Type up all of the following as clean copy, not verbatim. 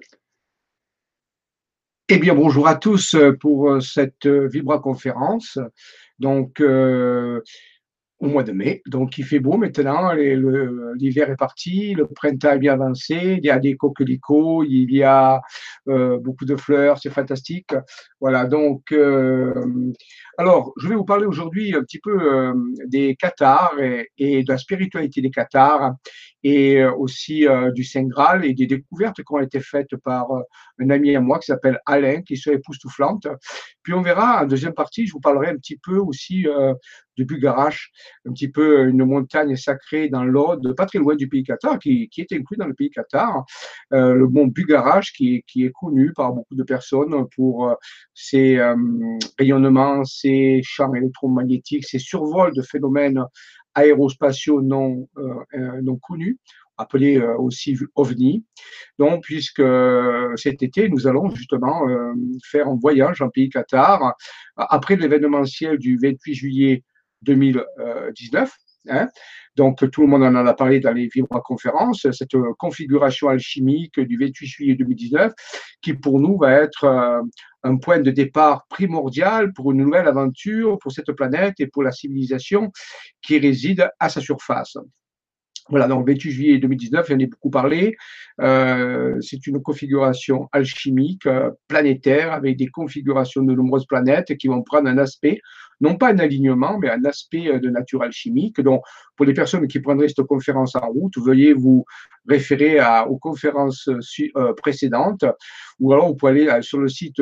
Eh bien, bonjour à tous pour cette vibra-conférence. Donc, au mois de mai, donc il fait beau maintenant, l'hiver est parti, le printemps est bien avancé, il y a des coquelicots, il y a beaucoup de fleurs, c'est fantastique. Voilà, donc, alors, je vais vous parler aujourd'hui un petit peu des Cathares et de la spiritualité des Cathares et aussi du Saint Graal et des découvertes qui ont été faites par un ami à moi qui s'appelle Alain, qui sont époustouflantes. Puis on verra en deuxième partie, je vous parlerai un petit peu aussi de Bugarache, un petit peu une montagne sacrée dans l'Aude, pas très loin du pays Cathare, qui est inclus dans le pays Cathare, le mont Bugarache, qui est connu par beaucoup de personnes pour ses rayonnements, ses champs électromagnétiques, ses survols de phénomènes aérospatiaux non connus, appelés aussi OVNI. Donc, puisque cet été, nous allons justement faire un voyage en pays Qatar, après l'événementiel du 28 juillet 2019. Hein. Donc, tout le monde en a parlé dans les vibra-conférences, cette configuration alchimique du 28 juillet 2019, qui pour nous va être un point de départ primordial pour une nouvelle aventure pour cette planète et pour la civilisation qui réside à sa surface. Voilà, donc 28 juillet 2019, j'en ai beaucoup parlé. C'est une configuration alchimique planétaire avec des configurations de nombreuses planètes qui vont prendre un aspect, non pas un alignement, mais un aspect de nature alchimique. Donc, pour les personnes qui prendraient cette conférence en route, veuillez vous référer aux conférences précédentes, ou alors vous pouvez aller sur le site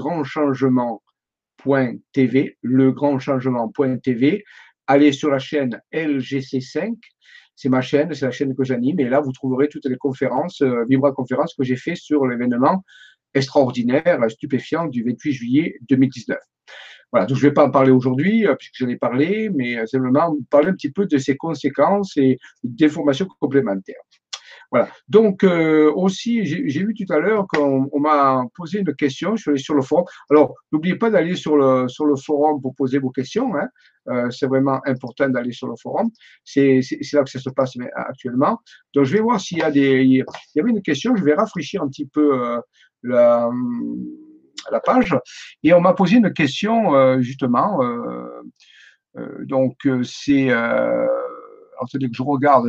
legrandchangement.tv, legrandchangement.tv, aller sur la chaîne LGC5. C'est ma chaîne, c'est la chaîne que j'anime. Et là, vous trouverez toutes les conférences, vibra-conférences que j'ai fait sur l'événement extraordinaire, stupéfiant du 28 juillet 2019. Voilà, donc je ne vais pas en parler aujourd'hui, puisque j'en ai parlé, mais simplement parler un petit peu de ses conséquences et d'informations complémentaires. Voilà. Donc, aussi, j'ai vu tout à l'heure qu'on m'a posé une question, je suis allé sur le forum. Alors, n'oubliez pas d'aller sur le forum pour poser vos questions. Hein. C'est vraiment important d'aller sur le forum. C'est là que ça se passe actuellement. Donc, je vais voir s'il y a il y avait une question, je vais rafraîchir un petit peu la page. Et on m'a posé une question, justement. Donc, c'est. Attendez que je regarde,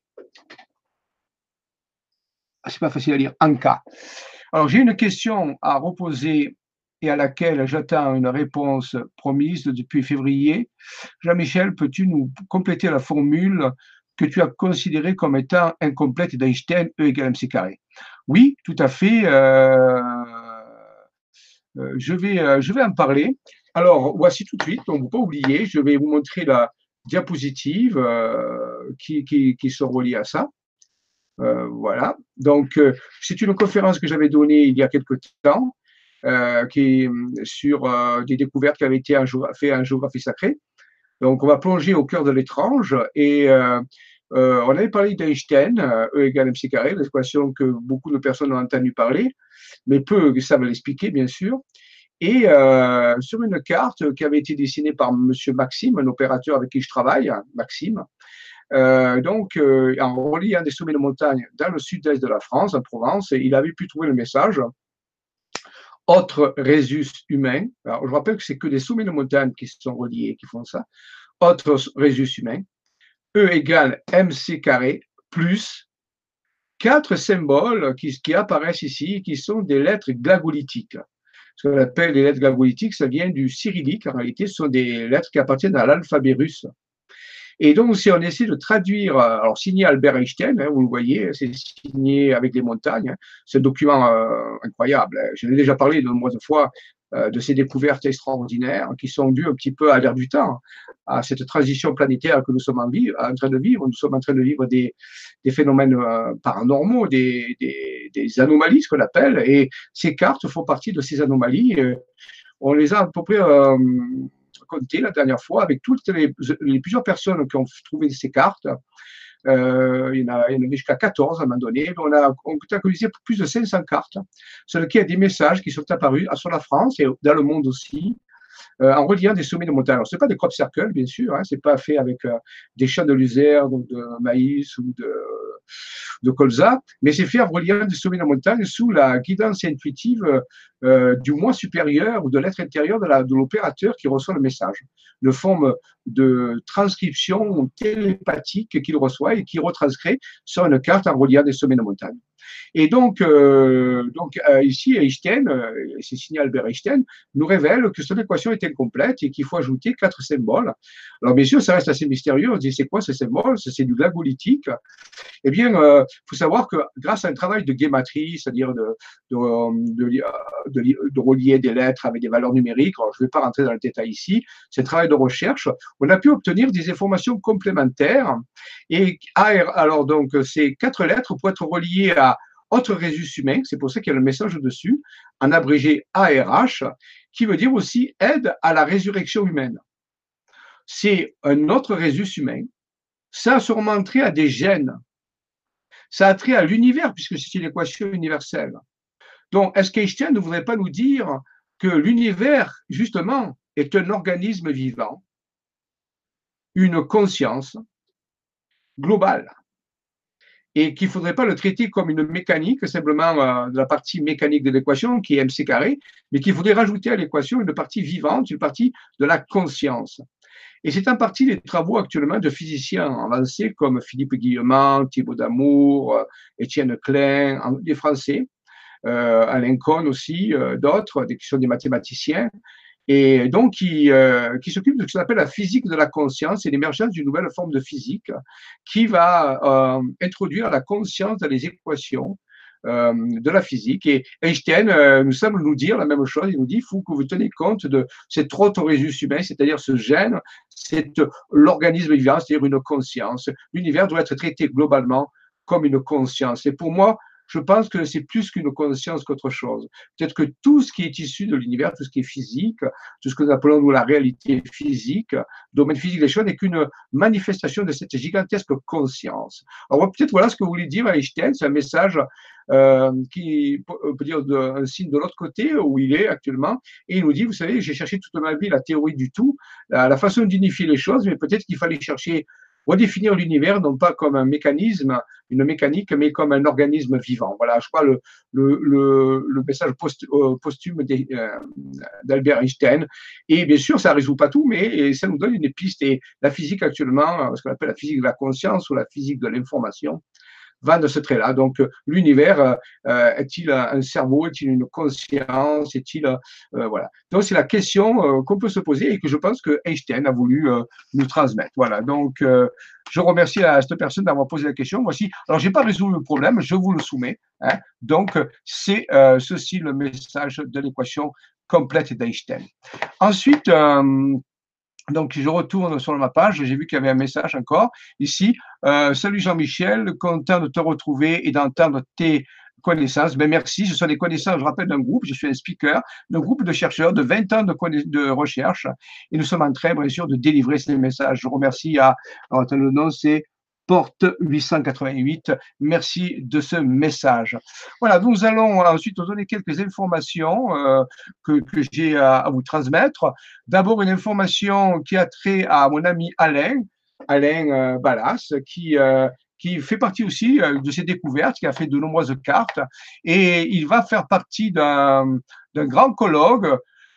c'est pas facile à lire, Anka. Alors, j'ai une question à reposer et à laquelle j'attends une réponse promise depuis février. Jean-Michel, peux-tu nous compléter la formule que tu as considérée comme étant incomplète d'Einstein, E égale mc carré? Oui, tout à fait. Je vais en parler. Alors, voici tout de suite, donc ne pas oublier, je vais vous montrer la diapositive qui sont reliées à ça. Voilà. Donc, c'est une conférence que j'avais donnée il y a quelque temps, qui est sur des découvertes qui avaient été faites en géographie sacrée. Donc, on va plonger au cœur de l'étrange et on avait parlé d'Einstein, E égale mc carré, l'équation que beaucoup de personnes ont entendu parler, mais peu savent l'expliquer, bien sûr. Et sur une carte qui avait été dessinée par Monsieur Maxime, un opérateur avec qui je travaille, Maxime, en reliant des sommets de montagne dans le sud-est de la France, en Provence, il avait pu trouver le message autre résus humain. Alors, je rappelle que c'est que des sommets de montagne qui sont reliés, qui font ça. Autre résus humain. E égale mc carré plus quatre symboles qui apparaissent ici, qui sont des lettres glagolithiques. Ce qu'on appelle les lettres glagolithiques, ça vient du cyrillique. En réalité, ce sont des lettres qui appartiennent à l'alphabet russe. Et donc, si on essaie de traduire, alors signé Albert Einstein, hein, vous le voyez, c'est signé avec des montagnes, hein, c'est un document incroyable. Hein. Je l'ai déjà parlé de nombreuses fois de ces découvertes extraordinaires qui sont dues un petit peu à l'air du temps, à cette transition planétaire que nous sommes en train de vivre. Nous sommes en train de vivre des phénomènes paranormaux, des anomalies, ce qu'on appelle, et ces cartes font partie de ces anomalies. On les a à peu près compté la dernière fois avec toutes les plusieurs personnes qui ont trouvé ces cartes. Il y en avait jusqu'à 14 à un moment donné. On a catégorisé plus de 500 cartes, sur lesquelles il y a des messages qui sont apparus sur la France et dans le monde aussi, en reliant des sommets de montagne. Alors, ce n'est pas des crop circles, bien sûr, hein, ce n'est pas fait avec des champs de luzerne ou de maïs de colza, mais c'est fait en reliant des sommets de montagne sous la guidance intuitive du moi supérieur ou de l'être intérieur de l'opérateur qui reçoit le message, de forme de transcription télépathique qu'il reçoit et qui retranscrit sur une carte en reliant des sommets de montagne. Et donc, ici, Einstein, c'est signé Albert Einstein, nous révèle que cette équation est incomplète et qu'il faut ajouter 4 symboles. Alors, bien sûr, ça reste assez mystérieux. On se dit, c'est quoi ces symboles? C'est du glagolitique. Eh bien, il faut savoir que grâce à un travail de guématrie, c'est-à-dire de relier des lettres avec des valeurs numériques, alors je ne vais pas rentrer dans le détail ici, c'est un travail de recherche, on a pu obtenir des informations complémentaires. Et alors, donc, ces 4 lettres pourraient être reliées à autre résus humain, c'est pour ça qu'il y a le message dessus, en abrégé ARH, qui veut dire aussi aide à la résurrection humaine. C'est un autre résus humain. Ça a sûrement trait à des gènes. Ça a trait à l'univers, puisque c'est une équation universelle. Donc, est-ce qu'Einstein ne voudrait pas nous dire que l'univers, justement, est un organisme vivant, une conscience globale, et qu'il ne faudrait pas le traiter comme une mécanique, simplement de la partie mécanique de l'équation, qui est mc carré, mais qu'il faudrait rajouter à l'équation une partie vivante, une partie de la conscience. Et c'est en partie les travaux actuellement de physiciens avancés comme Philippe Guillemant, Thibaut Damour, Étienne Klein, des Français, Alain Cohn aussi, d'autres, qui sont des mathématiciens, et donc qui s'occupe de ce qu'on appelle la physique de la conscience et l'émergence d'une nouvelle forme de physique qui va introduire la conscience dans les équations de la physique. Et Einstein nous semble nous dire la même chose. Il nous dit il faut que vous teniez compte de cet autre résus humain, c'est-à-dire ce gène, c'est l'organisme vivant, c'est-à-dire une conscience. L'univers doit être traité globalement comme une conscience. Et pour moi, je pense que c'est plus qu'une conscience qu'autre chose. Peut-être que tout ce qui est issu de l'univers, tout ce qui est physique, tout ce que nous appelons nous la réalité physique, le domaine physique des choses, n'est qu'une manifestation de cette gigantesque conscience. Alors peut-être voilà ce que voulait dire Einstein, c'est un message qui peut dire un signe de l'autre côté où il est actuellement, et il nous dit, vous savez, j'ai cherché toute ma vie la théorie du tout, la façon d'unifier les choses, mais peut-être qu'il fallait chercher redéfinir l'univers non pas comme un mécanisme, une mécanique, mais comme un organisme vivant. Voilà, je crois le message posthume d'Albert Einstein. Et bien sûr, ça ne résout pas tout, mais ça nous donne une piste. Et la physique actuellement, ce qu'on appelle la physique de la conscience ou la physique de l'information, va de ce trait-là. Donc, l'univers est-il un cerveau, est-il une conscience, est-il voilà. Donc, c'est la question qu'on peut se poser et que je pense que Einstein a voulu nous transmettre. Voilà. Donc, je remercie à cette personne d'avoir posé la question. Voici. Alors, j'ai pas résolu le problème, je vous le soumets. Hein. Donc, c'est ceci le message de l'équation complète d'Einstein. Ensuite. Donc, je retourne sur ma page, j'ai vu qu'il y avait un message encore ici. Salut Jean-Michel, content de te retrouver et d'entendre tes connaissances. Ben merci, ce sont des connaissances, je rappelle, d'un groupe, je suis un speaker, d'un groupe de chercheurs de 20 ans de recherche et nous sommes en train, bien sûr, de délivrer ces messages. Je remercie alors, le nom, c'est Porte 888. Merci de ce message. Voilà, nous allons ensuite vous donner quelques informations que j'ai à vous transmettre. D'abord, une information qui a trait à mon ami Alain Ballas, qui fait partie aussi de ces découvertes, qui a fait de nombreuses cartes, et il va faire partie d'un grand colloque,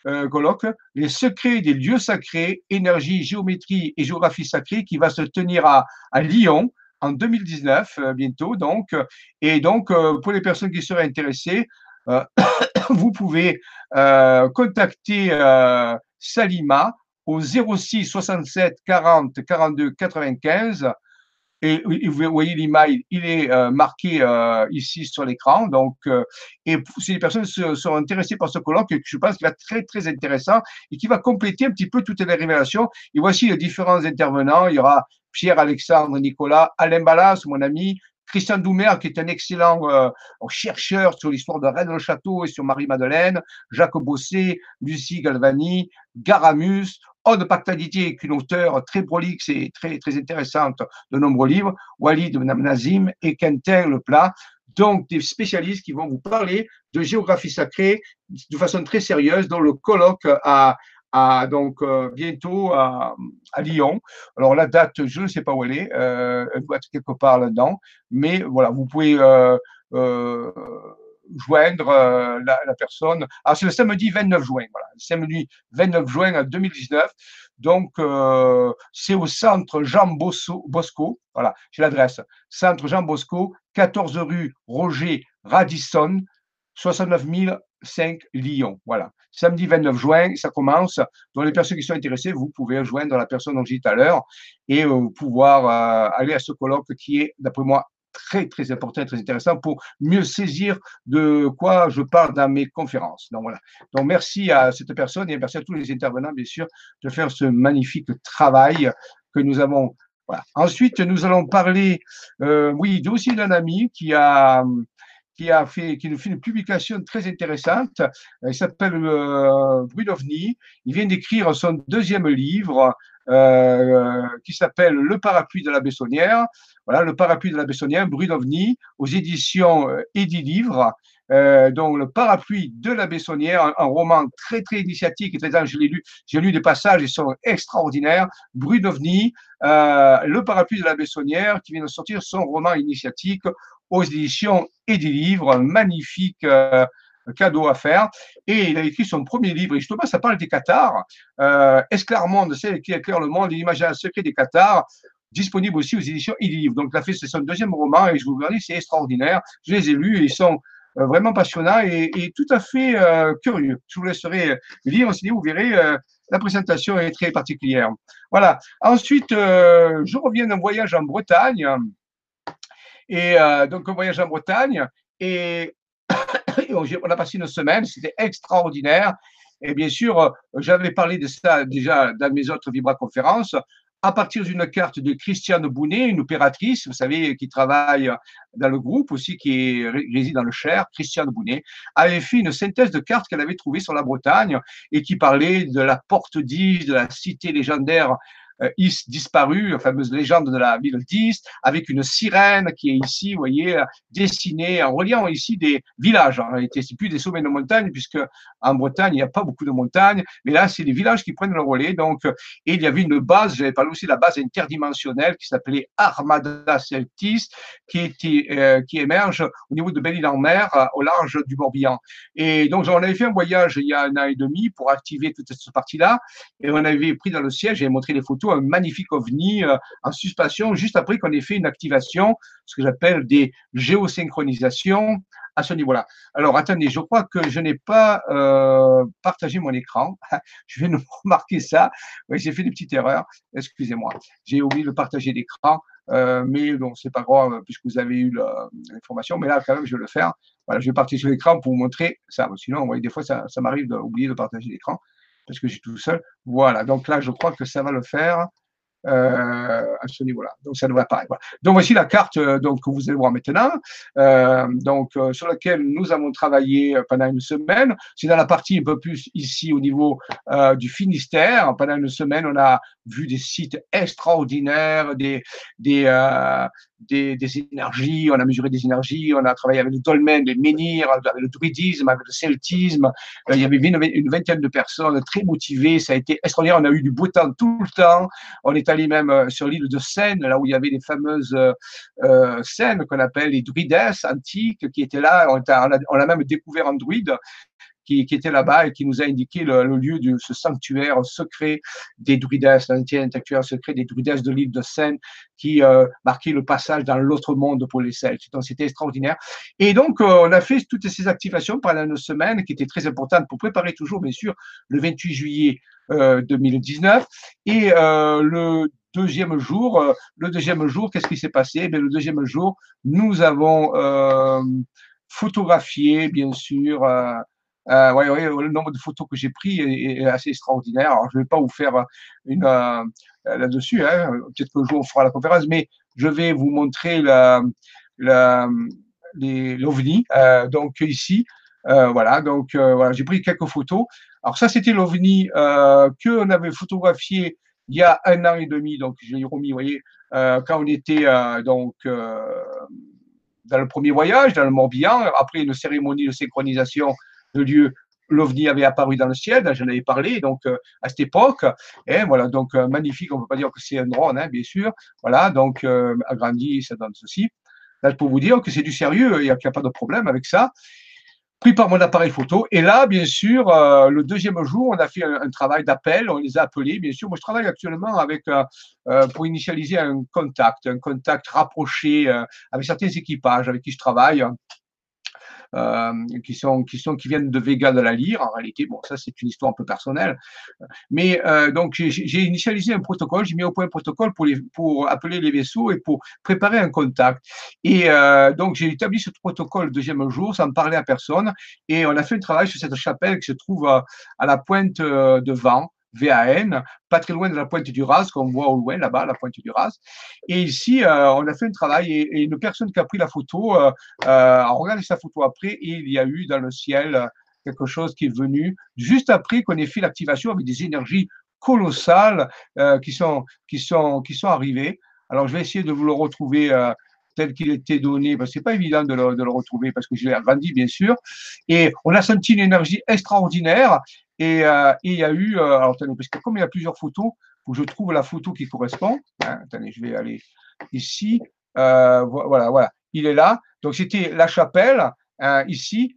les secrets des lieux sacrés, énergie, géométrie et géographie sacrée, qui va se tenir à Lyon en 2019, bientôt. Donc, et donc, pour les personnes qui seraient intéressées, vous pouvez contacter Salima au 06 67 40 42 95. Et vous voyez l'email, il est marqué ici sur l'écran. Donc, et si les personnes sont intéressées par ce colloque, je pense qu'il va être très, très intéressant et qui va compléter un petit peu toutes les révélations. Et voici les différents intervenants. Il y aura Pierre-Alexandre Nicolas, Alain Ballas, mon ami, Christian Doumer, qui est un excellent chercheur sur l'histoire de Rennes-le-Château et sur Marie-Madeleine, Jacques Bossé, Lucie Galvani, Garamus, Aude Pactadité, qui est une auteure très prolixe et très, très intéressante de nombreux livres, Walid Nazim et Quentin Leplat. Donc, des spécialistes qui vont vous parler de géographie sacrée de façon très sérieuse dans le colloque à donc bientôt à Lyon. Alors la date, je ne sais pas où elle doit être quelque part là-dedans, mais voilà, vous pouvez euh, joindre la personne. Alors c'est le samedi 29 juin, voilà, le samedi 29 juin 2019. Donc c'est au centre Jean Bosco, voilà, j'ai l'adresse, centre Jean Bosco, 14 rue Roger Radisson, 69 005 Lyon. Voilà. Samedi 29 juin, ça commence. Donc, les personnes qui sont intéressées, vous pouvez rejoindre la personne dont j'ai dit tout à l'heure et pouvoir aller à ce colloque qui est, d'après moi, très, très important et très intéressant pour mieux saisir de quoi je parle dans mes conférences. Donc, voilà. Donc, merci à cette personne et merci à tous les intervenants, bien sûr, de faire ce magnifique travail que nous avons. Voilà. Ensuite, nous allons parler, oui, aussi d'un ami qui nous fait une publication très intéressante. Il s'appelle Bruit d'OVNI. Il vient d'écrire son deuxième livre qui s'appelle Le parapluie de la Bessonnière. Voilà, Le parapluie de la Bessonnière, Bruit d'OVNI, aux éditions Edilivre. Donc, Le parapluie de la Bessonnière, un roman très, très initiatique et très, j'ai lu des passages, ils sont extraordinaires. Bruit d'OVNI, Le parapluie de la Bessonnière, qui vient de sortir son roman initiatique aux éditions Edilivre, un magnifique cadeau à faire. Et il a écrit son premier livre, et justement, ça parle des cathares. Esclarmonde, c'est qui éclaire le monde, l'imaginaire secret des cathares, disponible aussi aux éditions Edilivre. Donc, là, c'est son deuxième roman, et je vous le dis, c'est extraordinaire. Je les ai lus, et ils sont vraiment passionnants et tout à fait curieux. Je vous laisserai lire, aussi, vous verrez, la présentation est très particulière. Voilà. Ensuite, je reviens d'un voyage en Bretagne. Et donc, un voyage en Bretagne. Et on a passé une semaine, c'était extraordinaire. Et bien sûr, j'avais parlé de ça déjà dans mes autres Vibra-conférences. À partir d'une carte de Christiane Bounet, une opératrice, vous savez, qui travaille dans le groupe aussi, qui réside dans le Cher, Christiane Bounet, avait fait une synthèse de cartes qu'elle avait trouvée sur la Bretagne et qui parlait de la porte d'Is, de la cité légendaire Is disparu, la fameuse légende de la ville d'Is, avec une sirène qui est ici, vous voyez, dessinée en reliant ici des villages. En réalité, c'est plus des sommets de montagne, puisque en Bretagne, il n'y a pas beaucoup de montagnes, mais là, c'est des villages qui prennent le relais. Donc, et il y avait une base, j'avais parlé aussi de la base interdimensionnelle qui s'appelait Armada Celtis, qui émerge au niveau de Belle-Île-en-Mer, au large du Morbihan. Et donc, on avait fait un voyage il y a un an et demi pour activer toute cette partie-là, et on avait pris dans le siège, j'avais montré les photos, un magnifique ovni en suspension, juste après qu'on ait fait une activation, ce que j'appelle des géosynchronisations à ce niveau-là. Alors, attendez, je crois que je n'ai pas partagé mon écran. Je viens de remarquer ça. Oui, j'ai fait des petites erreurs. Excusez-moi. J'ai oublié de partager l'écran. Mais bon, c'est pas grave puisque vous avez eu l'information. Mais là, quand même, je vais le faire. Voilà, je vais partager l'écran pour vous montrer ça. Sinon, vous voyez, des fois, ça m'arrive d'oublier de partager l'écran parce que je suis tout seul. Voilà, donc là, je crois que ça va le faire à ce niveau-là. Donc, ça devrait apparaître. Voilà. Donc, voici la carte donc, que vous allez voir maintenant, sur laquelle nous avons travaillé pendant une semaine. C'est dans la partie un peu plus ici au niveau du Finistère. Pendant une semaine, on a vu des sites extraordinaires, des énergies, on a mesuré des énergies, on a travaillé avec le dolmen, les menhirs, avec le druidisme, avec le celtisme. Il y avait une vingtaine de personnes très motivées. Ça a été extraordinaire. On a eu du beau temps tout le temps. On est allé même sur l'île de Seine, là où il y avait les fameuses scènes qu'on appelle les druides antiques qui étaient là. On a même découvert un druide qui était là-bas et qui nous a indiqué le lieu de ce sanctuaire secret des druides, l'ancien sanctuaire secret des druides de l'île de Seine, qui marquait le passage dans l'autre monde pour les Celtes. Donc, c'était extraordinaire. Et donc, on a fait toutes ces activations pendant une semaine qui étaient très importantes pour préparer toujours, bien sûr, le 28 juillet 2019. Et le deuxième jour, qu'est-ce qui s'est passé? Le deuxième jour, nous avons photographié, bien sûr, le nombre de photos que j'ai pris est assez extraordinaire. Alors, je ne vais pas vous faire une là-dessus, hein. Peut-être qu'un jour on fera la conférence, mais je vais vous montrer l'OVNI. Donc ici, voilà. Donc voilà, j'ai pris quelques photos. Alors ça, c'était l'OVNI qu'on avait photographié il y a un an et demi. Donc je l'ai remis, vous voyez, quand on était dans le premier voyage, dans le Morbihan, après une cérémonie de synchronisation de lieu l'OVNI avait apparu dans le ciel, j'en avais parlé, donc à cette époque, et voilà, donc magnifique, on ne peut pas dire que c'est un drone, hein, bien sûr, voilà, donc agrandi, ça donne ceci. Là, pour vous dire que c'est du sérieux, il n'y a pas de problème avec ça. Pris par mon appareil photo. Et là, bien sûr, le deuxième jour, on a fait un travail d'appel, on les a appelés, bien sûr. Moi, je travaille actuellement avec, pour initialiser un contact rapproché avec certains équipages avec qui je travaille, qui viennent de Vega de la Lyre, en réalité. Bon, ça, c'est une histoire un peu personnelle. Mais donc, j'ai initialisé un protocole, j'ai mis au point un protocole pour appeler les vaisseaux et pour préparer un contact. Et donc, j'ai établi ce protocole le deuxième jour, sans me parler à personne. Et on a fait un travail sur cette chapelle qui se trouve à la pointe de Vent, VAN, pas très loin de la pointe du Raz, qu'on voit au loin là-bas, la pointe du Raz. Et ici, on a fait un travail et une personne qui a pris la photo a regardé sa photo après et il y a eu dans le ciel quelque chose qui est venu juste après qu'on ait fait l'activation avec des énergies colossales qui sont arrivées. Alors, je vais essayer de vous le retrouver tel qu'il était donné, parce que c'est pas évident de le retrouver, parce que je l'ai agrandi, bien sûr. Et on a senti une énergie extraordinaire. Et il y a eu, alors attendez, parce que comme il y a plusieurs photos, il faut que je trouve la photo qui correspond. Hein, attendez, je vais aller ici. Voilà, il est là. Donc c'était la chapelle, ici.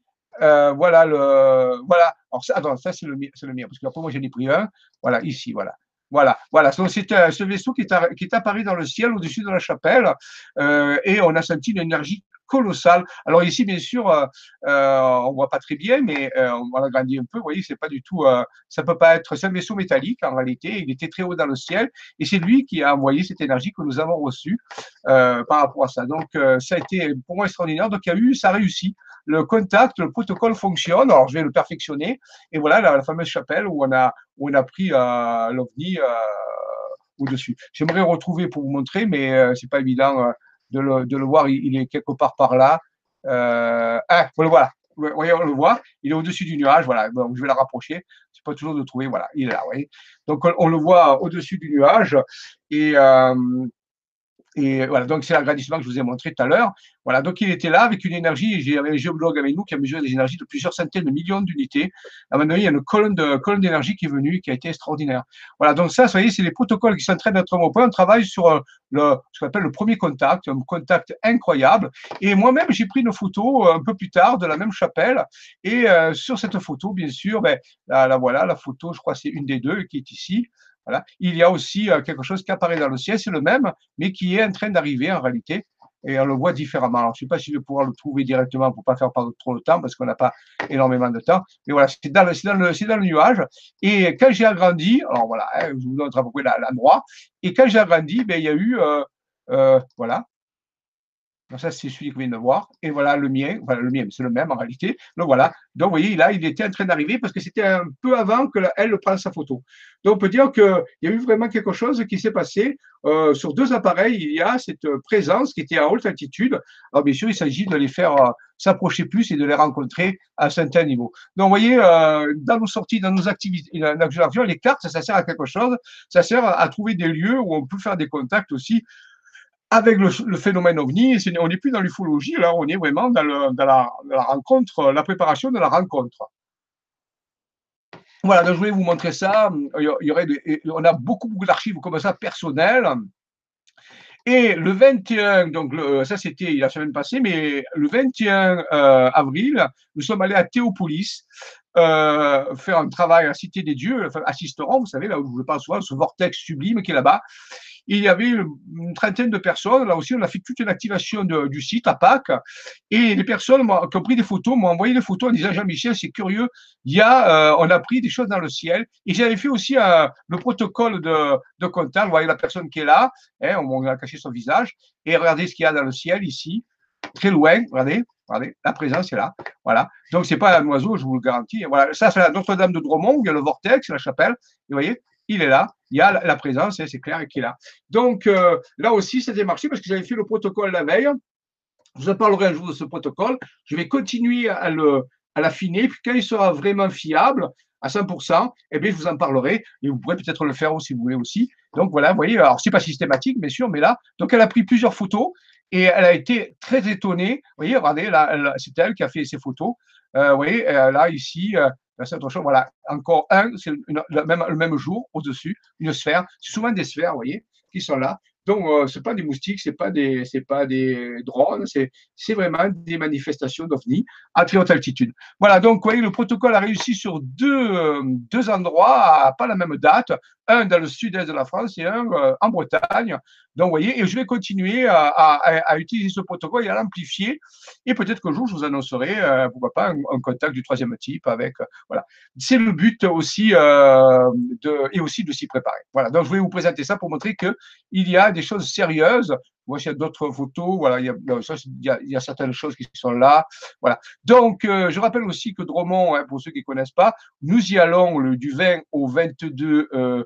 Voilà. Alors ça c'est le mien, parce que après moi j'en ai pris un. Voilà, ici, voilà. Voilà. Donc c'est ce vaisseau qui est apparu dans le ciel au-dessus de la chapelle, et on a senti une énergie colossale. Alors ici, bien sûr, on voit pas très bien, mais on l'agrandit un peu. Vous voyez, c'est pas du tout, ça peut pas être. C'est un vaisseau métallique en réalité. Il était très haut dans le ciel, et c'est lui qui a envoyé cette énergie que nous avons reçue par rapport à ça. Donc ça a été pour moi extraordinaire. Donc il y a eu, ça a réussi. Le contact, le protocole fonctionne. Alors je vais le perfectionner. Et voilà la fameuse chapelle où on a pris l'OVNI au-dessus. J'aimerais retrouver pour vous montrer, mais c'est pas évident de le voir. Il est quelque part par là. Vous le voilà. Vous voyez, on le voit. Il est au-dessus du nuage. Voilà. Donc, je vais la rapprocher. C'est pas toujours de trouver. Voilà. Il est là. Vous voyez. Donc, on le voit au-dessus du nuage. Et, et voilà, donc c'est l'agrandissement que je vous ai montré tout à l'heure. Voilà, donc il était là avec une énergie, j'avais un géologue avec nous qui a mesuré des énergies de plusieurs centaines de millions d'unités. À un moment donné, il y a une colonne d'énergie qui est venue, qui a été extraordinaire. Voilà, donc ça, vous voyez, c'est les protocoles qui sont en train d'être au point. On travaille sur ce qu'on appelle le premier contact, un contact incroyable. Et moi-même, j'ai pris une photo un peu plus tard de la même chapelle. Et sur cette photo, bien sûr, ben, voilà, la photo, je crois que c'est une des deux qui est ici. Voilà. Il y a aussi quelque chose qui apparaît dans le ciel, c'est le même, mais qui est en train d'arriver en réalité, et on le voit différemment. Alors, je ne sais pas si je vais pouvoir le trouver directement pour ne pas faire perdre trop de temps, parce qu'on n'a pas énormément de temps, mais voilà, c'est dans le nuage. Et quand j'ai agrandi, alors voilà, hein, je vous montre à peu près l'endroit, et quand j'ai agrandi, ben, il y a eu, voilà, donc ça, c'est celui que vous venez de voir. Et voilà le mien. Voilà le mien, c'est le même en réalité. Donc voilà. Donc vous voyez, là, il était en train d'arriver parce que c'était un peu avant que elle prenne sa photo. Donc on peut dire qu'il y a eu vraiment quelque chose qui s'est passé. Sur deux appareils, il y a cette présence qui était à haute altitude. Alors bien sûr, il s'agit de les faire s'approcher plus et de les rencontrer à un certain niveau. Donc vous voyez, dans nos sorties, dans nos activités, dans l'avion, les cartes, ça sert à quelque chose. Ça sert à trouver des lieux où on peut faire des contacts aussi avec le phénomène OVNI. On n'est plus dans l'ufologie, là, on est vraiment dans la rencontre, la préparation de la rencontre. Voilà, donc je voulais vous montrer ça. On a beaucoup d'archives comme ça personnelles. Et le 21, donc ça c'était la semaine passée, mais le 21 avril, nous sommes allés à Théopolis faire un travail à Cité des Dieux, enfin, à Sisteron, vous savez, là où je parle souvent, ce vortex sublime qui est là-bas. Il y avait une trentaine de personnes. Là aussi, on a fait toute une activation du site à Pâques. Et les personnes qui ont pris des photos m'ont envoyé des photos en disant Jean-Michel, c'est curieux, on a pris des choses dans le ciel. Et j'avais fait aussi le protocole de contact. Vous voyez la personne qui est là, hein, on a caché son visage. Et regardez ce qu'il y a dans le ciel ici, très loin. Regardez, la présence est là. Voilà. Donc, ce n'est pas un oiseau, je vous le garantis. Voilà. Ça, c'est la Notre-Dame de Dromont, où il y a le vortex, la chapelle. Et vous voyez, il est là, il y a la présence, c'est clair qu'il est là. Donc là aussi, ça a marché parce que j'avais fait le protocole la veille. Je vous en parlerai un jour de ce protocole. Je vais continuer à l'affiner. Puis quand il sera vraiment fiable, à 100%, eh bien, je vous en parlerai. Et vous pourrez peut-être le faire si vous voulez aussi. Donc voilà, vous voyez, alors c'est pas systématique, bien sûr, mais là, donc elle a pris plusieurs photos et elle a été très étonnée. Vous voyez, regardez, là, c'est elle qui a fait ces photos. Vous voyez, là, ici, c'est autre chose. Voilà, encore un, c'est le même jour, au-dessus, une sphère. C'est souvent des sphères, vous voyez, qui sont là. Donc, c'est pas des moustiques, c'est pas des drones, c'est vraiment des manifestations d'OVNI à très haute altitude. Voilà, donc, vous voyez, le protocole a réussi sur deux endroits, à pas la même date, un dans le sud-est de la France et un en Bretagne. Donc, vous voyez, et je vais continuer à utiliser ce protocole et à l'amplifier. Et peut-être qu'un jour, je vous annoncerai, pourquoi pas, un contact du troisième type avec. Voilà. C'est le but aussi, et aussi de s'y préparer. Voilà. Donc, je vais vous présenter ça pour montrer qu'il y a des choses sérieuses. Moi, il y a d'autres photos. Voilà, il y a certaines choses qui sont là. Voilà. Donc, je rappelle aussi que Dromont, hein, pour ceux qui ne connaissent pas, nous y allons du 20 au 22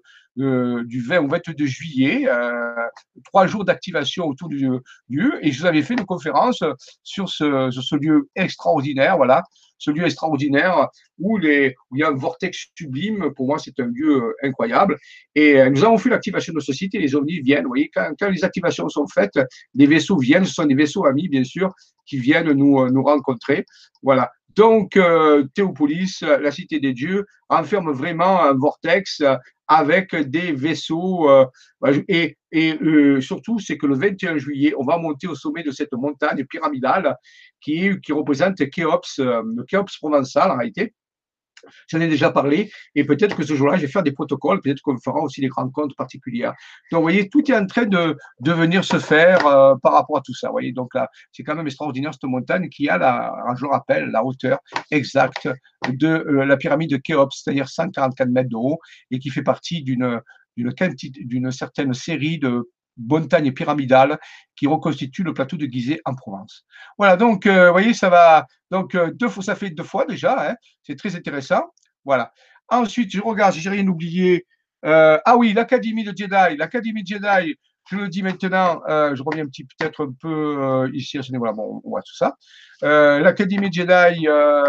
juillet, 3 jours d'activation autour du lieu. Et je vous avais fait une conférence sur ce lieu extraordinaire, voilà, ce lieu extraordinaire où il y a un vortex sublime. Pour moi, c'est un lieu incroyable. Et nous avons fait l'activation de ce site et les ovnis viennent. Vous voyez, quand les activations sont faites, les vaisseaux viennent. Ce sont des vaisseaux amis, bien sûr, qui viennent nous rencontrer. Voilà. Donc, Théopolis, la cité des dieux, renferme vraiment un vortex avec des vaisseaux. Et surtout, c'est que le 21 juillet, on va monter au sommet de cette montagne pyramidale qui représente Khéops, le Khéops provençal en réalité. J'en ai déjà parlé, et peut-être que ce jour-là, je vais faire des protocoles, peut-être qu'on fera aussi des rencontres particulières. Donc, vous voyez, tout est en train de venir se faire par rapport à tout ça. Vous voyez, donc là, c'est quand même extraordinaire cette montagne qui a, je le rappelle, la hauteur exacte de la pyramide de Khéops, c'est-à-dire 144 mètres de haut, et qui fait partie d'une certaine série de montagnes pyramidales qui reconstituent le plateau de Gizeh en Provence. Voilà, donc, vous voyez, ça va. Donc, ça fait 2 fois déjà, hein, c'est très intéressant. Voilà. Ensuite, je regarde si j'ai rien oublié. Ah oui, l'Académie de Jedi. L'Académie de Jedi, je le dis maintenant, je reviens peut-être un peu ici à ce niveau-là. Bon, on voit tout ça. L'Académie de Jedi,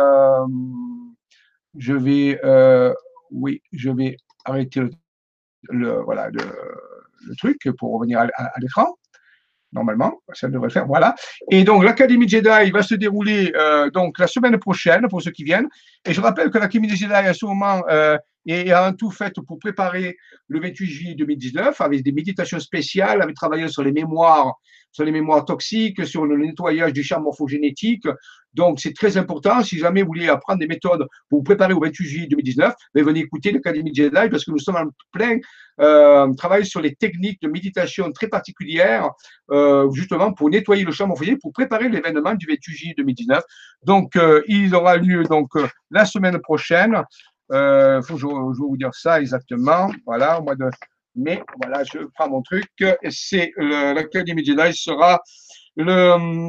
je vais arrêter voilà, le truc pour revenir à l'écran. Normalement, ça devrait le faire. Voilà. Et donc, l'Académie Jedi va se dérouler donc la semaine prochaine pour ceux qui viennent. Et je rappelle que l'Académie Jedi, à ce moment, est avant tout faite pour préparer le 28 juillet 2019 avec des méditations spéciales, avec travailler sur les mémoires toxiques, sur le nettoyage du champ morphogénétique. Donc, c'est très important. Si jamais vous voulez apprendre des méthodes pour vous préparer au 28 juillet 2019, venez écouter l'Académie Jedi parce que nous sommes en plein travail sur les techniques de méditation très particulières, justement pour nettoyer le champ morphogénétique, pour préparer l'événement du 28 juillet 2019. Donc, il aura lieu donc la semaine prochaine. Faut que je vais vous dire ça exactement. Voilà, au mois de mai. Voilà, je prends mon truc. C'est l'Académie Jedi sera le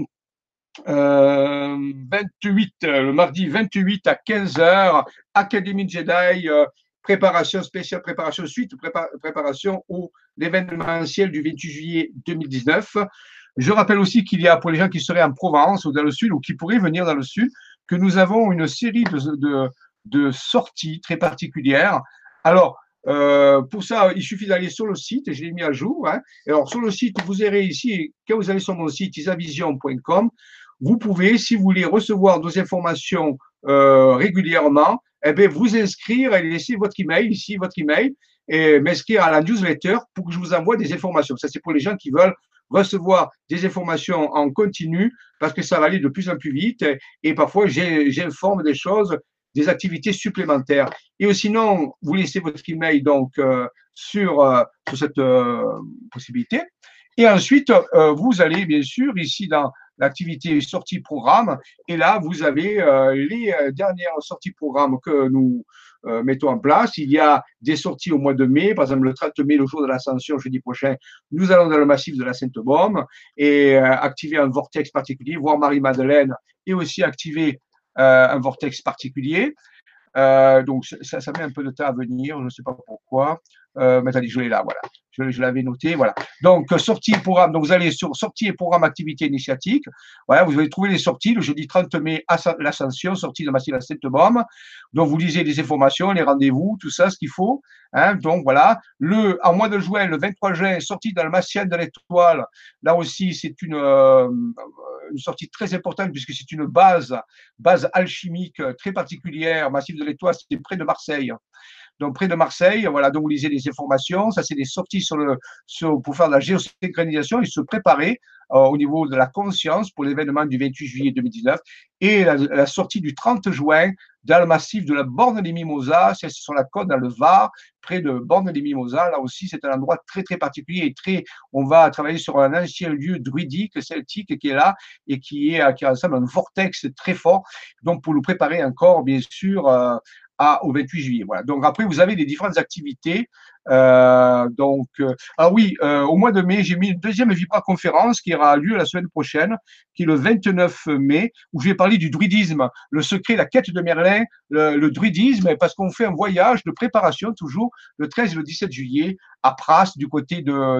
28, le mardi 28 à 15h, Académie Jedi, préparation spéciale, préparation suite, préparation au l'événementiel du 28 juillet 2019. Je rappelle aussi qu'il y a, pour les gens qui seraient en Provence ou dans le sud, ou qui pourraient venir dans le sud, que nous avons une série de sorties très particulières. Alors, pour ça, il suffit d'aller sur le site, je l'ai mis à jour. Hein. Alors, sur le site, vous verrez ici, quand vous allez sur mon site, isavision.com, vous pouvez, si vous voulez recevoir nos informations régulièrement, eh bien, vous inscrire et laisser votre email, ici, votre email, et m'inscrire à la newsletter pour que je vous envoie des informations. Ça, c'est pour les gens qui veulent recevoir des informations en continu parce que ça va aller de plus en plus vite et parfois j'informe des choses, des activités supplémentaires. Et sinon, vous laissez votre email donc sur cette possibilité. Et ensuite, vous allez bien sûr ici dans l'activité sortie programme. Et là, vous avez les dernières sorties programme que nous mettons en place. Il y a des sorties au mois de mai. Par exemple, le 30 mai, le jour de l'Ascension, jeudi prochain, nous allons dans le massif de la Sainte-Baume et activer un vortex particulier, voir Marie-Madeleine et aussi activer un vortex particulier. Donc, ça met un peu de temps à venir, je ne sais pas pourquoi. mais attendez, je l'ai là, voilà. Je l'avais noté, voilà. Donc, sortie et programme. Donc, vous allez sur sortie et programme activité initiatique. Voilà, vous allez trouver les sorties. Le jeudi 30 mai, l'Ascension, sortie de Massy la Sainte-Baume. Donc, vous lisez les informations, les rendez-vous, tout ça, ce qu'il faut. Hein. Donc, voilà. En mois de juin, le 23 juin, sortie dans le Massien de l'Étoile. Là aussi, c'est une sortie très importante puisque c'est une base alchimique très particulière. Massif de l'Étoile, c'est près de Marseille. Donc, près de Marseille, voilà, donc vous lisez les informations. Ça, c'est des sorties pour faire de la géosynchronisation et se préparer au niveau de la conscience pour l'événement du 28 juillet 2019 et la sortie du 30 juin dans le massif de la Borne des Mimosas. C'est sur la côte dans le Var, près de Borne des Mimosas. Là aussi, c'est un endroit très, très particulier et on va travailler sur un ancien lieu druidique, celtique qui est là et qui ressemble à un vortex très fort. Donc, pour nous préparer encore, bien sûr, au 28 juillet. Voilà. Donc après, vous avez les différentes activités. Ah oui, au mois de mai, j'ai mis une deuxième Vibra conférence qui aura lieu la semaine prochaine, qui est le 29 mai, où je vais parler du druidisme, le secret, la quête de Merlin, le druidisme, parce qu'on fait un voyage de préparation toujours le 13 et le 17 juillet à Pras, du côté de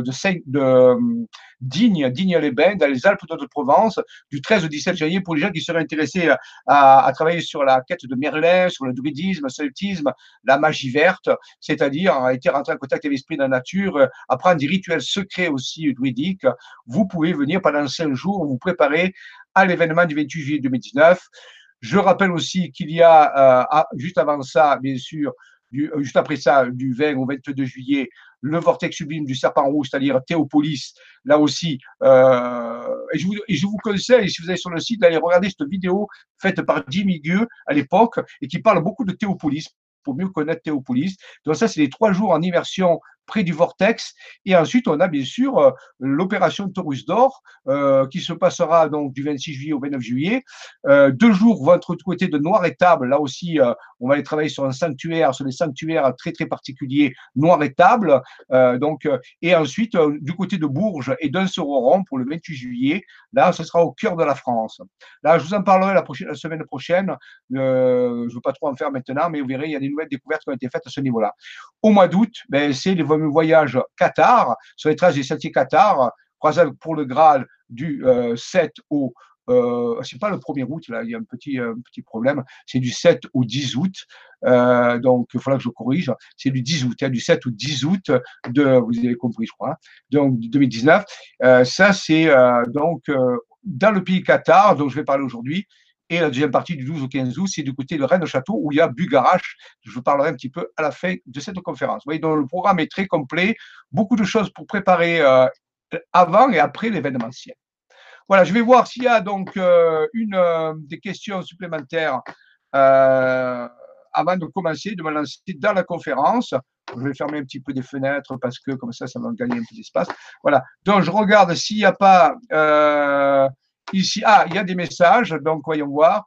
Digne-les-Bains, dans les Alpes de Provence, du 13 au 17 juillet, pour les gens qui seraient intéressés à travailler sur la quête de Merlin, sur le druidisme, le celtisme, la magie verte, c'est-à-dire a été rentré en contact avec l'esprit de la nature, apprendre des rituels secrets aussi druidiques. Vous pouvez venir pendant 5 jours, vous préparer à l'événement du 28 juillet 2019. Je rappelle aussi qu'il y a, juste avant ça, bien sûr, juste après ça, du 20 au 22 juillet, le vortex sublime du serpent rouge, c'est-à-dire Théopolis, là aussi. Et je vous conseille, si vous allez sur le site, d'aller regarder cette vidéo faite par Jimmy Gueux à l'époque et qui parle beaucoup de Théopolis pour mieux connaître Théopolis. Donc ça, c'est les 3 jours en immersion près du vortex. Et ensuite, on a bien sûr l'opération Taurus d'Or qui se passera donc du 26 juillet au 29 juillet. 2 jours vont être du côté de Noir et Table. Là aussi, on va aller travailler sur sur des sanctuaires très, très particuliers, Noir et Table. Et ensuite, du côté de Bourges et d'Un-sur-Oron pour le 28 juillet. Là, ce sera au cœur de la France. Là, je vous en parlerai la semaine prochaine. Je ne veux pas trop en faire maintenant, mais vous verrez, il y a des nouvelles découvertes qui ont été faites à ce niveau-là. Au mois d'août, c'est les fameux voyages Qatar, sur les traces des sentiers Qatar, croisade pour le Graal du 7 au c'est pas le 1er août, là, il y a un petit problème, c'est du 7 au 10 août, donc il faudra que je corrige, c'est du 10 août, du 7 au 10 août vous avez compris, je crois, donc 2019. Ça, c'est dans le pays Qatar, dont je vais parler aujourd'hui. Et la deuxième partie du 12 au 15 août, c'est du côté de Rennes-Château, où il y a Bugarache. Je vous parlerai un petit peu à la fin de cette conférence. Vous voyez, donc le programme est très complet, beaucoup de choses pour préparer avant et après l'événementiel. Voilà, je vais voir s'il y a donc des questions supplémentaires avant de commencer, de me lancer dans la conférence. Je vais fermer un petit peu des fenêtres parce que comme ça va me gagner un peu d'espace. Voilà, donc je regarde s'il n'y a pas ici. Ah, il y a des messages, donc voyons voir.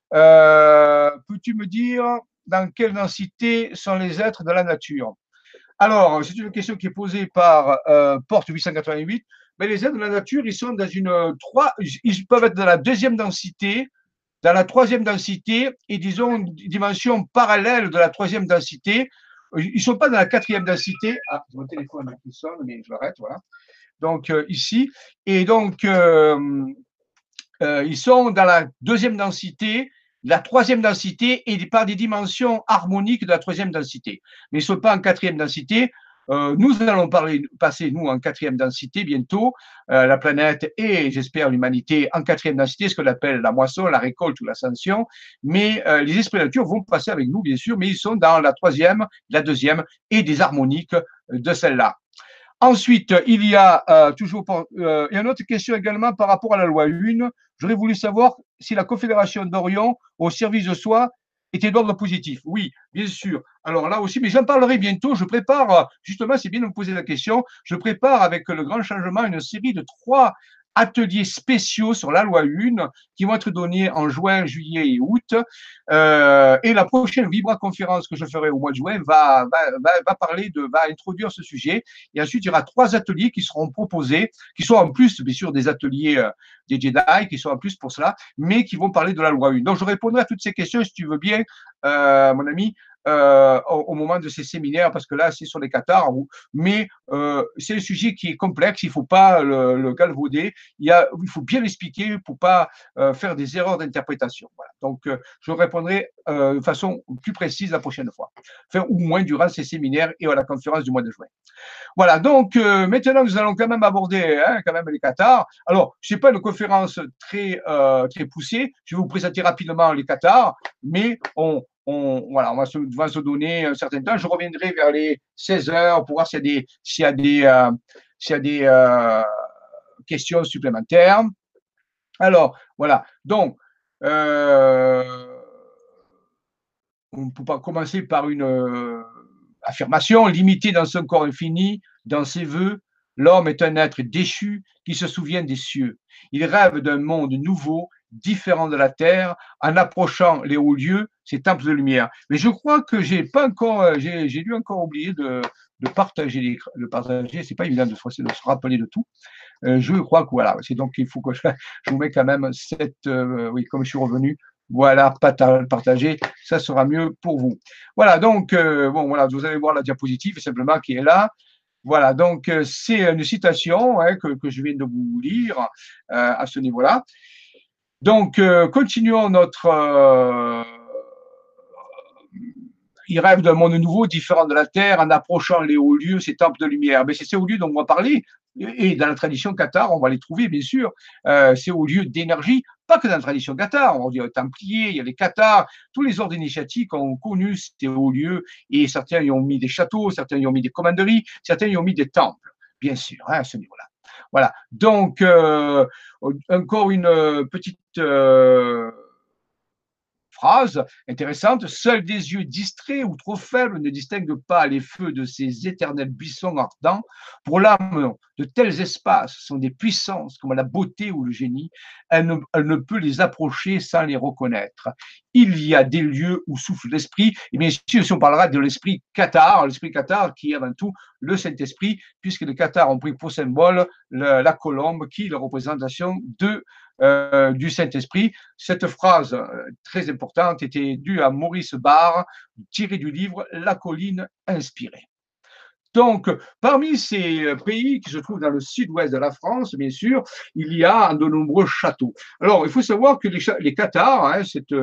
Peux-tu me dire dans quelle densité sont les êtres de la nature? Alors, c'est une question qui est posée par Porte 888. Mais les êtres de la nature, ils sont dans ils peuvent être dans la deuxième densité, dans la troisième densité, et disons une dimension parallèle de la troisième densité. Ils ne sont pas dans la quatrième densité. Ah, c'est mon téléphone qui sonne, mais je l'arrête, voilà. Donc, ici. Et donc, ils sont dans la deuxième densité, la troisième densité et par des dimensions harmoniques de la troisième densité. Mais ils ne sont pas en quatrième densité. Nous allons passer, nous, en quatrième densité bientôt, la planète et, j'espère, l'humanité en quatrième densité, ce qu'on appelle la moisson, la récolte ou l'ascension. Mais les esprits de nature vont passer avec nous, bien sûr, mais ils sont dans la troisième, la deuxième et des harmoniques de celle-là. Ensuite, il y a une autre question également par rapport à la loi 1. J'aurais voulu savoir si la Confédération d'Orion, au service de soi, était d'ordre positif. Oui, bien sûr. Alors là aussi, mais j'en parlerai bientôt. Je prépare, justement, c'est bien de me poser la question, je prépare avec le grand changement une série de 3 ateliers spéciaux sur la loi 1 qui vont être donnés en juin, juillet et août. Et la prochaine Vibra-conférence que je ferai au mois de juin va introduire ce sujet. Et ensuite, il y aura 3 ateliers qui seront proposés, qui sont en plus, bien sûr, des ateliers des Jedi, qui sont en plus pour cela, mais qui vont parler de la loi 1. Donc, je répondrai à toutes ces questions, si tu veux bien, mon ami, au moment de ces séminaires, parce que là, c'est sur les Qatars, mais c'est un sujet qui est complexe, il ne faut pas le galvauder, il faut bien l'expliquer pour ne pas faire des erreurs d'interprétation. Voilà. Donc, je répondrai de façon plus précise la prochaine fois, enfin, ou moins durant ces séminaires et à la conférence du mois de juin. Voilà, donc maintenant nous allons quand même aborder quand même les Qatars. Alors, ce n'est pas une conférence très poussée, je vais vous présenter rapidement les Qatars, mais voilà, on va se donner un certain temps. Je reviendrai vers les 16 heures pour voir s'il y a des questions supplémentaires. Alors, voilà, donc, on peut pas commencer par une affirmation, limité dans son corps infini, dans ses voeux, l'homme est un être déchu qui se souvient des cieux. Il rêve d'un monde nouveau, différent de la terre, en approchant les hauts lieux, ces temples de lumière. Mais je crois que j'ai dû encore oublier de partager, c'est pas évident de se rappeler de tout. Je crois que voilà, c'est donc il faut que je vous mets quand même oui, comme je suis revenu, voilà, partager, ça sera mieux pour vous. Voilà, donc, bon, voilà, vous allez voir la diapositive simplement qui est là. Voilà, donc c'est une citation que je viens de vous lire à ce niveau-là. Donc, continuons il rêve d'un monde nouveau, différent de la Terre, en approchant les hauts lieux, ces temples de lumière. Mais c'est ces hauts lieux dont on va parler. Et dans la tradition cathare, on va les trouver, bien sûr, ces hauts lieux d'énergie. Pas que dans la tradition cathare, on dit les Templiers, il y a les Cathares, tous les ordres initiatiques ont connu ces hauts lieux, et certains y ont mis des châteaux, certains y ont mis des commanderies, certains y ont mis des temples, bien sûr, à ce niveau-là. Voilà. Donc, encore une petite phrase intéressante. Seuls des yeux distraits ou trop faibles ne distinguent pas les feux de ces éternels buissons ardents. Pour l'âme, de tels espaces sont des puissances comme la beauté ou le génie. Elle ne peut les approcher sans les reconnaître. Il y a des lieux où souffle l'esprit. Et bien sûr, si on parlera de l'esprit cathare qui est avant tout le Saint-Esprit, puisque les cathares ont pris pour symbole la colombe qui est la représentation du Saint-Esprit. Cette phrase très importante était due à Maurice Barre, tirée du livre La colline inspirée. Donc, parmi ces pays qui se trouvent dans le sud-ouest de la France, bien sûr, il y a de nombreux châteaux. Alors, il faut savoir que les Cathares,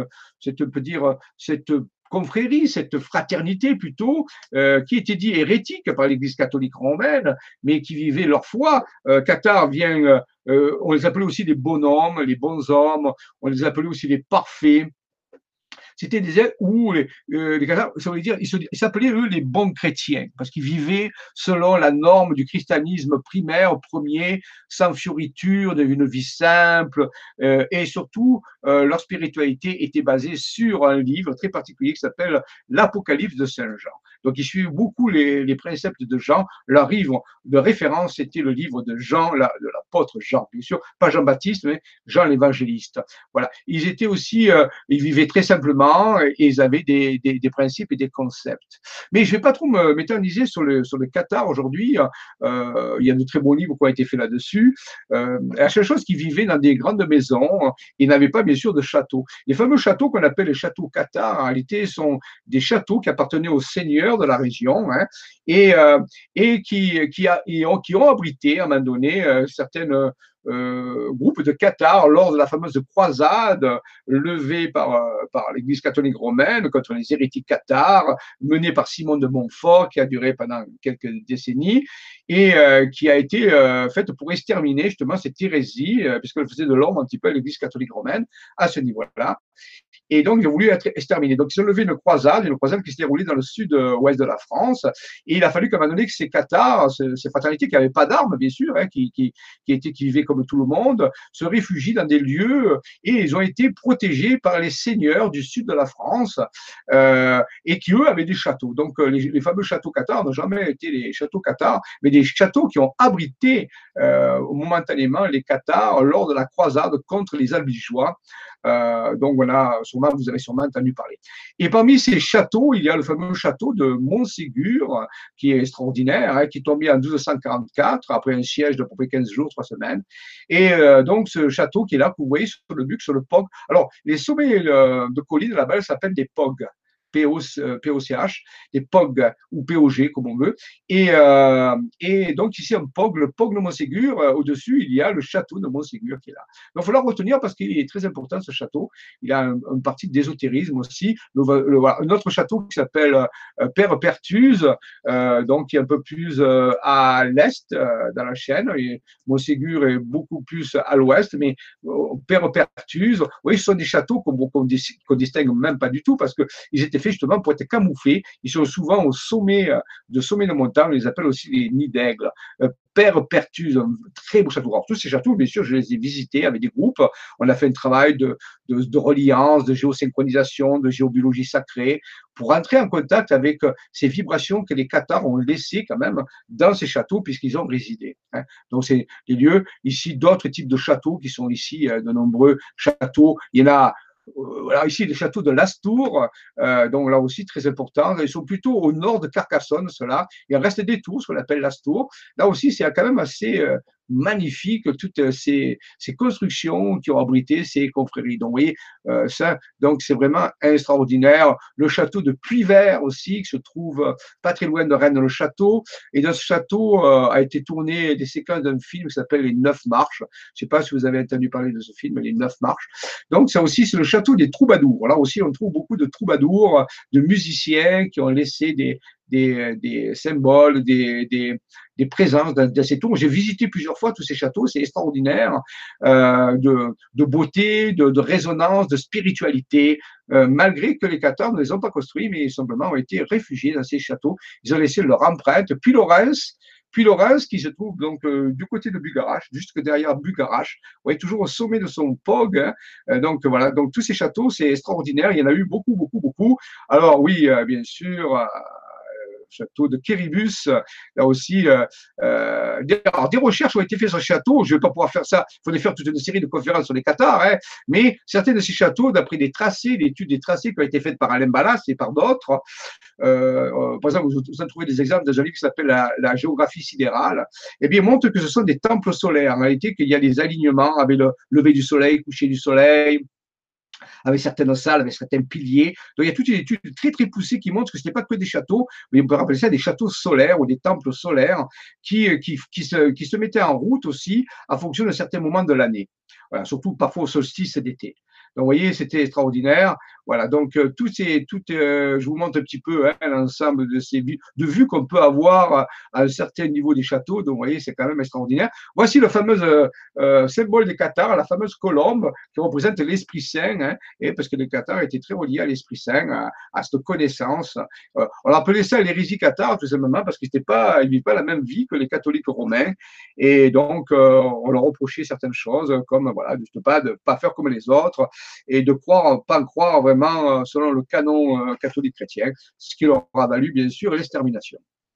cette confrérie, cette fraternité plutôt, qui était dit hérétique par l'Église catholique romaine, mais qui vivait leur foi. Cathare vient, on les appelait aussi les bonshommes, les bons hommes, on les appelait aussi les parfaits. C'était des êtres où les Khazars, ça veut dire, ils s'appelaient eux les bons chrétiens, parce qu'ils vivaient selon la norme du christianisme primaire, premier, sans fioriture, d'une vie simple, et surtout, leur spiritualité était basée sur un livre très particulier qui s'appelle l'Apocalypse de Saint Jean. Donc, ils suivaient beaucoup les préceptes de Jean. Leur livre de référence, c'était le livre de Jean, de l'apôtre Jean, bien sûr, pas Jean-Baptiste, mais Jean l'évangéliste. Voilà. Ils étaient aussi, ils vivaient très simplement et ils avaient des principes et des concepts. Mais je ne vais pas trop m'éterniser sur le Qatar aujourd'hui. Il y a de très bons livres qui ont été faits là-dessus. La seule chose qu'ils vivaient dans des grandes maisons, ils n'avaient pas bien sûr de châteaux. Les fameux châteaux qu'on appelle les châteaux Qatar, en réalité, sont des châteaux qui appartenaient aux seigneurs de la région et qui ont abrité à un moment donné certaines groupes de Qatar lors de la fameuse croisade levée par l'Église catholique romaine contre les hérétiques cathares, menée par Simon de Montfort, qui a duré pendant quelques décennies et qui a été faite pour exterminer justement cette hérésie, puisqu'elle faisait de l'ombre un petit peu à l'Église catholique romaine à ce niveau-là. Et donc, ils ont voulu être exterminés. Donc, ils ont levé une croisade qui s'est déroulée dans le sud-ouest de la France. Et il a fallu qu'à un moment donné que ces cathares, ces fraternités qui n'avaient pas d'armes, bien sûr, qui vivaient comme tout le monde, se réfugient dans des lieux et ils ont été protégés par les seigneurs du sud de la France et qui, eux, avaient des châteaux. Donc, les fameux châteaux cathares n'ont jamais été les châteaux cathares, mais des châteaux qui ont abrité momentanément les cathares lors de la croisade contre les albigeois. Donc voilà, vous avez sûrement entendu parler. Et parmi ces châteaux, il y a le fameux château de Montségur, qui est extraordinaire, qui est tombé en 1244, après un siège de à peu près 15 jours, 3 semaines. Et donc ce château qui est là, que vous voyez sur le Buc, sur le POG. Alors, les sommets de collines là-bas s'appellent des POG. POCH, des POG ou POG comme on veut. Et donc ici un POG, le POG de Montségur, au-dessus il y a le château de Montségur qui est là. Donc il faut le retenir parce qu'il est très important ce château. Il a une partie d'ésotérisme aussi. Voilà, un autre château qui s'appelle Père Pertuse, donc qui est un peu plus à l'est dans la chaîne. Et Montségur est beaucoup plus à l'ouest, mais Père Pertuse, oui, ce sont des châteaux qu'on distingue même pas du tout parce qu'ils étaient faits justement pour être camouflés. Ils sont souvent au sommet de montagne. On les appelle aussi les nids d'aigle. Père Pertuse, un très beau château. Alors, tous ces châteaux, bien sûr, je les ai visités avec des groupes. On a fait un travail de reliance, de géosynchronisation, de géobiologie sacrée, pour entrer en contact avec ces vibrations que les Cathares ont laissées quand même dans ces châteaux puisqu'ils ont résidé. Hein. Donc, c'est des lieux, ici, d'autres types de châteaux qui sont ici, de nombreux châteaux. Il y en a voilà, ici, les châteaux de Lastour, donc là aussi très important. Ils sont plutôt au nord de Carcassonne, ceux-là. Il reste des tours, ce qu'on appelle Lastour. Là aussi, c'est quand même assez magnifique, toutes ces constructions qui ont abrité ces confréries. Donc, vous voyez, ça, donc c'est vraiment extraordinaire. Le château de Puy-Vert aussi, qui se trouve pas très loin de Rennes-le-Château. Et dans ce château a été tourné des séquences d'un film qui s'appelle Les Neuf Marches. Je ne sais pas si vous avez entendu parler de ce film, Les Neuf Marches. Donc, ça aussi, c'est le château des troubadours. Là aussi, on trouve beaucoup de troubadours, de musiciens qui ont laissé des symboles, des présences dans ces tours. J'ai visité plusieurs fois tous ces châteaux, c'est extraordinaire, de beauté, de résonance, de spiritualité, malgré que les Cathares ne les ont pas construits, mais simplement ont été réfugiés dans ces châteaux. Ils ont laissé leur empreinte. Puis Laurens, qui se trouve donc du côté de Bugarache, juste derrière Bugarache, vous voyez, toujours au sommet de son POG. Hein. Donc voilà, donc tous ces châteaux, c'est extraordinaire. Il y en a eu beaucoup, beaucoup, beaucoup. Alors oui, bien sûr, château de Kéribus, là aussi, des recherches ont été faites sur ce château. Je ne vais pas pouvoir faire ça. Il faudrait faire toute une série de conférences sur les Cathares, hein. Mais certains de ces châteaux, d'après des tracés, l'étude des tracés qui ont été faites par Alain Ballas et par d'autres, par exemple, vous en trouvez des exemples dans un livre qui s'appelle la géographie sidérale, eh bien, montre que ce sont des temples solaires. En réalité, qu'il y a des alignements avec le lever du soleil, coucher du soleil, avec certaines salles, avec certains piliers. Donc, il y a toute une étude très, très poussée qui montre que ce n'est pas que des châteaux, mais on peut rappeler ça des châteaux solaires ou des temples solaires qui se mettaient en route aussi en fonction de certains moments de l'année. Voilà, surtout parfois au solstice d'été. Donc, vous voyez, c'était extraordinaire. Voilà, donc, je vous montre un petit peu hein, l'ensemble de ces vues qu'on peut avoir à un certain niveau des châteaux. Donc, vous voyez, c'est quand même extraordinaire. Voici le fameux symbole des Cathares, la fameuse colombe qui représente l'Esprit Saint, hein, et parce que les Cathares étaient très reliés à l'Esprit Saint, à cette connaissance. On appelait ça l'hérésie cathare, tout simplement, parce qu'ils ne vivaient pas la même vie que les catholiques romains. Et donc, on leur reprochait certaines choses, comme voilà, de ne pas faire comme les autres et de pas croire vraiment selon le canon catholique chrétien, ce qui leur a valu, bien sûr, l'extermination.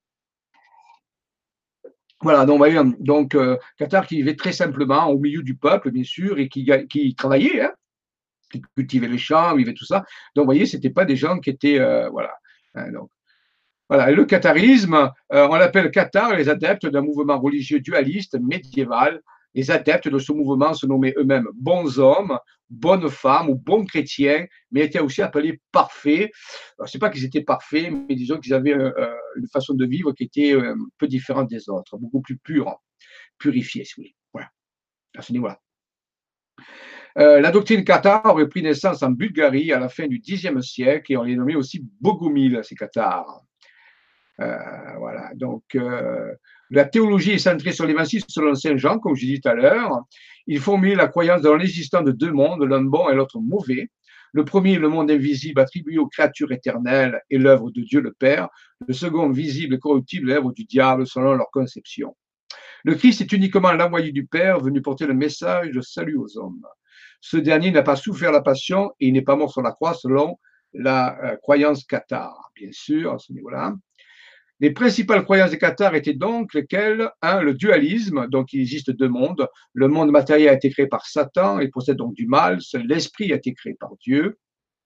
Voilà, donc Cathare qui vivait très simplement au milieu du peuple, bien sûr, et qui travaillait, hein, qui cultivait les champs, vivait tout ça. Donc, vous voyez, ce n'étaient pas des gens qui étaient, voilà. Hein, donc, voilà. Et le catharisme, on l'appelle Cathare, les adeptes d'un mouvement religieux dualiste médiéval. Les adeptes de ce mouvement se nommaient eux-mêmes bons hommes, bonnes femmes ou bons chrétiens, mais étaient aussi appelés parfaits. Alors, c'est pas qu'ils étaient parfaits, mais disons qu'ils avaient une façon de vivre qui était un peu différente des autres, beaucoup plus pure, purifiée, si vous voulez. Voilà, à ce niveau-là. La doctrine cathare aurait pris naissance en Bulgarie à la fin du Xe siècle et on les nommait aussi Bogomil, ces cathares. Voilà, donc la théologie est centrée sur l'évangile selon Saint Jean, comme je disais tout à l'heure. Il formulait la croyance dans l'existence de deux mondes, l'un bon et l'autre mauvais. Le premier, le monde invisible, attribué aux créatures éternelles et l'œuvre de Dieu le Père. Le second, visible et corruptible, l'œuvre du diable selon leur conception. Le Christ est uniquement l'envoyé du Père venu porter le message de salut aux hommes. Ce dernier n'a pas souffert la passion et il n'est pas mort sur la croix selon la croyance cathare, bien sûr, à ce niveau-là. Les principales croyances des cathares étaient donc lesquelles? Un, le dualisme, donc il existe deux mondes. Le monde matériel a été créé par Satan et possède donc du mal. Seul l'esprit a été créé par Dieu.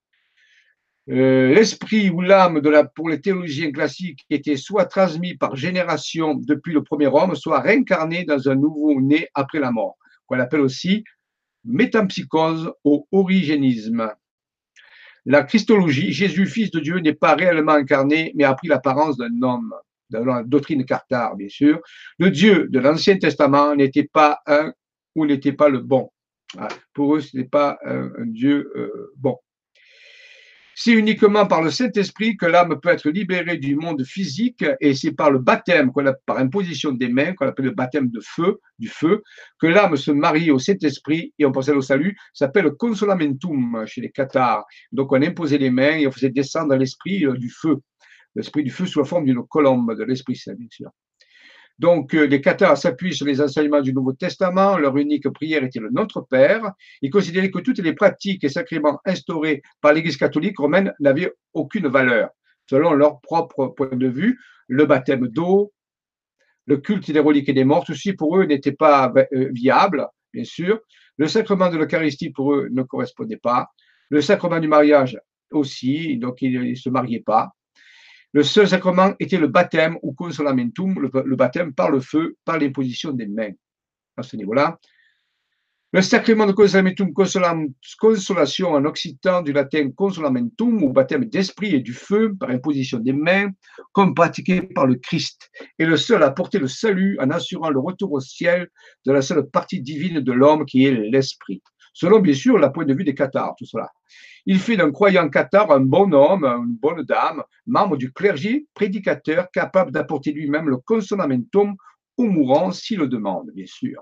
L'esprit ou l'âme pour les théologiens classiques était soit transmis par génération depuis le premier homme, soit réincarné dans un nouveau-né après la mort, qu'on appelle aussi métampsychose ou origénisme. La Christologie, Jésus, fils de Dieu, n'est pas réellement incarné, mais a pris l'apparence d'un homme, dans la doctrine cathare, bien sûr. Le Dieu de l'Ancien Testament n'était pas un ou n'était pas le bon. Pour eux, ce n'est pas un Dieu bon. C'est uniquement par le Saint-Esprit que l'âme peut être libérée du monde physique, et c'est par le baptême, par imposition des mains, qu'on appelle le baptême de feu, du feu, que l'âme se marie au Saint-Esprit, et on procède au salut. Ça s'appelle le consolamentum chez les cathares. Donc on imposait les mains et on faisait descendre l'esprit du feu. L'esprit du feu sous la forme d'une colombe de l'Esprit Saint, bien sûr. Donc, les cathares s'appuient sur les enseignements du Nouveau Testament. Leur unique prière était le Notre Père. Ils considéraient que toutes les pratiques et sacrements instaurés par l'Église catholique romaine n'avaient aucune valeur. Selon leur propre point de vue, le baptême d'eau, le culte des reliques et des morts, ceci pour eux n'était pas viable, bien sûr. Le sacrement de l'Eucharistie pour eux ne correspondait pas. Le sacrement du mariage aussi, donc ils ne se mariaient pas. Le seul sacrement était le baptême ou consolamentum, le baptême par le feu, par l'imposition des mains. À ce niveau-là. Le sacrement de consolamentum, consolation en occitan du latin consolamentum, ou baptême d'esprit et du feu, par imposition des mains, comme pratiqué par le Christ, est le seul à porter le salut en assurant le retour au ciel de la seule partie divine de l'homme qui est l'esprit. Selon, bien sûr, le point de vue des cathares, tout cela. Il fait d'un croyant cathare un bon homme, une bonne dame, membre du clergé, prédicateur, capable d'apporter lui-même le consolamentum au mourant s'il le demande, bien sûr.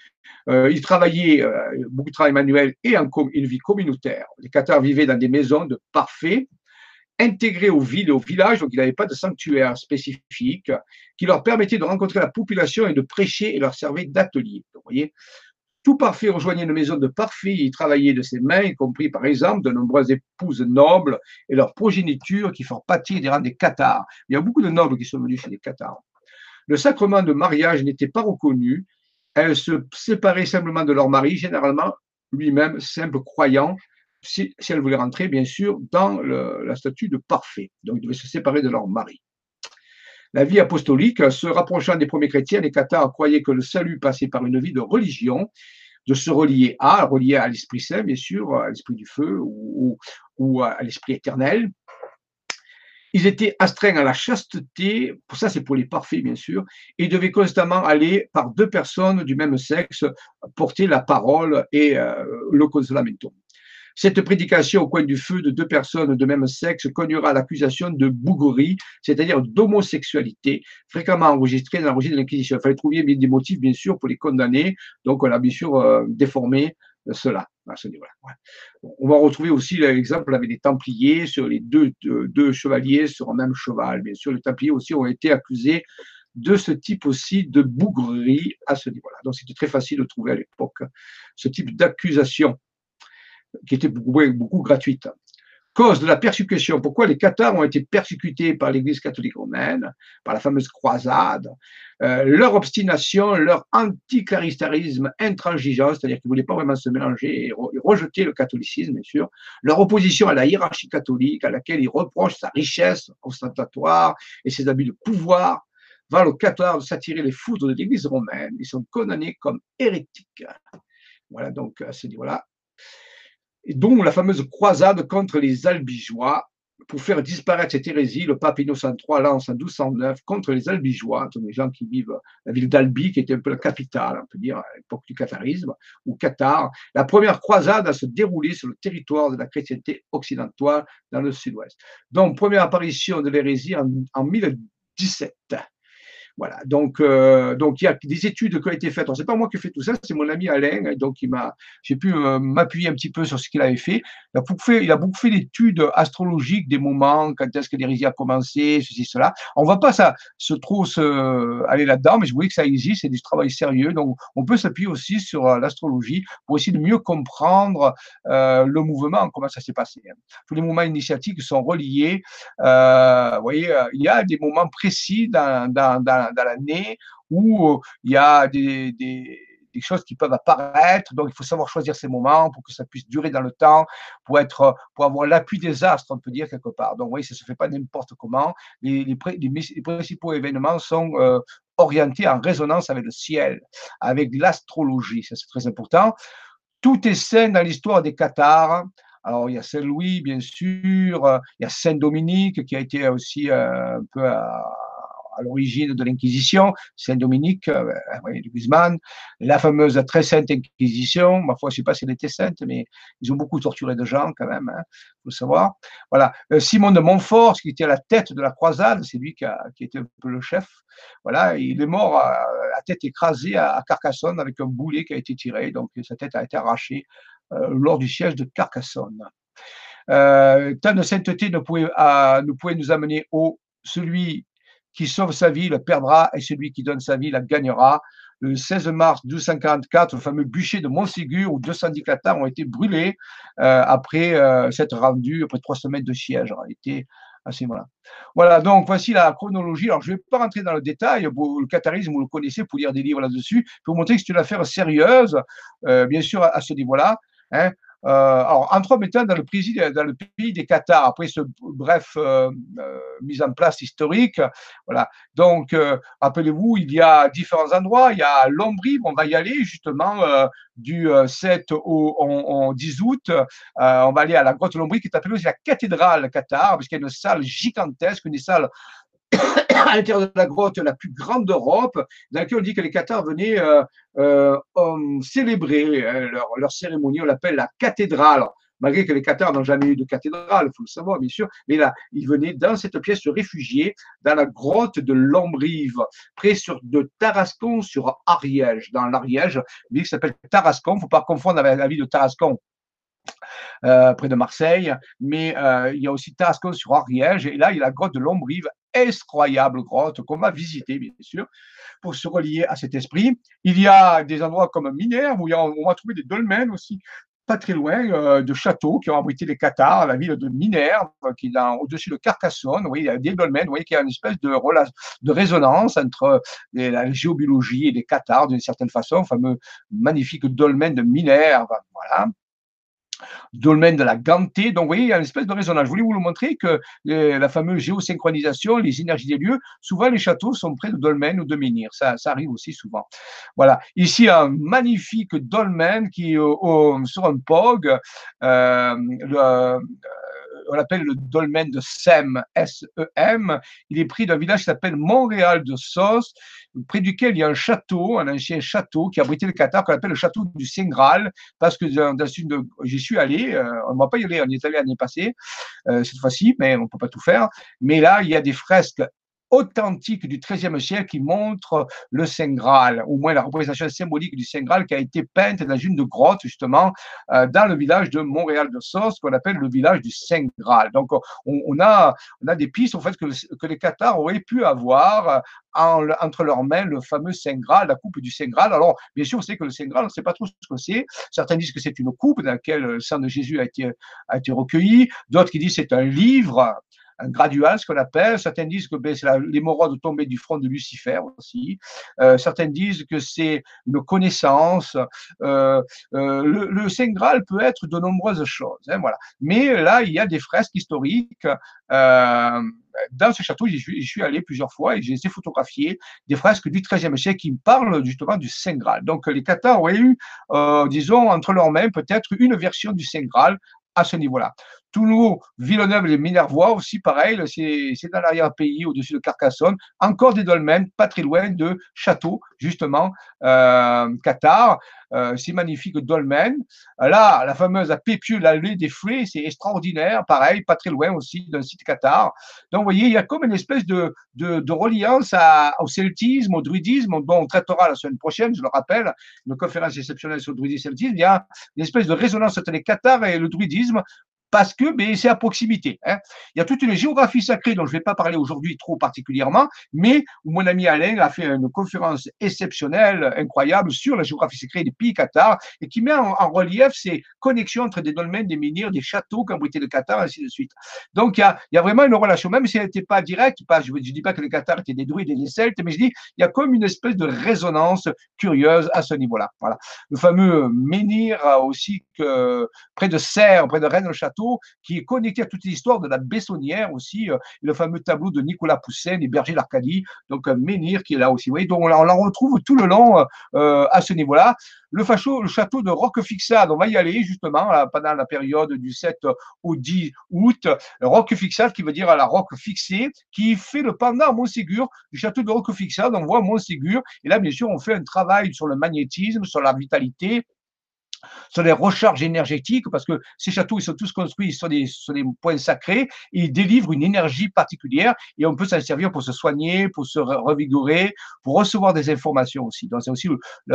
Il travaillait beaucoup de travail manuel et une vie communautaire. Les cathares vivaient dans des maisons de parfaits, intégrés aux villes et aux villages, donc il n'avait pas de sanctuaire spécifique, qui leur permettait de rencontrer la population et de prêcher et leur servait d'atelier. Vous voyez, tout parfait rejoignait une maison de parfait, il travaillait de ses mains, y compris par exemple de nombreuses épouses nobles et leur progéniture qui font partie des rangs des cathares. Il y a beaucoup de nobles qui sont venus chez les cathares. Le sacrement de mariage n'était pas reconnu, elles se séparaient simplement de leur mari, généralement lui-même simple croyant, si elles voulaient rentrer bien sûr dans la statue de parfait. Donc ils devaient se séparer de leur mari. La vie apostolique, se rapprochant des premiers chrétiens, les cathares croyaient que le salut passait par une vie de religion, de se relier à l'Esprit Saint, bien sûr, à l'Esprit du feu ou à l'Esprit éternel. Ils étaient astreints à la chasteté, pour ça c'est pour les parfaits bien sûr, et devaient constamment aller par deux personnes du même sexe porter la parole et le consolamentum. Cette prédication au coin du feu de deux personnes de même sexe conduira à l'accusation de bouguerie, c'est-à-dire d'homosexualité, fréquemment enregistrée dans la registre de l'Inquisition. Il fallait trouver des motifs, bien sûr, pour les condamner. Donc, on a bien sûr déformé cela. On va retrouver aussi l'exemple avec les Templiers sur les deux chevaliers sur un même cheval. Bien sûr, les Templiers aussi ont été accusés de ce type aussi de bouguerie à ce niveau-là. Donc, c'était très facile de trouver à l'époque ce type d'accusation qui était beaucoup gratuite. Cause de la persécution. Pourquoi les cathares ont été persécutés par l'Église catholique romaine, par la fameuse croisade, leur obstination, leur anticléristarisme intransigeant, c'est-à-dire qu'ils ne voulaient pas vraiment se mélanger et rejeter le catholicisme, bien sûr, leur opposition à la hiérarchie catholique, à laquelle ils reprochent sa richesse ostentatoire et ses abus de pouvoir, valent aux cathares de s'attirer les foudres de l'Église romaine. Ils sont condamnés comme hérétiques. Voilà, donc à ce niveau-là. Et dont la fameuse croisade contre les Albigeois. Pour faire disparaître cette hérésie, le pape Innocent III lance en 1209 contre les Albigeois, donc les gens qui vivent la ville d'Albi, qui était un peu la capitale, on peut dire, à l'époque du catharisme, ou Cathare. La première croisade a se déroulé sur le territoire de la chrétienté occidentale dans le sud-ouest. Donc, première apparition de l'hérésie en 1017. Voilà, donc il y a des études qui ont été faites. Alors, c'est pas moi qui ai fait tout ça, c'est mon ami Alain, donc j'ai pu m'appuyer un petit peu sur ce qu'il avait fait. Il a beaucoup fait d'études astrologiques, des moments, quand est-ce que l'hérésie a commencé, ceci, cela. On ne va pas aller là-dedans, mais je voulais que ça existe, c'est du travail sérieux, donc on peut s'appuyer aussi sur l'astrologie pour essayer de mieux comprendre le mouvement, comment ça s'est passé. Tous les mouvements initiatiques sont reliés. Vous voyez, il y a des moments précis dans l'année où il y a des choses qui peuvent apparaître, donc il faut savoir choisir ces moments pour que ça puisse durer dans le temps, pour avoir l'appui des astres, on peut dire quelque part. Donc oui, ça ne se fait pas n'importe comment. Les principaux événements sont orientés en résonance avec le ciel, avec l'astrologie, ça c'est très important. Tout est saint dans l'histoire des cathares. Alors, il y a Saint-Louis, bien sûr, il y a Saint-Dominique qui a été aussi un peu à l'origine de l'Inquisition, Saint-Dominique, oui, de Guzman, la fameuse très sainte Inquisition, ma foi, je ne sais pas si elle était sainte, mais ils ont beaucoup torturé de gens quand même, il faut savoir. Voilà. Simon de Montfort, qui était à la tête de la croisade, c'est lui qui était un peu le chef. Voilà, il est mort à tête écrasée à Carcassonne avec un boulet qui a été tiré, donc sa tête a été arrachée lors du siège de Carcassonne. Tant de sainteté ne pouvait nous amener au celui qui sauve sa vie le perdra et celui qui donne sa vie la gagnera. Le 16 mars 1244, le fameux bûcher de Montségur où 210 cathares ont été brûlés après s'être rendus après 3 semaines de siège. En réalité, assez voilà. Voilà, donc voici la chronologie. Alors, je ne vais pas rentrer dans le détail. Le catharisme, vous le connaissez, vous pouvez lire des livres là-dessus, pour vous montrer que c'est une affaire sérieuse, bien sûr, à ce niveau-là. Hein. Alors, entremettant dans le pays des Cathares, après ce bref mise en place historique, voilà. Donc, rappelez-vous, il y a différents endroits. Il y a Lombrive, on va y aller justement du 7 au 10 août. On va aller à la grotte Lombrive, qui est appelée aussi la cathédrale Cathare, parce qu'il y a une salle gigantesque, une salle à l'intérieur de la grotte la plus grande d'Europe, dans laquelle on dit que les Cathares venaient célébrer leur cérémonie, on l'appelle la cathédrale, malgré que les Cathares n'ont jamais eu de cathédrale, il faut le savoir bien sûr, mais là, ils venaient dans cette pièce se réfugier dans la grotte de Lombrive, près de Tarascon sur Ariège, dans l'Ariège, une ville qui s'appelle Tarascon, il ne faut pas confondre avec la ville de Tarascon, près de Marseille, mais il y a aussi Tarascon sur Ariège, et là, il y a la grotte de Lombrive, incroyable grotte qu'on va visiter, bien sûr, pour se relier à cet esprit. Il y a des endroits comme Minerve, où on va trouver des dolmens aussi, pas très loin, de châteaux qui ont abrité les Cathares, la ville de Minerve, qui est au-dessus de Carcassonne. Vous voyez, il y a des dolmens, vous voyez qu'il y a une espèce de résonance entre la géobiologie et les Cathares, d'une certaine façon, le fameux magnifique dolmen de Minerve, voilà. Dolmen de la Gantée. Donc, vous voyez, il y a une espèce de résonance. Je voulais vous le montrer que la fameuse géosynchronisation, les énergies des lieux, souvent les châteaux sont près de dolmens ou de menhirs. Ça arrive aussi souvent. Voilà. Ici, un magnifique dolmen qui est sur un POG. On l'appelle le dolmen de Sem, S-E-M. Il est pris d'un village qui s'appelle Montréal de Sauce, près duquel il y a un château, un ancien château qui abritait le Qatar, qu'on appelle le château du Saint Graal, parce que j'y suis allé, on ne va pas y aller, on y est allé l'année passée, cette fois-ci, mais on ne peut pas tout faire. Mais là, il y a des fresques authentique du XIIIe siècle qui montre le Saint Graal, au moins la représentation symbolique du Saint Graal qui a été peinte dans une grotte justement dans le village de Montréal de Sauce, qu'on appelle le village du Saint Graal. Donc on a des pistes au fait que les Cathares auraient pu avoir entre leurs mains le fameux Saint Graal, la coupe du Saint Graal. Alors bien sûr, on sait que le Saint Graal, on ne sait pas trop ce que c'est. Certains disent que c'est une coupe dans laquelle le sang de Jésus a été recueilli, d'autres qui disent que c'est un livre, un gradual, ce qu'on appelle. Certains disent que c'est l'émeraude tombée du front de Lucifer aussi. Certains disent que c'est une connaissance. Le Saint Graal peut être de nombreuses choses. Hein, voilà. Mais là, il y a des fresques historiques. Dans ce château, j'y suis allé plusieurs fois et j'ai été photographié des fresques du XIIIe siècle qui parlent justement du Saint Graal. Donc les Cathares auraient eu, disons, entre leurs mains peut-être une version du Saint Graal à ce niveau-là. Toulouse, Villeneuve, les Minervois aussi, pareil, c'est dans l'arrière-pays, au-dessus de Carcassonne. Encore des dolmens, pas très loin de Château, justement, Cathare. Ces magnifiques dolmens. Là, la fameuse à Pépieux, l'allée des Fouets, c'est extraordinaire, pareil, pas très loin aussi d'un site Cathare. Donc, vous voyez, il y a comme une espèce de reliance au celtisme, au druidisme, dont on traitera la semaine prochaine, je le rappelle, une conférence exceptionnelle sur le druidisme et le celtisme. Il y a une espèce de résonance entre les Cathares et le druidisme, parce que c'est à proximité. Hein. Il y a toute une géographie sacrée dont je ne vais pas parler aujourd'hui trop particulièrement, mais où mon ami Alain a fait une conférence exceptionnelle, incroyable, sur la géographie sacrée des pays cathares et qui met en relief ces connexions entre des dolmens, des menhirs, des châteaux qu'abritait le Qatar, ainsi de suite. Donc, il y a vraiment une relation, même si elle n'était pas directe, je ne dis pas que les Cathares étaient des druides et des Celtes, mais je dis il y a comme une espèce de résonance curieuse à ce niveau-là. Voilà. Le fameux menhir aussi près de Serres, près de Rennes-le-Château, qui est connecté à toute l'histoire de la Bessonnière aussi, le fameux tableau de Nicolas Poussin, les bergers d'Arcadie, donc un menhir qui est là aussi. Vous voyez, donc on la retrouve tout le long à ce niveau-là. Le château de Roquefixade, on va y aller justement là, pendant la période du 7 au 10 août. Roquefixade qui veut dire à la roque fixée, qui fait le pendant à Montségur du château de Roquefixade. On voit Montségur et là, bien sûr, on fait un travail sur le magnétisme, sur la vitalité, sur les recharges énergétiques, parce que ces châteaux, ils sont tous construits sur des points sacrés, et ils délivrent une énergie particulière, et on peut s'en servir pour se soigner, pour se revigorer, pour recevoir des informations aussi. Donc, c'est aussi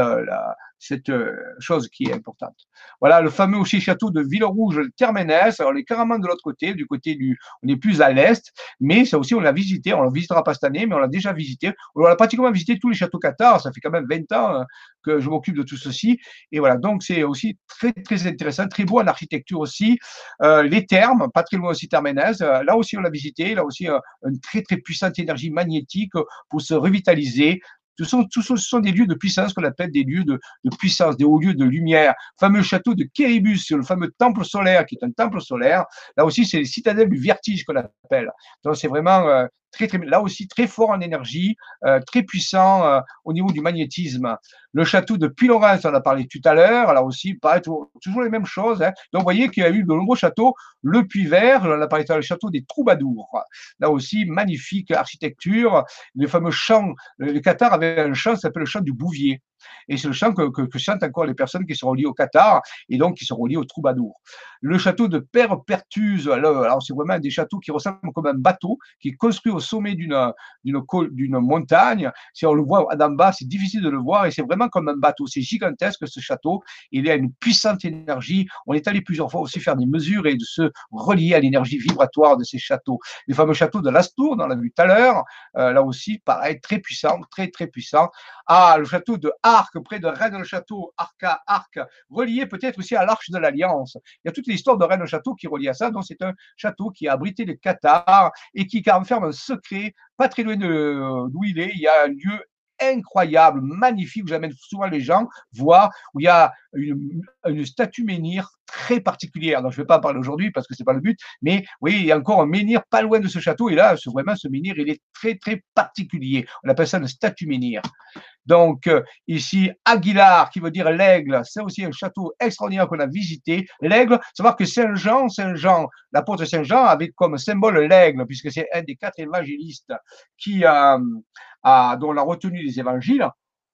cette chose qui est importante. Voilà, le fameux aussi château de Villerouge-Termenès. Alors, on est carrément de l'autre côté, on est plus à l'est, mais ça aussi, on l'a visité. On ne le visitera pas cette année, mais on l'a déjà visité. On a pratiquement visité tous les châteaux cathares. Ça fait quand même 20 ans que je m'occupe de tout ceci. Et voilà, donc c'est aussi très, très intéressant, très beau en architecture aussi. Les thermes, pas très loin aussi Termenès, là aussi on l'a visité, là aussi une très, très puissante énergie magnétique pour se revitaliser. Ce sont des lieux de puissance qu'on appelle des lieux de puissance, des hauts lieux de lumière. Le fameux château de Kéribus, le fameux temple solaire, qui est un temple solaire. Là aussi, c'est les citadelles du vertige qu'on appelle. Donc, c'est vraiment très, très, là aussi très fort en énergie, très puissant au niveau du magnétisme. Le château de Puylaurens, on en a parlé tout à l'heure, là aussi, pareil, toujours les mêmes choses. Hein. Donc, vous voyez qu'il y a eu de nombreux châteaux. Le Puy-Vert, on a parlé tout à l'heure, le château des Troubadours. Là aussi, magnifique architecture. Les fameux chants, le Qatar avait un chant qui s'appelle le chant du Bouvier. Et c'est le chant que chantent encore les personnes qui sont reliées au Qatar et donc qui sont reliées aux troubadours. Le château de Père Pertuse, alors c'est vraiment des châteaux qui ressemblent comme un bateau qui est construit au sommet d'une montagne. Si on le voit d'en bas, c'est difficile de le voir et c'est vraiment comme un bateau. C'est gigantesque ce château. Il a une puissante énergie. On est allé plusieurs fois aussi faire des mesures et de se relier à l'énergie vibratoire de ces châteaux. Les fameux châteaux de Lastour, on l'a vu tout à l'heure, là aussi, pareil, très puissant, très très puissant. Ah, le château de Arques, près de Rennes-le-Château, Arques, relié peut-être aussi à l'Arche de l'Alliance. Il y a toute l'histoire de Rennes-le-Château qui est reliée à ça. Donc, c'est un château qui a abrité les Cathares et qui renferme un secret. Pas très loin d'où il est, il y a un lieu incroyable, magnifique, où j'amène souvent les gens voir, où il y a une statue menhir très particulière. Donc, je ne vais pas en parler aujourd'hui parce que ce n'est pas le but, mais oui, il y a encore un menhir pas loin de ce château, et là, vraiment, ce menhir, il est très, très particulier. On appelle ça une statue menhir. Donc, ici, Aguilar, qui veut dire l'aigle, c'est aussi un château extraordinaire qu'on a visité. L'aigle, savoir que Saint-Jean, l'apôtre Saint-Jean avait comme symbole l'aigle, puisque c'est un des 4 évangélistes dont on a retenu les évangiles.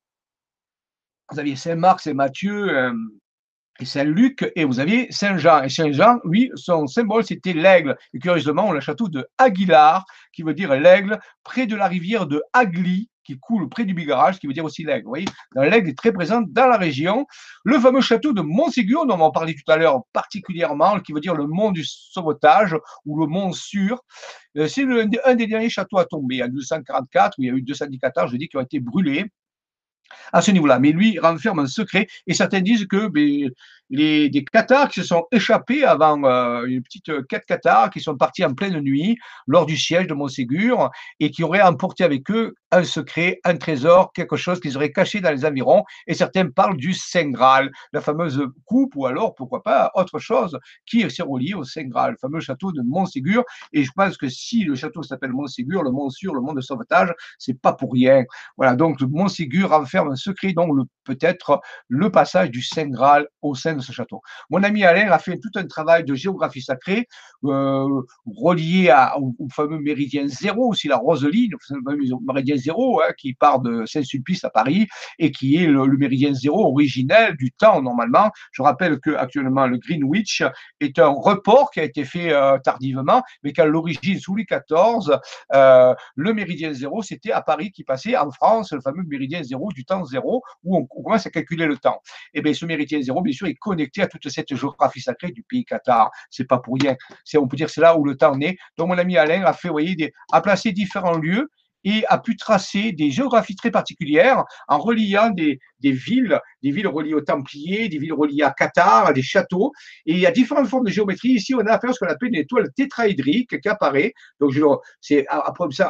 Vous aviez Saint-Marc, Saint-Matthieu, et Saint-Luc, et vous aviez Saint-Jean. Et Saint-Jean, lui, son symbole, c'était l'aigle. Et curieusement, on a le château de Aguilar, qui veut dire l'aigle, près de la rivière de Agly, qui coule près du Bigarage, qui veut dire aussi l'aigle. Vous voyez, l'aigle est très présent dans la région. Le fameux château de Montségur, dont on en parlait tout à l'heure particulièrement, qui veut dire le mont du sauvetage, ou le mont sûr. C'est un des derniers châteaux à tomber, en 1244, où il y a eu 210 cathares, je dis, qui ont été brûlés à ce niveau-là. Mais lui, il renferme un secret, et certains disent que des cathares qui se sont échappés avant une petite quête cathare, qui sont partis en pleine nuit lors du siège de Montségur, et qui auraient emporté avec eux un secret, un trésor, quelque chose qu'ils auraient caché dans les environs, et certains parlent du Saint Graal, la fameuse coupe, ou alors, pourquoi pas, autre chose qui est relié au Saint Graal, le fameux château de Montségur. Et je pense que si le château s'appelle Montségur, le Mont sûr, le mont de sauvetage, c'est pas pour rien. Voilà, donc le Montségur renferme un secret, donc peut-être le passage du Saint Graal au sein de ce château. Mon ami Alain a fait tout un travail de géographie sacrée relié au fameux méridien zéro, aussi la Roseline, le méridien zéro, hein, qui part de Saint-Sulpice à Paris et qui est le méridien zéro originel du temps normalement. Je rappelle que actuellement le Greenwich est un report qui a été fait tardivement, mais qu'à l'origine sous Louis XIV, le méridien zéro, c'était à Paris qui passait en France, le fameux méridien zéro du temps zéro, où on commence à calculer le temps. Et bien ce méridien zéro, bien sûr, est connecté à toute cette géographie sacrée du pays cathare. C'est pas pour rien. On peut dire c'est là où le temps naît. Donc mon ami Alain a fait, vous voyez, a placé différents lieux et a pu tracer des géographies très particulières en reliant des villes reliées aux Templiers, des villes reliées à Qatar, à des châteaux. Et il y a différentes formes de géométrie. Ici, on a affaire à ce qu'on appelle une étoile tétraédrique qui apparaît. Donc, c'est après ça,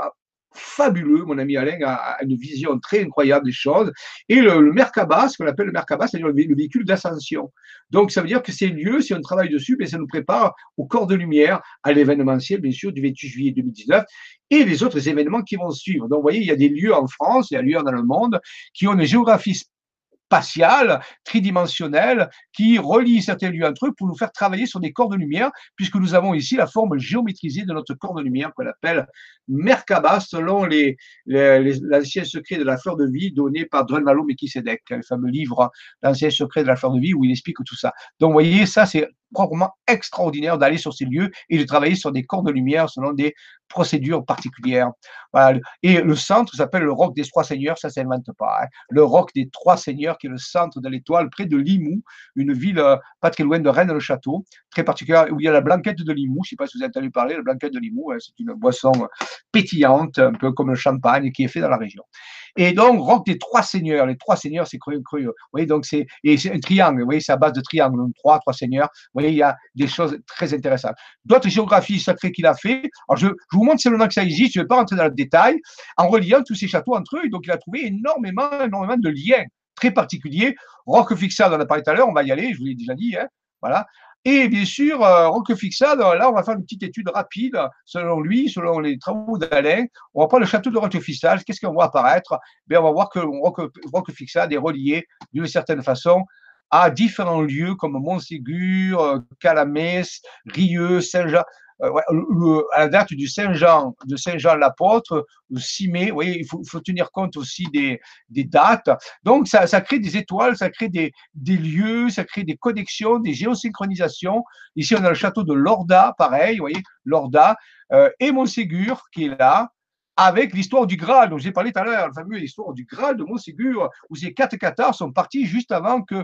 fabuleux. Mon ami Alain a une vision très incroyable des choses. Et le Merkaba, ce qu'on appelle le Merkaba, c'est-à-dire le véhicule d'ascension. Donc, ça veut dire que ces lieux, si on travaille dessus, ben, ça nous prépare au corps de lumière, à l'événementiel, bien sûr, du 28 juillet 2019 et les autres événements qui vont suivre. Donc, vous voyez, il y a des lieux en France, il y a des lieux dans le monde qui ont une géographie spatiale, tridimensionnelle, qui relie certains lieux entre eux pour nous faire travailler sur des corps de lumière, puisque nous avons ici la forme géométrisée de notre corps de lumière qu'on appelle Merkaba, selon l'ancien secret de la fleur de vie donné par Drunvalo Melchizedek, le fameux livre L'ancien secret de la fleur de vie où il explique tout ça. Donc, vous voyez, ça, c'est proprement extraordinaire d'aller sur ces lieux et de travailler sur des corps de lumière selon des procédures particulières. Voilà. Et le centre s'appelle le roc des Trois Seigneurs, ça ne s'invente pas. Hein. Le roc des Trois Seigneurs, qui est le centre de l'étoile, près de Limoux, une ville pas très loin de Rennes-le-Château, très particulière, où il y a la blanquette de Limoux. Je ne sais pas si vous avez entendu parler, la blanquette de Limoux, hein, c'est une boisson pétillante, un peu comme le champagne, qui est fait dans la région. Et donc, roc des Trois Seigneurs. Les Trois Seigneurs, c'est cru. Vous voyez, donc c'est un triangle. Vous voyez, c'est à base de triangle. Donc, trois Seigneurs. Vous voyez, il y a des choses très intéressantes. D'autres géographies sacrées qu'il a fait. Alors, je vous montre seulement que ça existe. Je ne vais pas rentrer dans le détail. En reliant tous ces châteaux entre eux. Et donc, il a trouvé énormément de liens très particuliers. Roquefixade, on en a parlé tout à l'heure. On va y aller. Je vous l'ai déjà dit. Hein, voilà. Et bien sûr, Roquefixade, là, on va faire une petite étude rapide, selon lui, selon les travaux d'Alain. On va prendre le château de Roquefixade. Qu'est-ce qu'on voit apparaître? Bien, on va voir que Roquefixade est relié d'une certaine façon à différents lieux comme Montségur, Calamès, Rieux, Saint-Jean. À la date du Saint-Jean, de Saint-Jean l'apôtre, le 6 mai, vous voyez, il faut tenir compte aussi des dates. Donc, ça crée des étoiles, ça crée des lieux, ça crée des connexions, des géosynchronisations. Ici, on a le château de Lorda, pareil, vous voyez, Lorda, et Montségur qui est là, avec l'histoire du Graal, dont j'ai parlé tout à l'heure, la fameuse histoire du Graal de Montségur, où ces 4 cathares sont partis juste avant que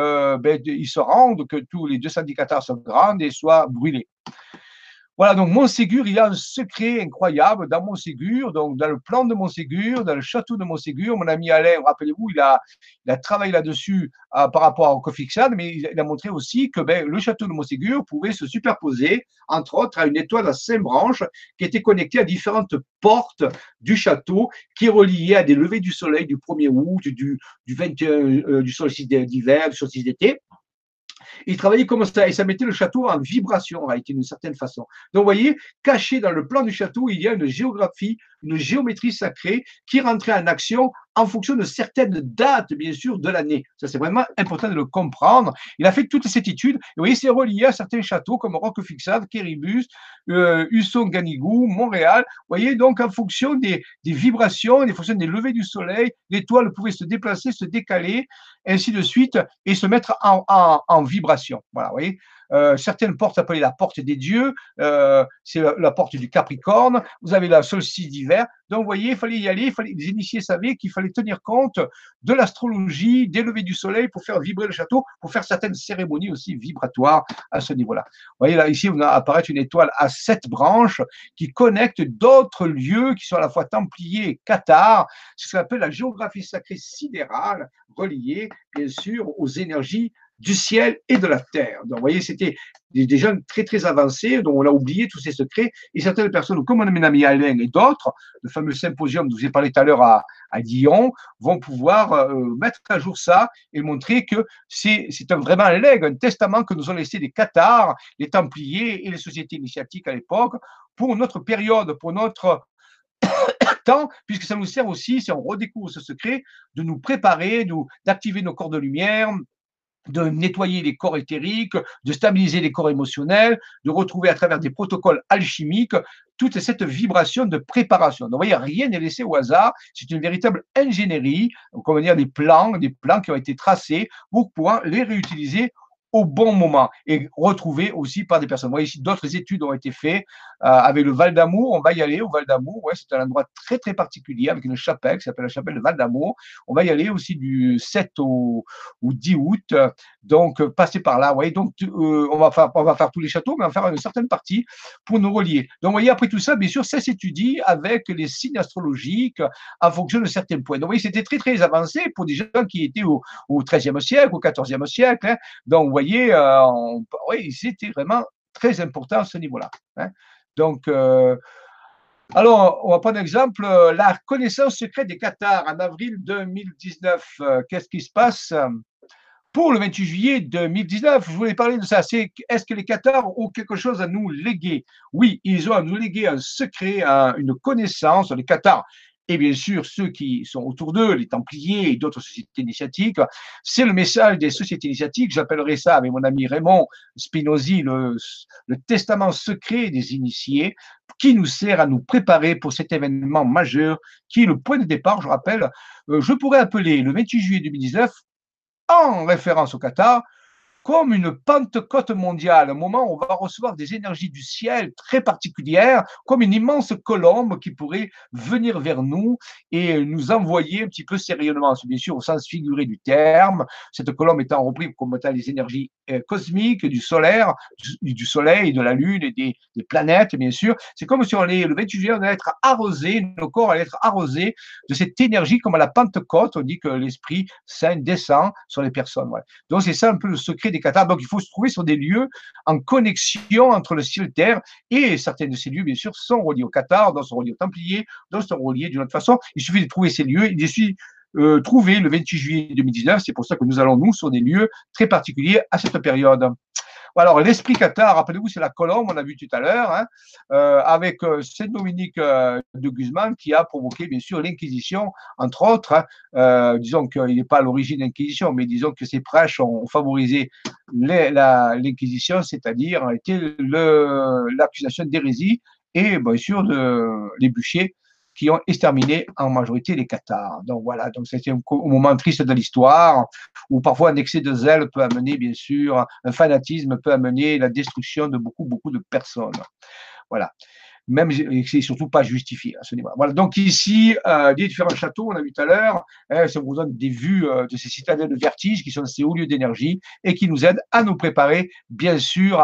ils se rendent, que tous les 210 cathares se rendent et soient brûlés. Voilà, donc Montségur, il y a un secret incroyable dans Montségur, donc dans le plan de Montségur, dans le château de Montségur. Mon ami Alain, rappelez-vous, il a travaillé là-dessus par rapport au Cofixade, mais il a montré aussi que le château de Montségur pouvait se superposer, entre autres, à une étoile à 5 branches qui était connectée à différentes portes du château qui reliaient à des levées du soleil du 1er août, du 21, du solstice d'hiver, du solstice d'été. Il travaillait comme ça et ça mettait le château en vibration, en réalité, d'une certaine façon. Donc, vous voyez, caché dans le plan du château, il y a une géographie, une géométrie sacrée qui rentrait en action en fonction de certaines dates, bien sûr, de l'année. Ça, c'est vraiment important de le comprendre. Il a fait toute cette étude. Et vous voyez, c'est relié à certains châteaux comme Roquefixade, Quéribus, Husson-Ganigou, Montréal. Vous voyez, donc, en fonction des vibrations, en fonction des levées du soleil, l'étoile pouvait se déplacer, se décaler, ainsi de suite, et se mettre en vibration. Voilà, vous voyez. Certaines portes appelées la porte des dieux, c'est la porte du Capricorne, vous avez la solstice d'hiver, donc vous voyez, il fallait y aller, les initiés savaient qu'il fallait tenir compte de l'astrologie, des levées du soleil pour faire vibrer le château, pour faire certaines cérémonies aussi vibratoires à ce niveau-là. Vous voyez là, ici, on a apparaître une étoile à 7 branches qui connecte d'autres lieux qui sont à la fois templiers et cathares, c'est ce qu'on appelle la géographie sacrée sidérale, reliée bien sûr aux énergies du ciel et de la terre. Donc, vous voyez, c'était des gens très, très avancés, dont on a oublié tous ces secrets, et certaines personnes, comme mon ami Alain et d'autres, le fameux symposium dont je vous ai parlé tout à l'heure à Dijon, vont pouvoir mettre à jour ça et montrer que c'est vraiment un legs, un testament que nous ont laissé les cathares, les templiers et les sociétés initiatiques à l'époque, pour notre période, pour notre temps, puisque ça nous sert aussi, si on redécouvre ce secret, de nous préparer, d'activer nos corps de lumière, de nettoyer les corps éthériques, de stabiliser les corps émotionnels, de retrouver à travers des protocoles alchimiques toute cette vibration de préparation. Donc, vous voyez, rien n'est laissé au hasard. C'est une véritable ingénierie, comment dire, des plans qui ont été tracés pour pouvoir les réutiliser au bon moment et retrouvé aussi par des personnes. Vous voyez ici, d'autres études ont été faites avec le Val d'Amour. On va y aller au Val d'Amour. Ouais, c'est un endroit très, très particulier avec une chapelle qui s'appelle la chapelle de Val d'Amour. On va y aller aussi du 7 au 10 août. Donc, passer par là. Vous voyez, donc, on va faire tous les châteaux, mais on va faire une certaine partie pour nous relier. Donc, vous voyez, après tout ça, bien sûr, ça s'étudie avec les signes astrologiques en fonction de certains points. Donc, vous voyez, c'était très, très avancé pour des gens qui étaient au XIIIe siècle, au XIVe siècle. Hein. Donc, vous voyez, oui, c'était vraiment très important à ce niveau-là. Hein. Donc, Alors, on va prendre exemple, la connaissance secrète des Qatars en avril 2019. Qu'est-ce qui se passe? Pour le 28 juillet 2019, je voulais parler de ça. C'est est-ce que les Qatars ont quelque chose à nous léguer? Oui, ils ont à nous léguer un secret, une connaissance. Les Qatars et bien sûr ceux qui sont autour d'eux, les Templiers et d'autres sociétés initiatiques. C'est le message des sociétés initiatiques. J'appellerai ça avec mon ami Raymond Spinozzi le testament secret des initiés qui nous sert à nous préparer pour cet événement majeur qui est le point de départ, je rappelle. Je pourrais appeler le 28 juillet 2019 en référence au Qatar, comme une Pentecôte mondiale, un moment où on va recevoir des énergies du ciel très particulières, comme une immense colombe qui pourrait venir vers nous et nous envoyer un petit peu sérieusement, bien sûr au sens figuré du terme, cette colombe étant reprise comme étant les énergies cosmiques du solaire, du soleil, de la lune et des planètes, bien sûr. C'est comme si le 28 juillet, on allait être arrosé, nos corps allaient être arrosés de cette énergie comme à la Pentecôte, on dit que l'Esprit Saint descend sur les personnes. Voilà. Donc c'est ça un peu le secret des Qatars. Donc il faut se trouver sur des lieux en connexion entre le ciel et la terre, et certains de ces lieux, bien sûr, sont reliés au Qatar, d'autres sont reliés aux Templiers, d'autres sont reliés d'une autre façon. Il suffit de trouver ces lieux. Il suffit trouvé le 28 juillet 2019. C'est pour ça que nous allons, nous, sur des lieux très particuliers à cette période. Alors, l'esprit Qatar, rappelez-vous, c'est la colombe, on a vu tout à l'heure, hein, avec Saint-Dominique de Guzman qui a provoqué, bien sûr, l'Inquisition, entre autres. Hein. Disons qu'il n'est pas à l'origine de l'Inquisition, mais disons que ses prêches ont favorisé l'Inquisition, c'est-à-dire l'accusation d'hérésie et, bien sûr, les bûchers qui ont exterminé en majorité les Cathares. Donc voilà, donc c'est un moment triste de l'histoire où parfois un excès de zèle peut amener, bien sûr, un fanatisme peut amener la destruction de beaucoup, beaucoup de personnes. Voilà. Même c'est surtout pas justifié à ce niveau. Voilà. Donc ici, des différents châteaux, on a vu tout à l'heure, ça vous donne des vues de ces citadelles de vertige qui sont ces hauts lieux d'énergie et qui nous aident à nous préparer, bien sûr,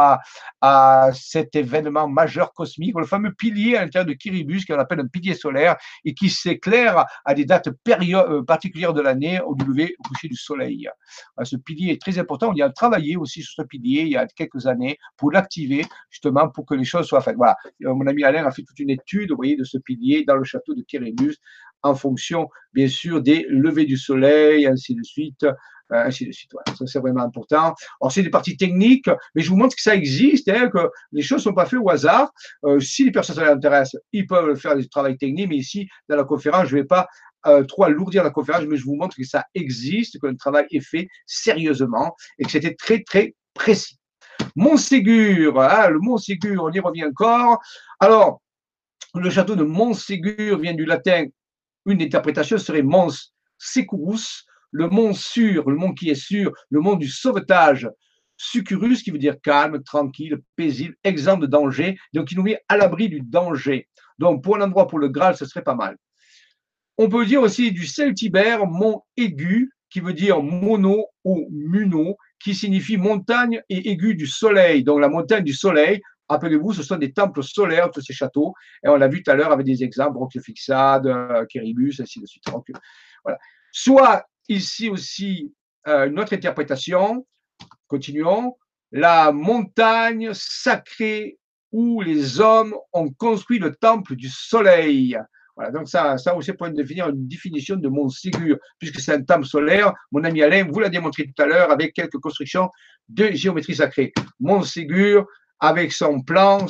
à cet événement majeur cosmique, le fameux pilier à l'intérieur de Kiribus, qu'on appelle un pilier solaire et qui s'éclaire à des dates particulières de l'année au lever, au coucher du soleil. Ce pilier est très important. On y a travaillé aussi sur ce pilier il y a quelques années pour l'activer, justement, pour que les choses soient faites. Voilà. Mon ami Alain a fait toute une étude, vous voyez, de ce pilier dans le château de Kiribus, en fonction, bien sûr, des levées du soleil, ainsi de suite. Ainsi de suite. Voilà. Ça, c'est vraiment important. Alors, c'est des parties techniques, mais je vous montre que ça existe, hein, que les choses ne sont pas faites au hasard. Si les personnes ça les intéresse, ils peuvent faire du travail technique, mais ici, dans la conférence, je ne vais pas trop alourdir la conférence, mais je vous montre que ça existe, que le travail est fait sérieusement et que c'était très, très précis. Montségur, hein, le Montségur, on y revient encore. Alors, le château de Montségur vient du latin, une interprétation serait Mons Securus, le mont sûr, le mont qui est sûr, le mont du sauvetage, Sucurus qui veut dire calme, tranquille, paisible, exempt de danger, donc il nous met à l'abri du danger. Donc pour un endroit pour le Graal, ce serait pas mal. On peut dire aussi du celtibère, mont aigu, qui veut dire mono ou muno, qui signifie montagne et aigu du soleil. Donc la montagne du soleil, rappelez-vous, ce sont des temples solaires, tous ces châteaux. Et on l'a vu tout à l'heure avec des exemples, Roquefixade, Kéribus, ainsi de suite. Donc, voilà. Soit ici aussi une autre interprétation, continuons, la montagne sacrée où les hommes ont construit le temple du soleil. Voilà, donc ça aussi pour définir une définition de Montségur, puisque c'est un temple solaire. Mon ami Alain vous l'a démontré tout à l'heure avec quelques constructions de géométrie sacrée. Montségur, avec son plan,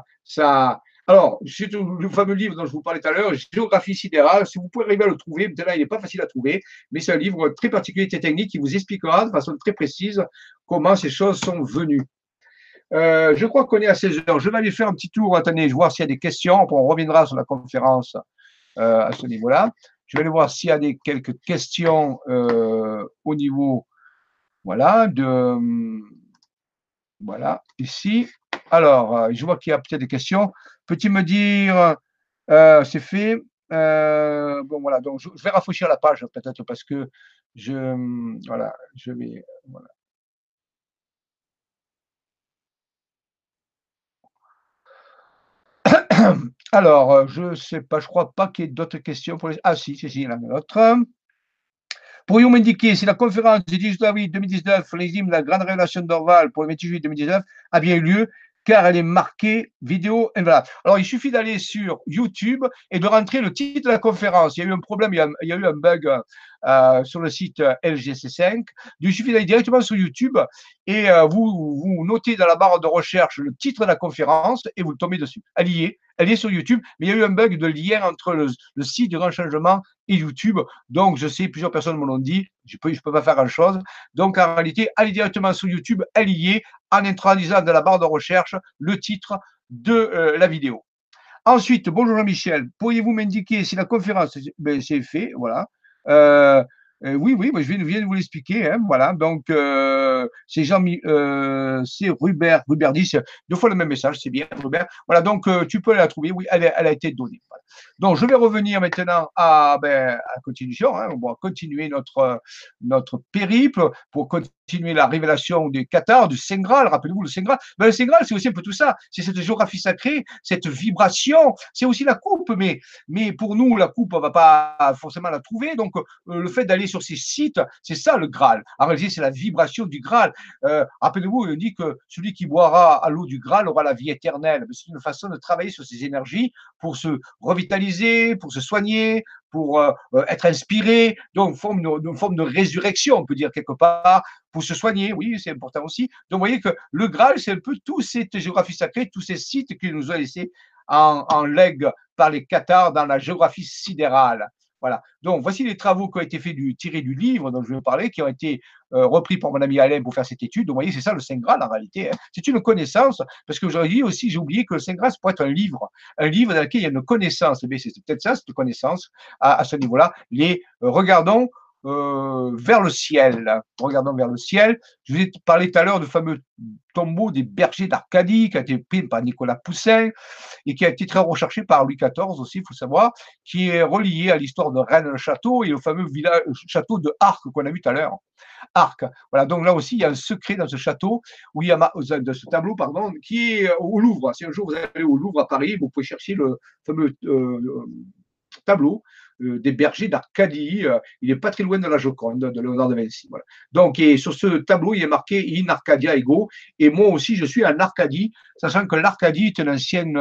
alors, c'est le fameux livre dont je vous parlais tout à l'heure, Géographie sidérale. Si vous pouvez arriver à le trouver, maintenant il n'est pas facile à trouver, mais c'est un livre très particulier et technique qui vous expliquera de façon très précise comment ces choses sont venues. Je crois qu'on est à 16 heures. Je vais aller faire un petit tour. Attendez, je vais voir s'il y a des questions. On reviendra sur la conférence à ce niveau-là. Je vais aller voir s'il y a quelques questions au niveau, voilà, voilà, ici. Alors, je vois qu'il y a peut-être des questions. Peux-tu me dire, c'est fait. Bon, voilà, donc je vais rafraîchir la page peut-être parce que voilà, je vais, voilà. Alors, je ne sais pas, je ne crois pas qu'il y ait d'autres questions. Ah si, il y en a une autre. Pourrions m'indiquer si la conférence du 18 avril 2019, les hymnes de la grande révélation d'Orval pour le 28 juillet 2019 a bien eu lieu? car elle est marquée vidéo invalable. Alors, il suffit d'aller sur YouTube et de rentrer le titre de la conférence. Il y a eu un problème, il y a eu un bug sur le site LGC5. Il suffit d'aller directement sur YouTube et vous notez dans la barre de recherche le titre de la conférence et vous tombez dessus. Elle y est sur YouTube, mais il y a eu un bug de lien entre le site du Grand Changement et YouTube. Donc, je sais, plusieurs personnes me l'ont dit, je peux pas faire grand-chose. Donc, en réalité, allez directement sur YouTube, elle y est, en introduisant dans la barre de recherche le titre de la vidéo. Ensuite, bonjour Jean-Michel, pourriez-vous m'indiquer si la conférence, c'est fait, voilà. Euh, oui, oui, je viens de vous l'expliquer, hein, voilà. Donc, c'est c'est Rubert 10, deux fois le même message, c'est bien, Rubert. Voilà, donc tu peux la trouver, oui, elle a été donnée. Voilà. Donc, je vais revenir maintenant à la continuation, hein, on va continuer notre périple pour continuer la révélation des Cathares, du Saint Graal. Rappelez-vous, le Saint Graal. Le Saint Graal, c'est aussi un peu tout ça. C'est cette géographie sacrée, cette vibration. C'est aussi la coupe, mais pour nous, la coupe, on va pas forcément la trouver. Donc, le fait d'aller sur ces sites, c'est ça le Graal. En réalité, c'est la vibration du Graal. Rappelez-vous, on dit que celui qui boira à l'eau du Graal aura la vie éternelle. C'est une façon de travailler sur ces énergies pour se revitaliser, pour se soigner, pour être inspiré, donc une forme de résurrection, on peut dire quelque part, pour se soigner, oui, c'est important aussi. Donc, vous voyez que le Graal, c'est un peu toute cette géographie sacrée, tous ces sites qu'il nous a laissés en legs par les Cathares dans la géographie sidérale. Voilà. Donc, voici les travaux qui ont été faits tirés du livre dont je vais vous parler, qui ont été repris par mon ami Alain pour faire cette étude. Donc, vous voyez, c'est ça le Saint Graal en réalité. Hein. C'est une connaissance, parce que j'aurais dit aussi, j'ai oublié que le Saint Graal, c'est pour être un livre dans lequel il y a une connaissance. Mais c'est peut-être ça, cette connaissance à ce niveau-là. Regardons vers le ciel. Regardons vers le ciel. Je vous ai parlé tout à l'heure du fameux tombeau des bergers d'Arcadie qui a été peint par Nicolas Poussin et qui a été très recherché par Louis XIV aussi, il faut savoir, qui est relié à l'histoire de Rennes-le-Château et le fameux château de Arques qu'on a vu tout à l'heure. Arques. Voilà, donc là aussi, il y a un secret dans ce château, où il y a de ce tableau, pardon, qui est au Louvre. Si un jour vous allez au Louvre à Paris, vous pouvez chercher le fameux tableau des bergers d'Arcadie. Il n'est pas très loin de la Joconde, de Léonard de Vinci. Voilà. Donc, et sur ce tableau, il est marqué In Arcadia Ego. Et moi aussi, je suis en Arcadie, sachant que l'Arcadie est une ancienne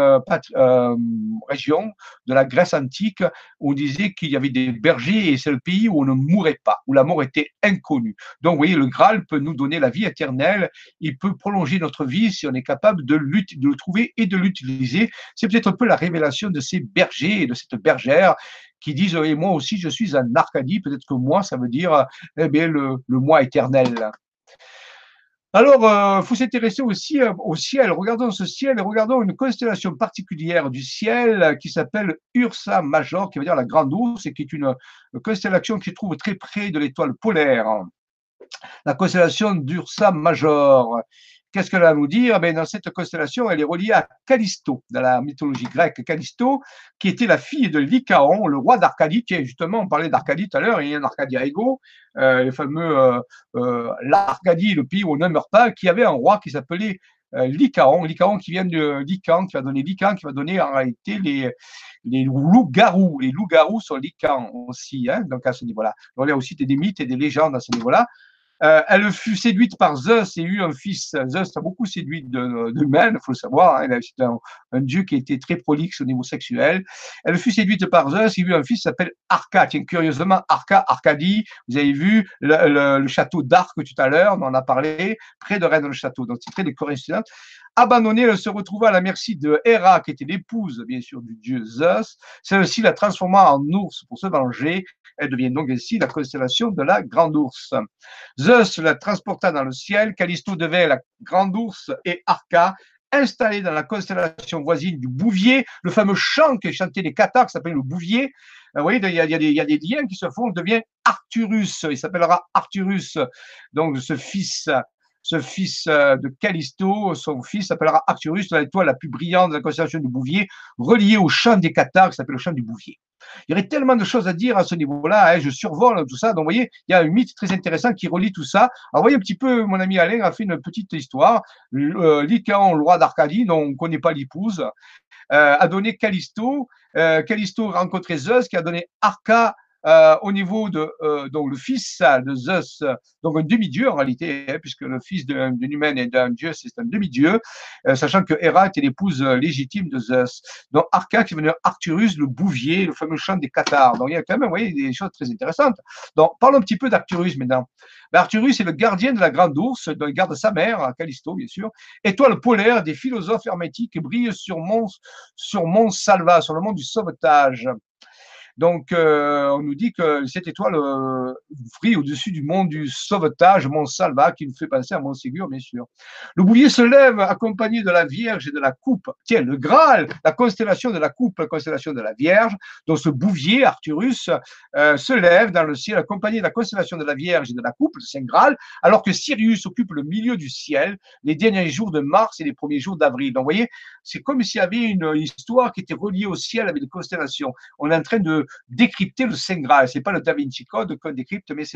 région de la Grèce antique où on disait qu'il y avait des bergers et c'est le pays où on ne mourait pas, où la mort était inconnue. Donc, vous voyez, le Graal peut nous donner la vie éternelle. Il peut prolonger notre vie si on est capable de le trouver et de l'utiliser. C'est peut-être un peu la révélation de ces bergers et de cette bergère qui disent et moi aussi je suis en Arcadie, peut-être que moi ça veut dire le moi éternel. Alors, faut s'intéresser aussi au ciel. Regardons ce ciel et regardons une constellation particulière du ciel qui s'appelle Ursa Major, qui veut dire la grande ours, et qui est une constellation qui se trouve très près de l'étoile polaire. La constellation d'Ursa Major. Qu'est-ce qu'elle va nous dire? Dans cette constellation, elle est reliée à Callisto, dans la mythologie grecque. Callisto, qui était la fille de Lycaon, le roi d'Arcadie. Tiens, justement, on parlait d'Arcadie tout à l'heure, il y a un Arcadia Ego, le fameux l'Arcadie, le pays où on ne meurt pas, qui avait un roi qui s'appelait Lycaon. Lycaon qui vient de Lycan, qui va donner Lycan, qui va donner en réalité les loups-garous. Les loups-garous sont Lycan aussi, hein, donc à ce niveau-là. Donc, il y a aussi des mythes et des légendes à ce niveau-là. Elle fut séduite par Zeus et eut un fils. Zeus a beaucoup séduit d'humains, il faut le savoir. Hein. C'est un dieu qui était très prolixe au niveau sexuel. Elle fut séduite par Zeus et eut un fils qui s'appelle Arca. Tiens, curieusement, Arcadie, vous avez vu le château d'Arc tout à l'heure, on en a parlé, près de Rennes-le-Château. Donc, c'est très des coïncidences. Abandonnée, elle se retrouva à la merci de Héra, qui était l'épouse, bien sûr, du dieu Zeus. Celle-ci la transforma en ours pour se venger. Elle devient donc ainsi la constellation de la Grande Ourse. Zeus la transporta dans le ciel. Callisto devint la Grande Ourse et Arca, installée dans la constellation voisine du Bouvier, le fameux chant que chantaient les Cathares, qui s'appelle le Bouvier. Vous voyez, il y a des liens qui se font. Il devient Arcturus. Il s'appellera Arcturus. Donc, ce fils de Callisto, son fils s'appellera Arcturus, l'étoile la plus brillante de la constellation du Bouvier, reliée au chant des Cathares, qui s'appelle le chant du Bouvier. Il y aurait tellement de choses à dire à ce niveau-là, hein, je survole tout ça. Donc, vous voyez, il y a un mythe très intéressant qui relie tout ça. Alors, vous voyez un petit peu, mon ami Alain a fait une petite histoire. Lycaon, le roi d'Arcadie, dont on ne connaît pas l'épouse, a donné Callisto. Callisto a rencontré Zeus, qui a donné Arca au niveau de donc le fils de Zeus, donc un demi-dieu en réalité, hein, puisque le fils d'un humain et d'un dieu, c'est un demi-dieu, sachant que Héra était l'épouse légitime de Zeus. Donc Arca qui est devenu Arcturus, le bouvier, le fameux chant des cathares. Donc il y a quand même, vous voyez, des choses très intéressantes. Donc parlons un petit peu d'Arcturus maintenant. Ben, Arcturus est le gardien de la grande ourse, dont il garde sa mère, Callisto bien sûr, étoile polaire des philosophes hermétiques, brille sur Mont Salva, sur le mont du sauvetage. Donc, on nous dit que cette étoile brille au-dessus du mont du Sauvetage, mont Salva, qui nous fait penser à Montségur, bien sûr. Le bouvier se lève accompagné de la Vierge et de la Coupe. Tiens, le Graal, la constellation de la Coupe, la constellation de la Vierge. Donc, ce bouvier, Arcturus, se lève dans le ciel accompagné de la constellation de la Vierge et de la Coupe, le Saint Graal, alors que Sirius occupe le milieu du ciel, les derniers jours de mars et les premiers jours d'avril. Donc, vous voyez, c'est comme s'il y avait une histoire qui était reliée au ciel avec des constellations. On est en train de décrypter le Saint Graal. C'est pas le Da Vinci Code qu'on décrypte, mais c'est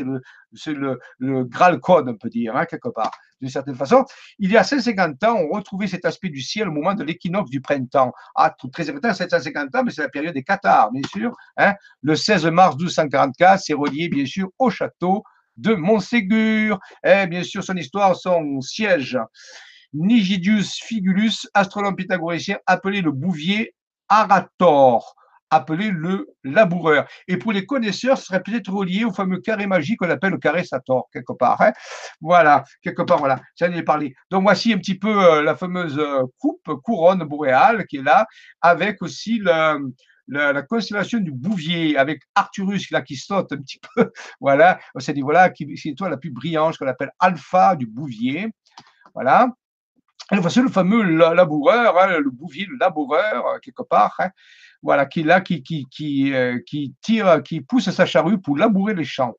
le Graal Code, on peut dire, hein, quelque part, d'une certaine façon. Il y a 150 ans, on retrouvait cet aspect du ciel au moment de l'équinoxe du printemps. Ah, très important, 750 ans, mais c'est la période des cathares, bien sûr. Hein. Le 16 mars 1244, c'est relié, bien sûr, au château de Montségur. Et bien sûr, son histoire, son siège. Nigidius Figulus, astronome pythagoricien, appelé le bouvier Arator, appelé le laboureur. Et pour les connaisseurs, ce serait peut-être relié au fameux carré magique qu'on appelle le carré Sator, quelque part. Hein. Voilà, quelque part, voilà, j'en ai parlé. Donc voici un petit peu la fameuse couronne boréale qui est là, avec aussi la constellation du Bouvier, avec Arcturus là qui saute un petit peu. Voilà, on s'est dit, voilà, c'est l'étoile la plus brillante, qu'on appelle Alpha du Bouvier. Voilà. Et voici le fameux laboureur, hein, le bouvier, le laboureur, quelque part, hein, voilà, qui est là, qui tire, qui pousse sa charrue pour labourer les champs.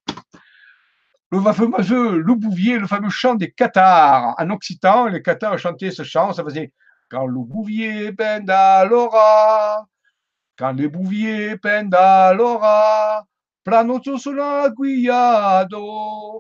Le bouvier, le fameux chant des cathares. En occitan, les cathares chantaient ce chant, ça faisait quand le bouvier pendalora, quand le bouvier pendalora, planoto sulla guiado,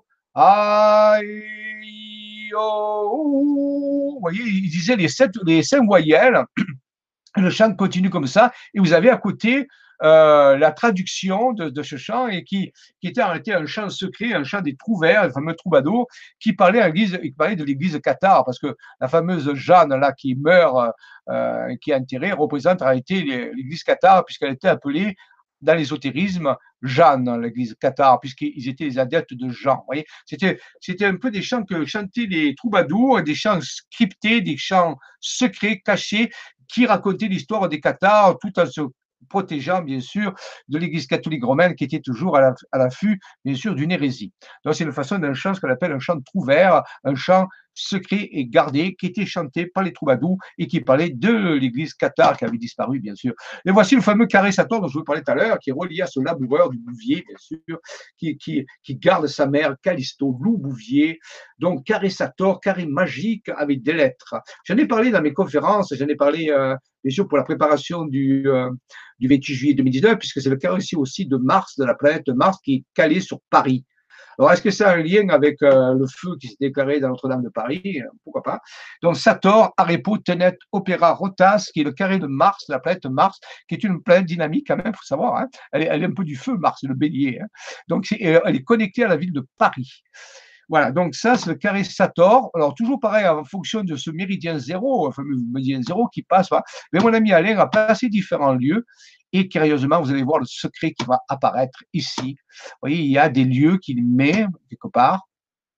aïe. Vous voyez, il disait les 5 voyelles, le chant continue comme ça, et vous avez à côté la traduction de ce chant, et qui était en réalité un chant secret, un chant des trouvères, le fameux troubadour, qui parlait de l'église cathare, parce que la fameuse Jeanne là qui meurt, qui est enterrée, représente en réalité l'église cathare, puisqu'elle était appelée dans l'ésotérisme, Jeanne, l'église cathare, puisqu'ils étaient les adeptes de Jean. Vous voyez, c'était un peu des chants que chantaient les troubadours, des chants scriptés, des chants secrets, cachés, qui racontaient l'histoire des cathares, tout en se protégeant, bien sûr, de l'église catholique romaine qui était toujours à l'affût, bien sûr, d'une hérésie. Donc, c'est une façon d'un chant, ce qu'on appelle un chant de trouvère, un chant secret et gardé, qui était chanté par les troubadours et qui parlait de l'église cathare qui avait disparu, bien sûr. Et voici le fameux carré Sator dont je vous parlais tout à l'heure, qui est relié à ce laboureur du Bouvier, bien sûr, qui garde sa mère, Callisto, loup Bouvier. Donc, carré Sator, carré magique avec des lettres. J'en ai parlé dans mes conférences, j'en ai parlé, bien sûr, pour la préparation du 28 juillet 2019, puisque c'est le carré aussi de Mars, de la planète Mars, qui est calé sur Paris. Alors, est-ce que ça a un lien avec le feu qui s'est déclaré dans Notre-Dame de Paris? Pourquoi pas. Donc, Sator, Arepo, Tenet, Opéra, Rotas, qui est le carré de Mars, la planète Mars, qui est une planète dynamique quand même, il faut savoir. Hein. Elle est un peu du feu, Mars, le bélier. Hein. Donc, elle est connectée à la ville de Paris. Voilà, donc ça, c'est le carré Sator. Alors, toujours pareil, en fonction de ce méridien zéro, enfin, le méridien zéro qui passe, voilà. Mais mon ami Alain a passé différents lieux. Et curieusement, vous allez voir le secret qui va apparaître ici. Vous voyez, il y a des lieux qu'il met quelque part.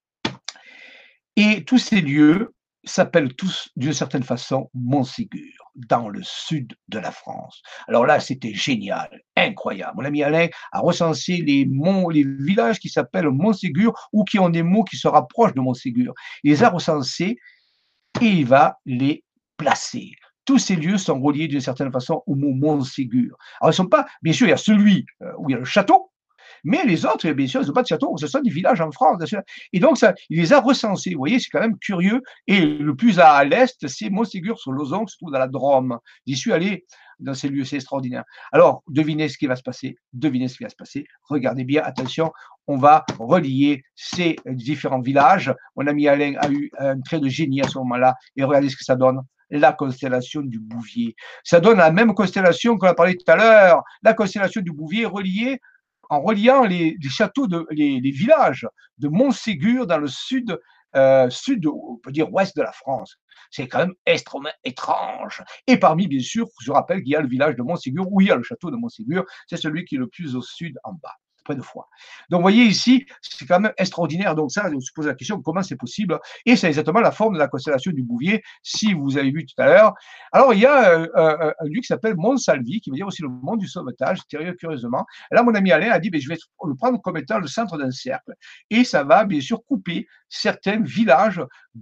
Et tous ces lieux s'appellent tous, d'une certaine façon, Montségur, dans le sud de la France. Alors là, c'était génial, incroyable. Mon ami Alain a recensé les villages qui s'appellent Montségur ou qui ont des mots qui se rapprochent de Montségur. Il les a recensés et il va les placer. Tous ces lieux sont reliés d'une certaine façon au mot Montségur. Alors, ils ne sont pas, bien sûr, il y a celui où il y a le château, mais les autres, bien sûr, ils n'ont pas de château, ce sont des villages en France. Et donc, ça, il les a recensés. Vous voyez, c'est quand même curieux. Et le plus à l'est, c'est Montségur sur Lauzon, qui se trouve dans la Drôme. J'y suis allé dans ces lieux, c'est extraordinaire. Alors, devinez ce qui va se passer. Devinez ce qui va se passer. Regardez bien, attention, on va relier ces différents villages. Mon ami Alain a eu un trait de génie à ce moment-là. Et regardez ce que ça donne. La constellation du Bouvier. Ça donne la même constellation qu'on a parlé tout à l'heure. La constellation du Bouvier reliée en reliant les châteaux, les villages de Montségur dans le sud, on peut dire ouest de la France. C'est quand même extrêmement étrange. Et parmi, bien sûr, je rappelle qu'il y a le village de Montségur, où il y a le château de Montségur, c'est celui qui est le plus au sud en bas, près de Foix. Donc, vous voyez ici, c'est quand même extraordinaire. Donc, ça, on se pose la question, comment c'est possible? Et c'est exactement la forme de la constellation du Bouvier, si vous avez vu tout à l'heure. Alors, il y a un lieu qui s'appelle Mont-Salvi, qui veut dire aussi le mont du sauvetage, curieusement. Et là, mon ami Alain a dit, je vais le prendre comme étant le centre d'un cercle. Et ça va, bien sûr, couper certains villages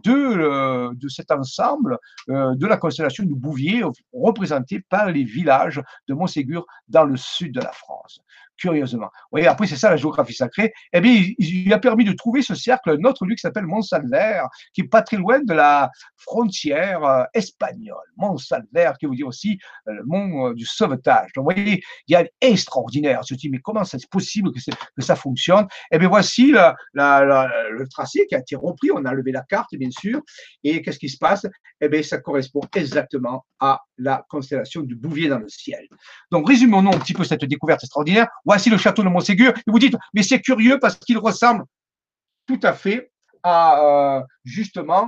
de cet ensemble de la constellation du Bouvier, représenté par les villages de Montségur dans le sud de la France. Curieusement. Vous voyez, après, c'est ça la géographie sacrée. Eh bien, il a permis de trouver ce cercle, un autre lieu qui s'appelle Mont-Salver, qui est pas très loin de la frontière espagnole. Mont-Salver, qui veut dire aussi le mont du sauvetage. Donc, vous voyez, il y a extraordinaire. On se dit, mais comment c'est possible que ça fonctionne? Eh bien, voici le tracé qui a été repris. On a levé la carte, bien sûr. Et qu'est-ce qui se passe? Eh bien, ça correspond exactement à la constellation du Bouvier dans le ciel. Donc, résumons-nous un petit peu cette découverte extraordinaire. Voici le château de Montségur. Et vous dites, mais c'est curieux parce qu'il ressemble tout à fait à, justement,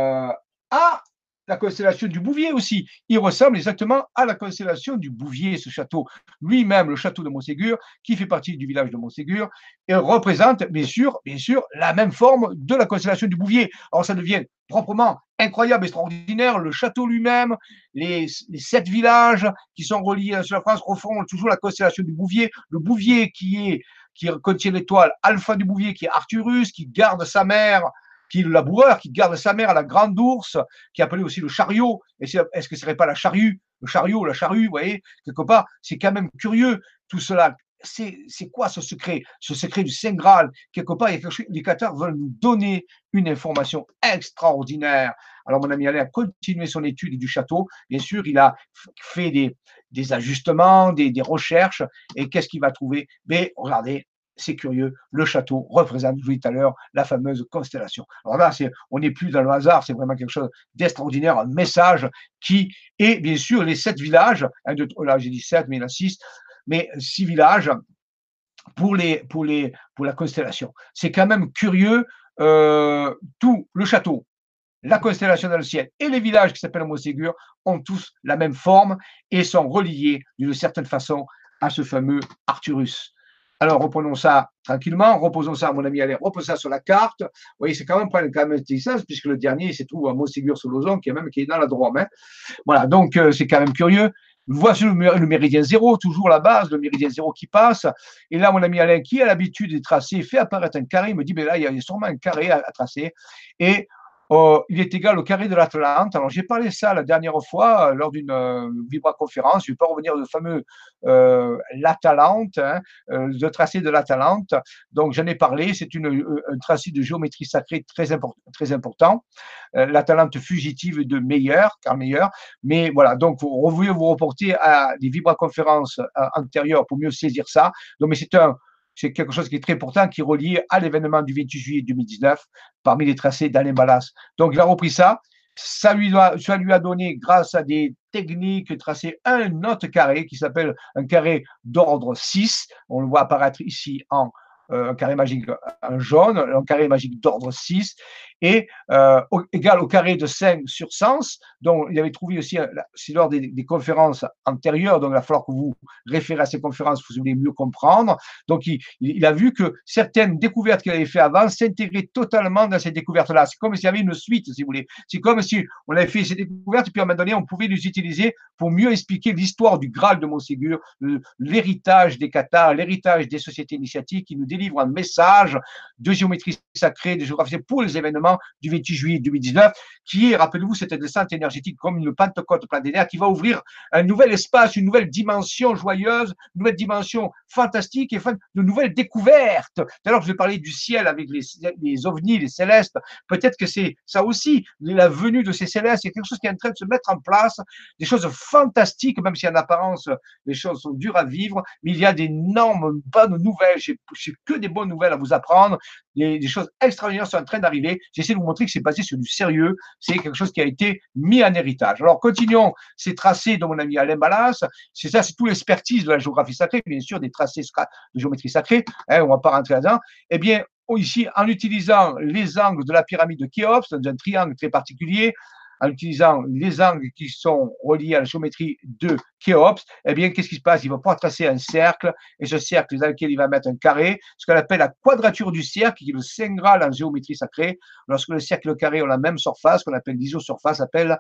à la constellation du Bouvier aussi. Il ressemble exactement à la constellation du Bouvier, ce château. Lui-même, le château de Montségur, qui fait partie du village de Montségur, et représente, bien sûr, la même forme de la constellation du Bouvier. Alors, ça devient proprement incroyable, extraordinaire. Le château lui-même, les 7 villages qui sont reliés sur la France refont toujours la constellation du Bouvier. Le Bouvier qui contient l'étoile Alpha du Bouvier, qui est Arcturus, qui garde sa mère, qui est le laboureur, qui garde sa mère à la grande ours, qui est appelé aussi le chariot. Est-ce que ce ne serait pas la charrue, le chariot, la charrue, vous voyez, quelque part, c'est quand même curieux, tout cela. C'est quoi ce secret? Ce secret du Saint Graal, quelque part, les Qatars veulent nous donner une information extraordinaire. Alors, mon ami Alain a continué son étude du château. Bien sûr, il a fait des ajustements, des recherches. Et qu'est-ce qu'il va trouver? Mais regardez, c'est curieux, le château représente, je vous l'ai dit tout à l'heure, la fameuse constellation. Alors là, on n'est plus dans le hasard, c'est vraiment quelque chose d'extraordinaire, un message qui est, bien sûr, les 7 villages, là j'ai dit 7, mais il y en a 6, mais 6 villages pour la constellation. C'est quand même curieux, tout le château, la constellation dans le ciel et les villages qui s'appellent Montségur ont tous la même forme et sont reliés d'une certaine façon à ce fameux Arcturus. Alors, reprenons ça tranquillement, reposons ça, mon ami Alain, repose ça sur la carte. Vous voyez, c'est quand même pas une distance, puisque le dernier, c'est tout à Montségur-sur-Lauzon, qui est dans la Drôme. Hein. Voilà, donc c'est quand même curieux. Voici le méridien zéro, toujours la base, le méridien zéro qui passe. Et là, mon ami Alain, qui a l'habitude de tracer, fait apparaître un carré, il me dit, mais là, il y a sûrement un carré à tracer. Et il est égal au carré de l'Atalante. Alors, j'ai parlé ça la dernière fois lors d'une vibra-conférence. Je ne vais pas revenir au fameux l'Atalante, hein, le tracé de l'Atalante. Donc, j'en ai parlé. C'est un tracé de géométrie sacrée très important. L'Atalante fugitive de Karl Meyer. Mais voilà, donc, vous voulez vous reporter à des vibra-conférences antérieures pour mieux saisir ça. Donc, mais c'est quelque chose qui est très important, qui est relié à l'événement du 28 juillet 2019, parmi les tracés d'Alain Ballas. Donc, il a repris ça. Ça lui a donné, grâce à des techniques, tracé un autre carré qui s'appelle un carré d'ordre 6. On le voit apparaître ici en un carré magique en jaune, un carré magique d'ordre 6, et égal au carré de 5 sur sens. Donc, il avait trouvé aussi, c'est lors des conférences antérieures, donc il va falloir que vous référez à ces conférences, vous voulez mieux comprendre. Donc, il a vu que certaines découvertes qu'il avait fait avant s'intégraient totalement dans ces découvertes-là. C'est comme s'il y avait une suite, si vous voulez. C'est comme si on avait fait ces découvertes, et puis à un moment donné, on pouvait les utiliser pour mieux expliquer l'histoire du Graal de Montségur, l'héritage des Qatars, l'héritage des sociétés initiatiques qui nous délivrent un message de géométrie sacrée, de géographie pour les événements du 28 juillet 2019, qui est, rappelez-vous, cette descente énergétique comme une Pentecôte planétaire qui va ouvrir un nouvel espace, une nouvelle dimension joyeuse, une nouvelle dimension fantastique et de nouvelles découvertes. D'ailleurs, je vais parler du ciel avec les ovnis, les célestes. Peut-être que c'est ça aussi, la venue de ces célestes, c'est quelque chose qui est en train de se mettre en place, des choses fantastiques, même si en apparence, les choses sont dures à vivre, mais il y a d'énormes bonnes nouvelles. J'ai que des bonnes nouvelles à vous apprendre. des choses extraordinaires sont en train d'arriver. J'essaie de vous montrer que c'est basé sur du sérieux. C'est quelque chose qui a été mis en héritage. Alors, continuons ces tracés de mon ami Alain Ballas. C'est ça, c'est tout l'expertise de la géographie sacrée, bien sûr, des tracés de géométrie sacrée. Hein, on ne va pas rentrer là-dedans. Eh bien, ici, en utilisant les angles de la pyramide de Khéops, dans un triangle très particulier, en utilisant les angles qui sont reliés à la géométrie de Khéops, eh bien, qu'est-ce qui se passe? Il va pouvoir tracer un cercle, et ce cercle dans lequel il va mettre un carré, ce qu'on appelle la quadrature du cercle, qui est le saint graal en géométrie sacrée. Lorsque le cercle et le carré ont la même surface, qu'on appelle l'isosurface, appelle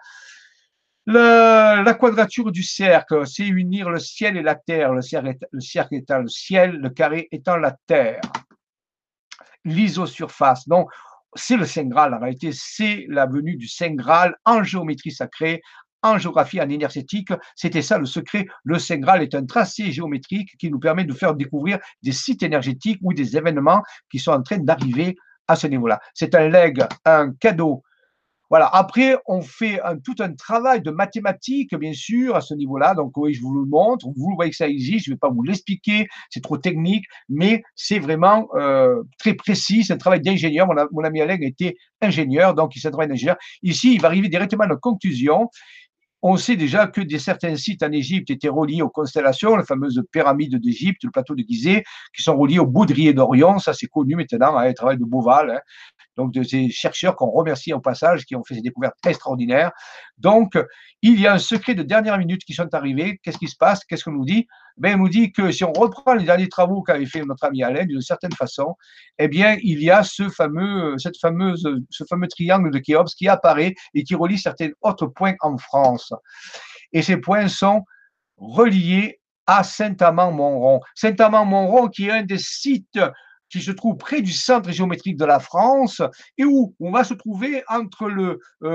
la quadrature du cercle, c'est unir le ciel et la terre, le cercle étant le ciel, le carré étant la terre. L'isosurface, donc c'est le Saint Graal, en réalité, c'est la venue du Saint Graal en géométrie sacrée, en géographie, en énergétique. C'était ça le secret. Le Saint Graal est un tracé géométrique qui nous permet de faire découvrir des sites énergétiques ou des événements qui sont en train d'arriver à ce niveau-là. C'est un legs, un cadeau. Voilà. Après, on fait tout un travail de mathématiques, bien sûr, à ce niveau-là. Donc, oui, je vous le montre. Vous voyez que ça existe. Je ne vais pas vous l'expliquer. C'est trop technique, mais c'est vraiment très précis. C'est un travail d'ingénieur. Mon ami Alain était ingénieur, donc il s'est un travail d'ingénieur. Ici, il va arriver directement à la conclusion. On sait déjà que certains sites en Égypte étaient reliés aux constellations, les fameuses pyramides d'Égypte, le plateau de Gizeh, qui sont reliés au baudrier d'Orion. Ça, c'est connu maintenant, hein, le travail de Beauval. Hein. Donc de ces chercheurs qu'on remercie au passage, qui ont fait ces découvertes extraordinaires. Donc, il y a un secret de dernière minute qui sont arrivés. Qu'est-ce qui se passe? Qu'est-ce qu'on nous dit? Ben, on nous dit que si on reprend les derniers travaux qu'avait fait notre ami Alain, d'une certaine façon, eh bien, il y a ce fameux triangle de Khéops qui apparaît et qui relie certains autres points en France. Et ces points sont reliés à Saint-Amand-Montrond. Saint-Amand-Montrond, qui est un des sites qui se trouve près du centre géométrique de la France et où on va se trouver entre le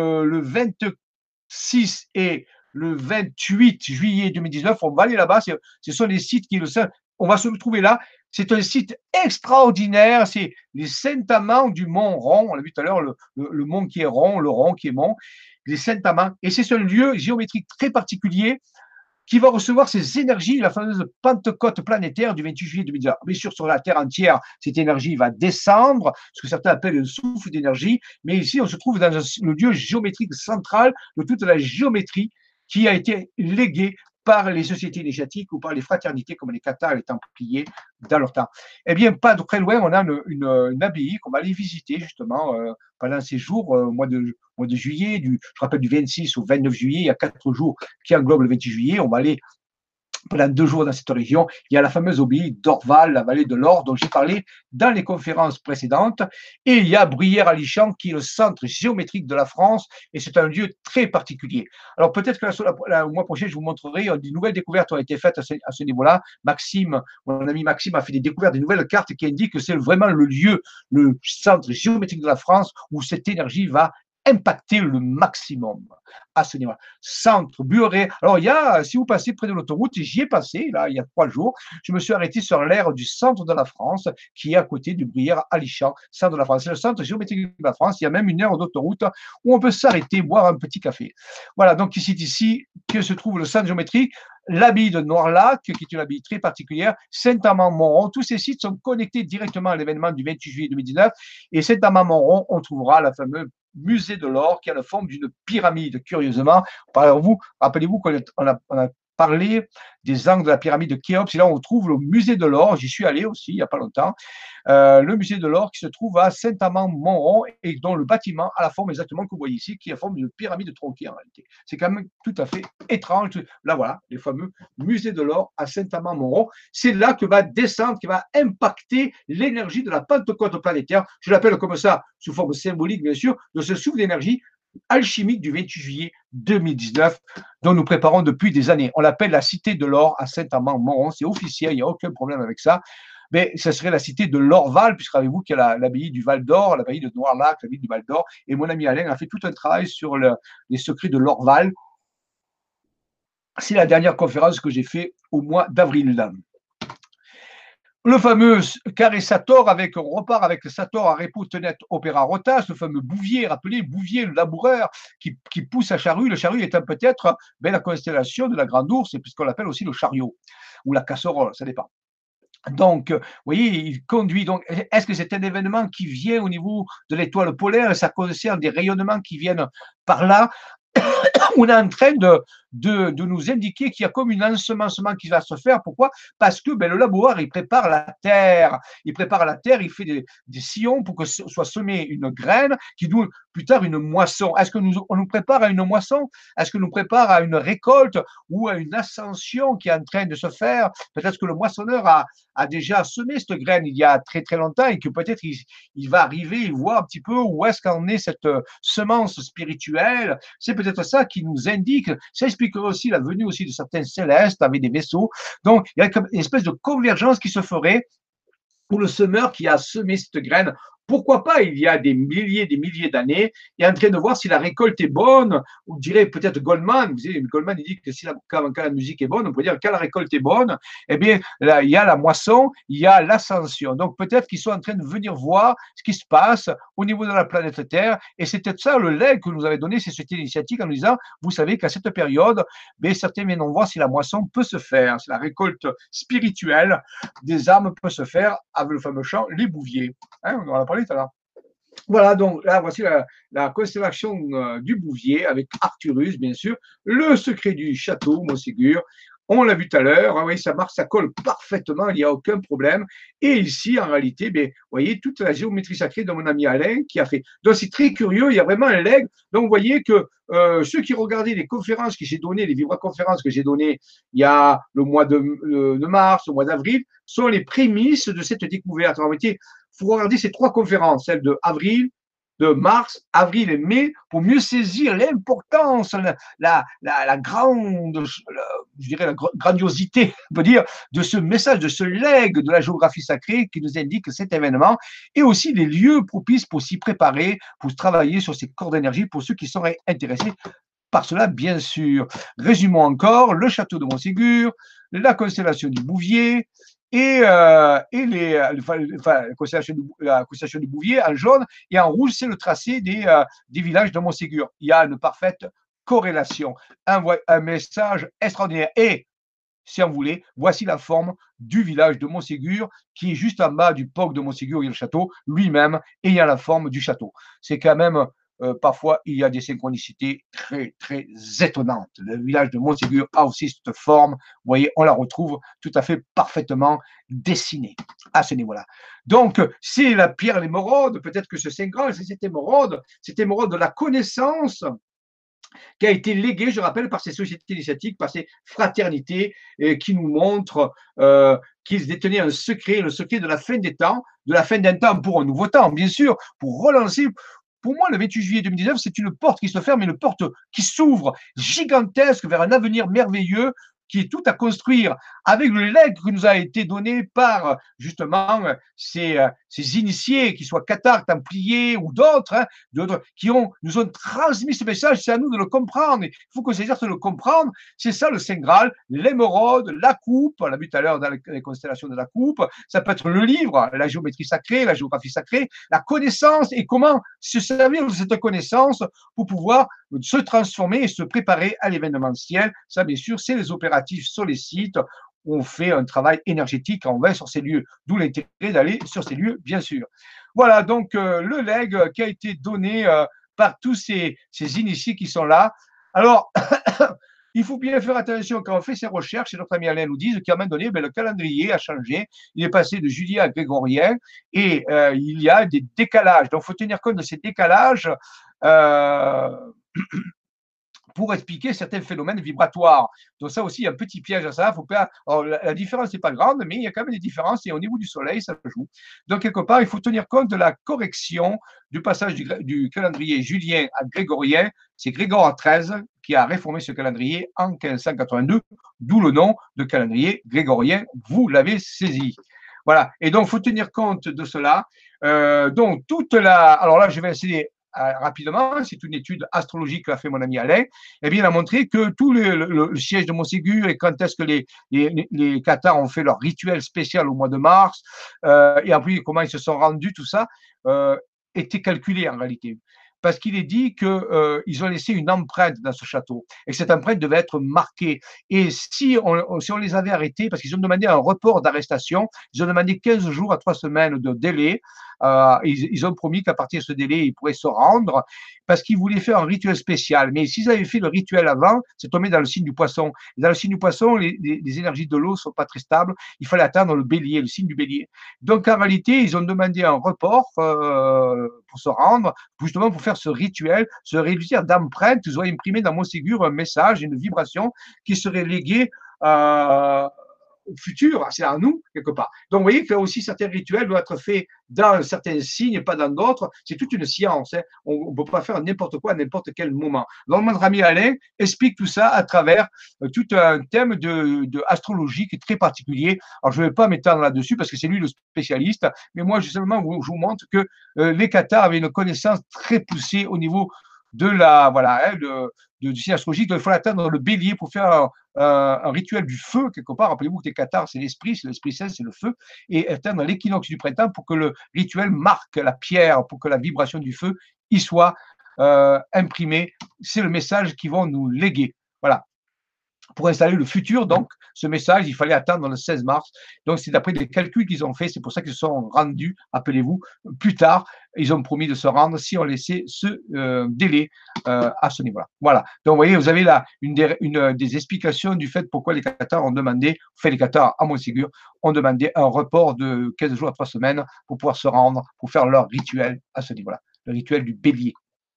26 et le 28 juillet 2019. On va aller là-bas. Ce sont les sites qui le savent. On va se trouver là. C'est un site extraordinaire. C'est les Saint-Amand du Mont Rond. On l'a vu tout à l'heure, le mont qui est rond, le rond qui est mont. Les Saint-Amand. Et c'est un lieu géométrique très particulier qui va recevoir ces énergies, la fameuse Pentecôte planétaire du 28 juillet 2019. Bien sûr, sur la Terre entière, cette énergie va descendre, ce que certains appellent le souffle d'énergie, mais ici, on se trouve dans le lieu géométrique central de toute la géométrie qui a été léguée par les sociétés initiatiques ou par les fraternités comme les Cathares et les Templiers dans leur temps. Eh bien, pas de très loin, on a une abbaye qu'on va aller visiter justement pendant ces jours, au mois de juillet, je rappelle du 26 au 29 juillet, il y a 4 jours qui englobent le 28 juillet. On va aller pendant 2 jours dans cette région. Il y a la fameuse abbaye d'Orval, la vallée de l'Or, dont j'ai parlé dans les conférences précédentes. Et il y a Bruyères-Alichamps, qui est le centre géométrique de la France, et c'est un lieu très particulier. Alors peut-être que le mois prochain, je vous montrerai, des nouvelles découvertes ont été faites à ce niveau-là. Mon ami Maxime a fait des découvertes, des nouvelles cartes qui indiquent que c'est vraiment le lieu, le centre géométrique de la France où cette énergie va impacter le maximum à ce niveau-là. Centre, Buret. Alors, si vous passez près de l'autoroute, j'y ai passé, là, il y a 3 jours, je me suis arrêté sur l'aire du centre de la France, qui est à côté du Bruyères-Alichamps, centre de la France. C'est le centre géométrique de la France. Il y a même une aire d'autoroute où on peut s'arrêter, boire un petit café. Voilà, donc c'est ici que se trouve le centre géométrique. L'abbaye de Noirlac, qui est une abbaye très particulière, Saint-Amand-Montrond, tous ces sites sont connectés directement à l'événement du 28 juillet 2019. Et Saint-Amand-Montrond, on trouvera la fameuse musée de l'or qui a la forme d'une pyramide, curieusement. Rappelez-vous qu'on a parlé des angles de la pyramide de Khéops, et là on trouve le musée de l'or, j'y suis allé aussi il n'y a pas longtemps, le musée de l'or qui se trouve à Saint-Amand-Montrond et dont le bâtiment a la forme exactement que vous voyez ici, qui est la forme d'une pyramide tronquée en réalité. C'est quand même tout à fait étrange. Là voilà, les fameux musées de l'or à Saint-Amand-Montrond. C'est là que va descendre, qui va impacter l'énergie de la Pentecôte planétaire. Je l'appelle comme ça, sous forme symbolique bien sûr, de ce souffle d'énergie alchimique du 28 juillet 2019 dont nous préparons depuis des années. On l'appelle la cité de l'or à Saint-Amand-Montrond. C'est officiel, il n'y a aucun problème avec ça. Mais ça serait la cité de l'Orval, puisque savez-vous qu'il y a l'abbaye du Val d'Or, l'abbaye de Noirlac, l'abbaye du Val d'Or. Et mon ami Alain a fait tout un travail sur les secrets de l'Orval. C'est la dernière conférence que j'ai faite au mois d'avril. Le fameux carré Sator, on repart avec Sator, Arepo, Tenet, Opéra, Rotas, le fameux Bouvier, rappelez, Bouvier, le laboureur qui pousse la charrue. Le chariot étant peut-être la constellation de la Grande Ourse, puisqu'on l'appelle aussi le chariot, ou la casserole, ça dépend. Donc, vous voyez, il conduit. Donc, est-ce que c'est un événement qui vient au niveau de l'étoile polaire et ça concerne des rayonnements qui viennent par là? On est en train de nous indiquer qu'il y a comme un ensemencement qui va se faire. Pourquoi? Parce que ben, le laboratoire, il prépare la terre. Il prépare la terre, il fait des sillons pour que soit semée une graine qui donne plus tard une moisson. Est-ce que on nous prépare à une moisson? Est-ce que nous prépare à une récolte ou à une ascension qui est en train de se faire? Peut-être que le moissonneur a déjà semé cette graine il y a très très longtemps et que peut-être il va arriver, il voit un petit peu où est-ce qu'en est cette semence spirituelle. C'est peut-être ça qui nous indique. Ça expliquerait aussi la venue aussi de certains célestes avec des vaisseaux. Donc, il y a comme une espèce de convergence qui se ferait ou le semeur qui a semé cette graine, pourquoi pas, il y a des milliers d'années, est en train de voir si la récolte est bonne, ou dirait peut-être Goldman, vous savez, Goldman il dit que si quand la musique est bonne, on peut dire que quand la récolte est bonne, eh bien, là, il y a la moisson, il y a l'ascension. Donc peut-être qu'ils sont en train de venir voir ce qui se passe au niveau de la planète Terre, et c'est peut-être ça le legs que nous avait donné, c'est cette initiative en nous disant, vous savez qu'à cette période, ben, certains viendront voir si la moisson peut se faire, si la récolte spirituelle des âmes peut se faire avec le fameux chant Les Bouviers. Hein, on en a parlé tout à l'heure. Voilà, donc là, voici la constellation du Bouvier avec Arcturus, bien sûr, le secret du château, Montségur. On l'a vu tout à l'heure, hein, oui, ça marche, ça colle parfaitement, il n'y a aucun problème. Et ici, en réalité, ben, vous voyez toute la géométrie sacrée de mon ami Alain qui a fait. Donc, c'est très curieux, il y a vraiment un leg. Donc, vous voyez que ceux qui regardaient les conférences que j'ai données, les vibra-conférences que j'ai données il y a le mois de mars, le mois d'avril, sont les prémices de cette découverte. En réalité, il faut regarder ces trois conférences, celles de avril, de mars, avril et mai, pour mieux saisir l'importance, la grande, je dirais la grandiosité, on peut dire, de ce message, de ce legs de la géographie sacrée qui nous indique cet événement, et aussi les lieux propices pour s'y préparer, pour travailler sur ces corps d'énergie, pour ceux qui seraient intéressés par cela, bien sûr. Résumons encore le château de Montségur, la constellation du Bouvier, la constellation du Bouvier en jaune, et en rouge, c'est le tracé des villages de Montségur. Il y a une parfaite corrélation, un message extraordinaire. Et, si on voulait, voici la forme du village de Montségur, qui est juste en bas du POC de Montségur, il y a le château lui-même, et il y a la forme du château. C'est quand même parfois, il y a des synchronicités très, très étonnantes. Le village de Montségur a aussi cette forme. Vous voyez, on la retrouve tout à fait parfaitement dessinée à ce niveau-là. Donc, c'est la pierre l'émeraude. Peut-être que ce Saint Graal, c'est cette émeraude de la connaissance qui a été léguée, je rappelle, par ces sociétés initiatiques, par ces fraternités qui nous montrent qu'ils détenaient un secret, le secret de la fin des temps, de la fin d'un temps pour un nouveau temps, bien sûr, pour relancer. Pour moi, le 28 juillet 2019, c'est une porte qui se ferme, mais une porte qui s'ouvre gigantesque vers un avenir merveilleux qui est tout à construire avec le legs qui nous a été donné par justement ces initiés, qu'ils soient Qatar, Templiers ou d'autres, hein, qui nous ont transmis ce message. C'est à nous de le comprendre. Il faut qu'on s'exerce de le comprendre. C'est ça le Saint Graal, l'émeraude, la coupe. On l'a vu tout à l'heure dans les constellations de la coupe. Ça peut être le livre, la géométrie sacrée, la géographie sacrée, la connaissance et comment se servir de cette connaissance pour pouvoir se transformer et se préparer à l'événementiel. Ça, bien sûr, c'est les opératifs sur les sites où on fait un travail énergétique, on va sur ces lieux, d'où l'intérêt d'aller sur ces lieux, bien sûr. Voilà, donc le legs qui a été donné par tous ces initiés qui sont là. Alors, il faut bien faire attention quand on fait ces recherches, et notre ami Alain nous dit qu'à un moment donné, ben, le calendrier a changé, il est passé de juillet à grégorien, et il y a des décalages. Donc, il faut tenir compte de ces décalages pour expliquer certains phénomènes vibratoires. Donc ça aussi, il y a un petit piège à ça. Faut pas... Alors, la différence n'est pas grande, mais il y a quand même des différences, et au niveau du Soleil, ça joue. Donc, quelque part, il faut tenir compte de la correction du passage du calendrier julien à grégorien. C'est Grégor XIII qui a réformé ce calendrier en 1582, d'où le nom de calendrier grégorien. Vous l'avez saisi. Voilà. Et donc, il faut tenir compte de cela. Donc, toute la... Alors là, je vais essayer rapidement, c'est une étude astrologique qu'a fait mon ami Alain, eh bien, il a montré que tout le siège de Montségur et quand est-ce que les Cathares ont fait leur rituel spécial au mois de mars, et après comment ils se sont rendus, tout ça, était calculé en réalité. parce qu'il est dit qu'ils ont laissé une empreinte dans ce château et que cette empreinte devait être marquée. Et si on les avait arrêtés, parce qu'ils ont demandé un report d'arrestation, ils ont demandé 15 jours à 3 semaines de délai. Ils ont promis qu'à partir de ce délai, ils pourraient se rendre parce qu'ils voulaient faire un rituel spécial. Mais s'ils avaient fait le rituel avant, c'est tombé dans le signe du poisson. Et dans le signe du poisson, les énergies de l'eau sont pas très stables. Il fallait attendre le bélier, le signe du bélier. Donc en réalité, ils ont demandé un report pour se rendre, justement pour faire ce rituel d'empreinte. Ils ont imprimé dans Montségur un message, une vibration qui serait léguée au futur, c'est à nous, quelque part. Donc, vous voyez que aussi certains rituels doivent être faits dans certains signes et pas dans d'autres. C'est toute une science. Hein. On ne peut pas faire n'importe quoi à n'importe quel moment. Donc, notre ami Alain explique tout ça à travers tout un thème de astrologie qui est très particulier. Alors, je ne vais pas m'étendre là-dessus parce que c'est lui le spécialiste, mais moi, justement, je vous montre que les Cathares avaient une connaissance très poussée au niveau de la, voilà, hein, du signe astrologique. Donc, il faut atteindre le bélier pour faire un rituel du feu, quelque part. Rappelez-vous que les Cathares, c'est l'esprit saint, c'est le feu, et atteindre l'équinoxe du printemps pour que le rituel marque la pierre, pour que la vibration du feu y soit imprimée. C'est le message qu'ils vont nous léguer. Voilà. Pour installer le futur, donc, ce message, il fallait attendre le 16 mars. Donc, c'est d'après des calculs qu'ils ont fait. C'est pour ça qu'ils se sont rendus, appelez-vous, plus tard. Ils ont promis de se rendre si on laissait ce délai à ce niveau-là. Voilà. Donc, vous voyez, vous avez là une des explications du fait pourquoi les Cathares ont demandé, les Cathares à Montségur, ont demandé un report de 15 jours à 3 semaines pour pouvoir se rendre, pour faire leur rituel à ce niveau-là. Le rituel du bélier.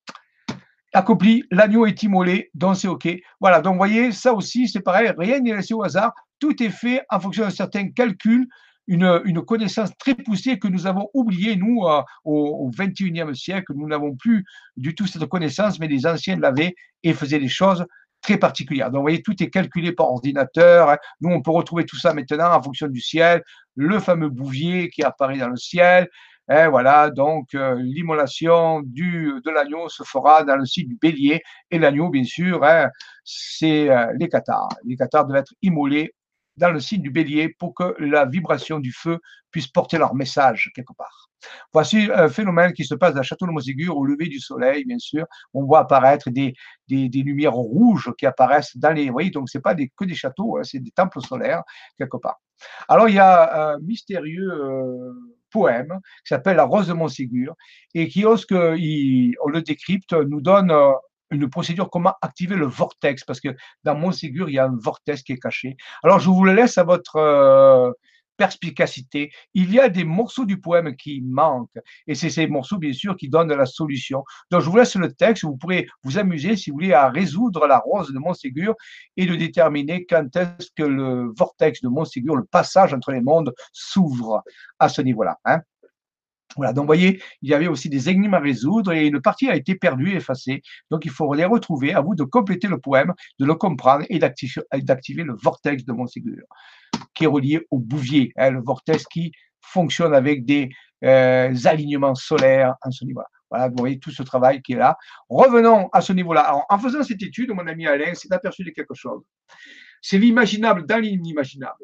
Accompli, l'agneau est immolé, donc c'est OK. Voilà, donc vous voyez, ça aussi, c'est pareil, rien n'est laissé au hasard, tout est fait en fonction d'un certain calcul, une connaissance très poussée que nous avons oubliée, nous, au XXIe siècle, nous n'avons plus du tout cette connaissance, mais les anciens l'avaient et faisaient des choses très particulières. Donc vous voyez, tout est calculé par ordinateur, hein. Nous, on peut retrouver tout ça maintenant en fonction du ciel, le fameux bouvier qui apparaît dans le ciel. Et voilà, donc l'immolation de l'agneau se fera dans le signe du bélier. Et l'agneau, bien sûr, hein, c'est les Cathares. Les Cathares doivent être immolés dans le signe du bélier pour que la vibration du feu puisse porter leur message quelque part. Voici un phénomène qui se passe dans le château de Montségur au lever du soleil, bien sûr. On voit apparaître des lumières rouges qui apparaissent dans les... Vous voyez, donc ce n'est pas que des châteaux, hein, c'est des temples solaires quelque part. Alors, il y a un mystérieux poème qui s'appelle La Rose de Montségur et qui, lorsqu'on le décrypte, nous donne une procédure comment activer le vortex, parce que dans Montségur, il y a un vortex qui est caché. Alors, je vous le laisse à votre perspicacité. Il y a des morceaux du poème qui manquent, et c'est ces morceaux, bien sûr, qui donnent la solution. Donc, je vous laisse le texte, vous pourrez vous amuser, si vous voulez, à résoudre la rose de Montségur et de déterminer quand est-ce que le vortex de Montségur, le passage entre les mondes, s'ouvre à ce niveau-là. Hein. Voilà, donc vous voyez, il y avait aussi des énigmes à résoudre et une partie a été perdue, effacée. Donc il faut les retrouver, à vous de compléter le poème, de le comprendre et d'activer le vortex de Montségur, qui est relié au bouvier, hein, le vortex qui fonctionne avec des alignements solaires en ce niveau-là. Voilà, vous voyez tout ce travail qui est là. Revenons à ce niveau-là. Alors, en faisant cette étude, mon ami Alain s'est aperçu de quelque chose. C'est l'imaginable dans l'inimaginable.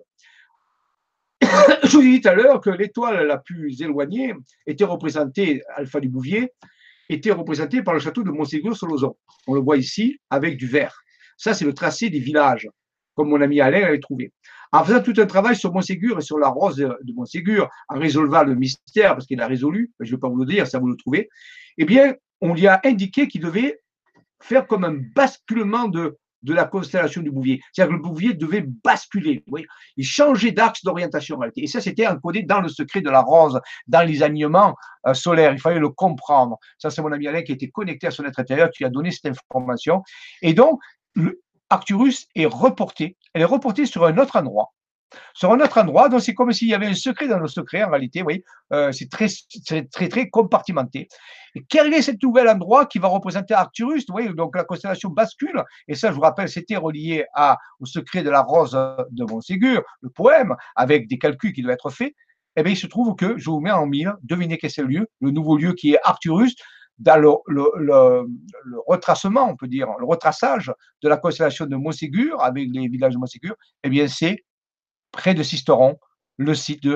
Je vous ai dit tout à l'heure que l'étoile la plus éloignée était représentée, Alpha du Bouvier, était représentée par le château de Montségur-sur-Lauzon. On le voit ici avec du vert. Ça, c'est le tracé des villages, comme mon ami Alain avait trouvé. En faisant tout un travail sur Montségur et sur la rose de Montségur, en résolvant le mystère, parce qu'il a résolu, je ne vais pas vous le dire, ça vous le trouvez, eh bien, on lui a indiqué qu'il devait faire comme un basculement de la constellation du Bouvier. C'est-à-dire que le Bouvier devait basculer. Vous voyez, il changeait d'axe d'orientation en réalité. Et ça, c'était encodé dans le secret de la rose, dans les alignements solaires. Il fallait le comprendre. Ça, c'est mon ami Alain qui était connecté à son être intérieur, qui a donné cette information. Et donc, Arcturus est reporté. Elle est reportée sur un autre endroit. Sur un autre endroit, donc c'est comme s'il y avait un secret dans le secret, en réalité, vous voyez, c'est très compartimenté. Et quel est cet nouvel endroit qui va représenter Arcturus? Vous voyez, donc la constellation bascule, et ça, je vous rappelle, c'était relié au secret de la rose de Montségur, le poème, avec des calculs qui doivent être faits. Eh bien, il se trouve que, je vous mets en mille, devinez quel c'est le nouveau lieu qui est Arcturus, dans le retracement, on peut dire, le retraçage de la constellation de Montségur, avec les villages de Montségur, eh bien, c'est près de Sisteron, le site de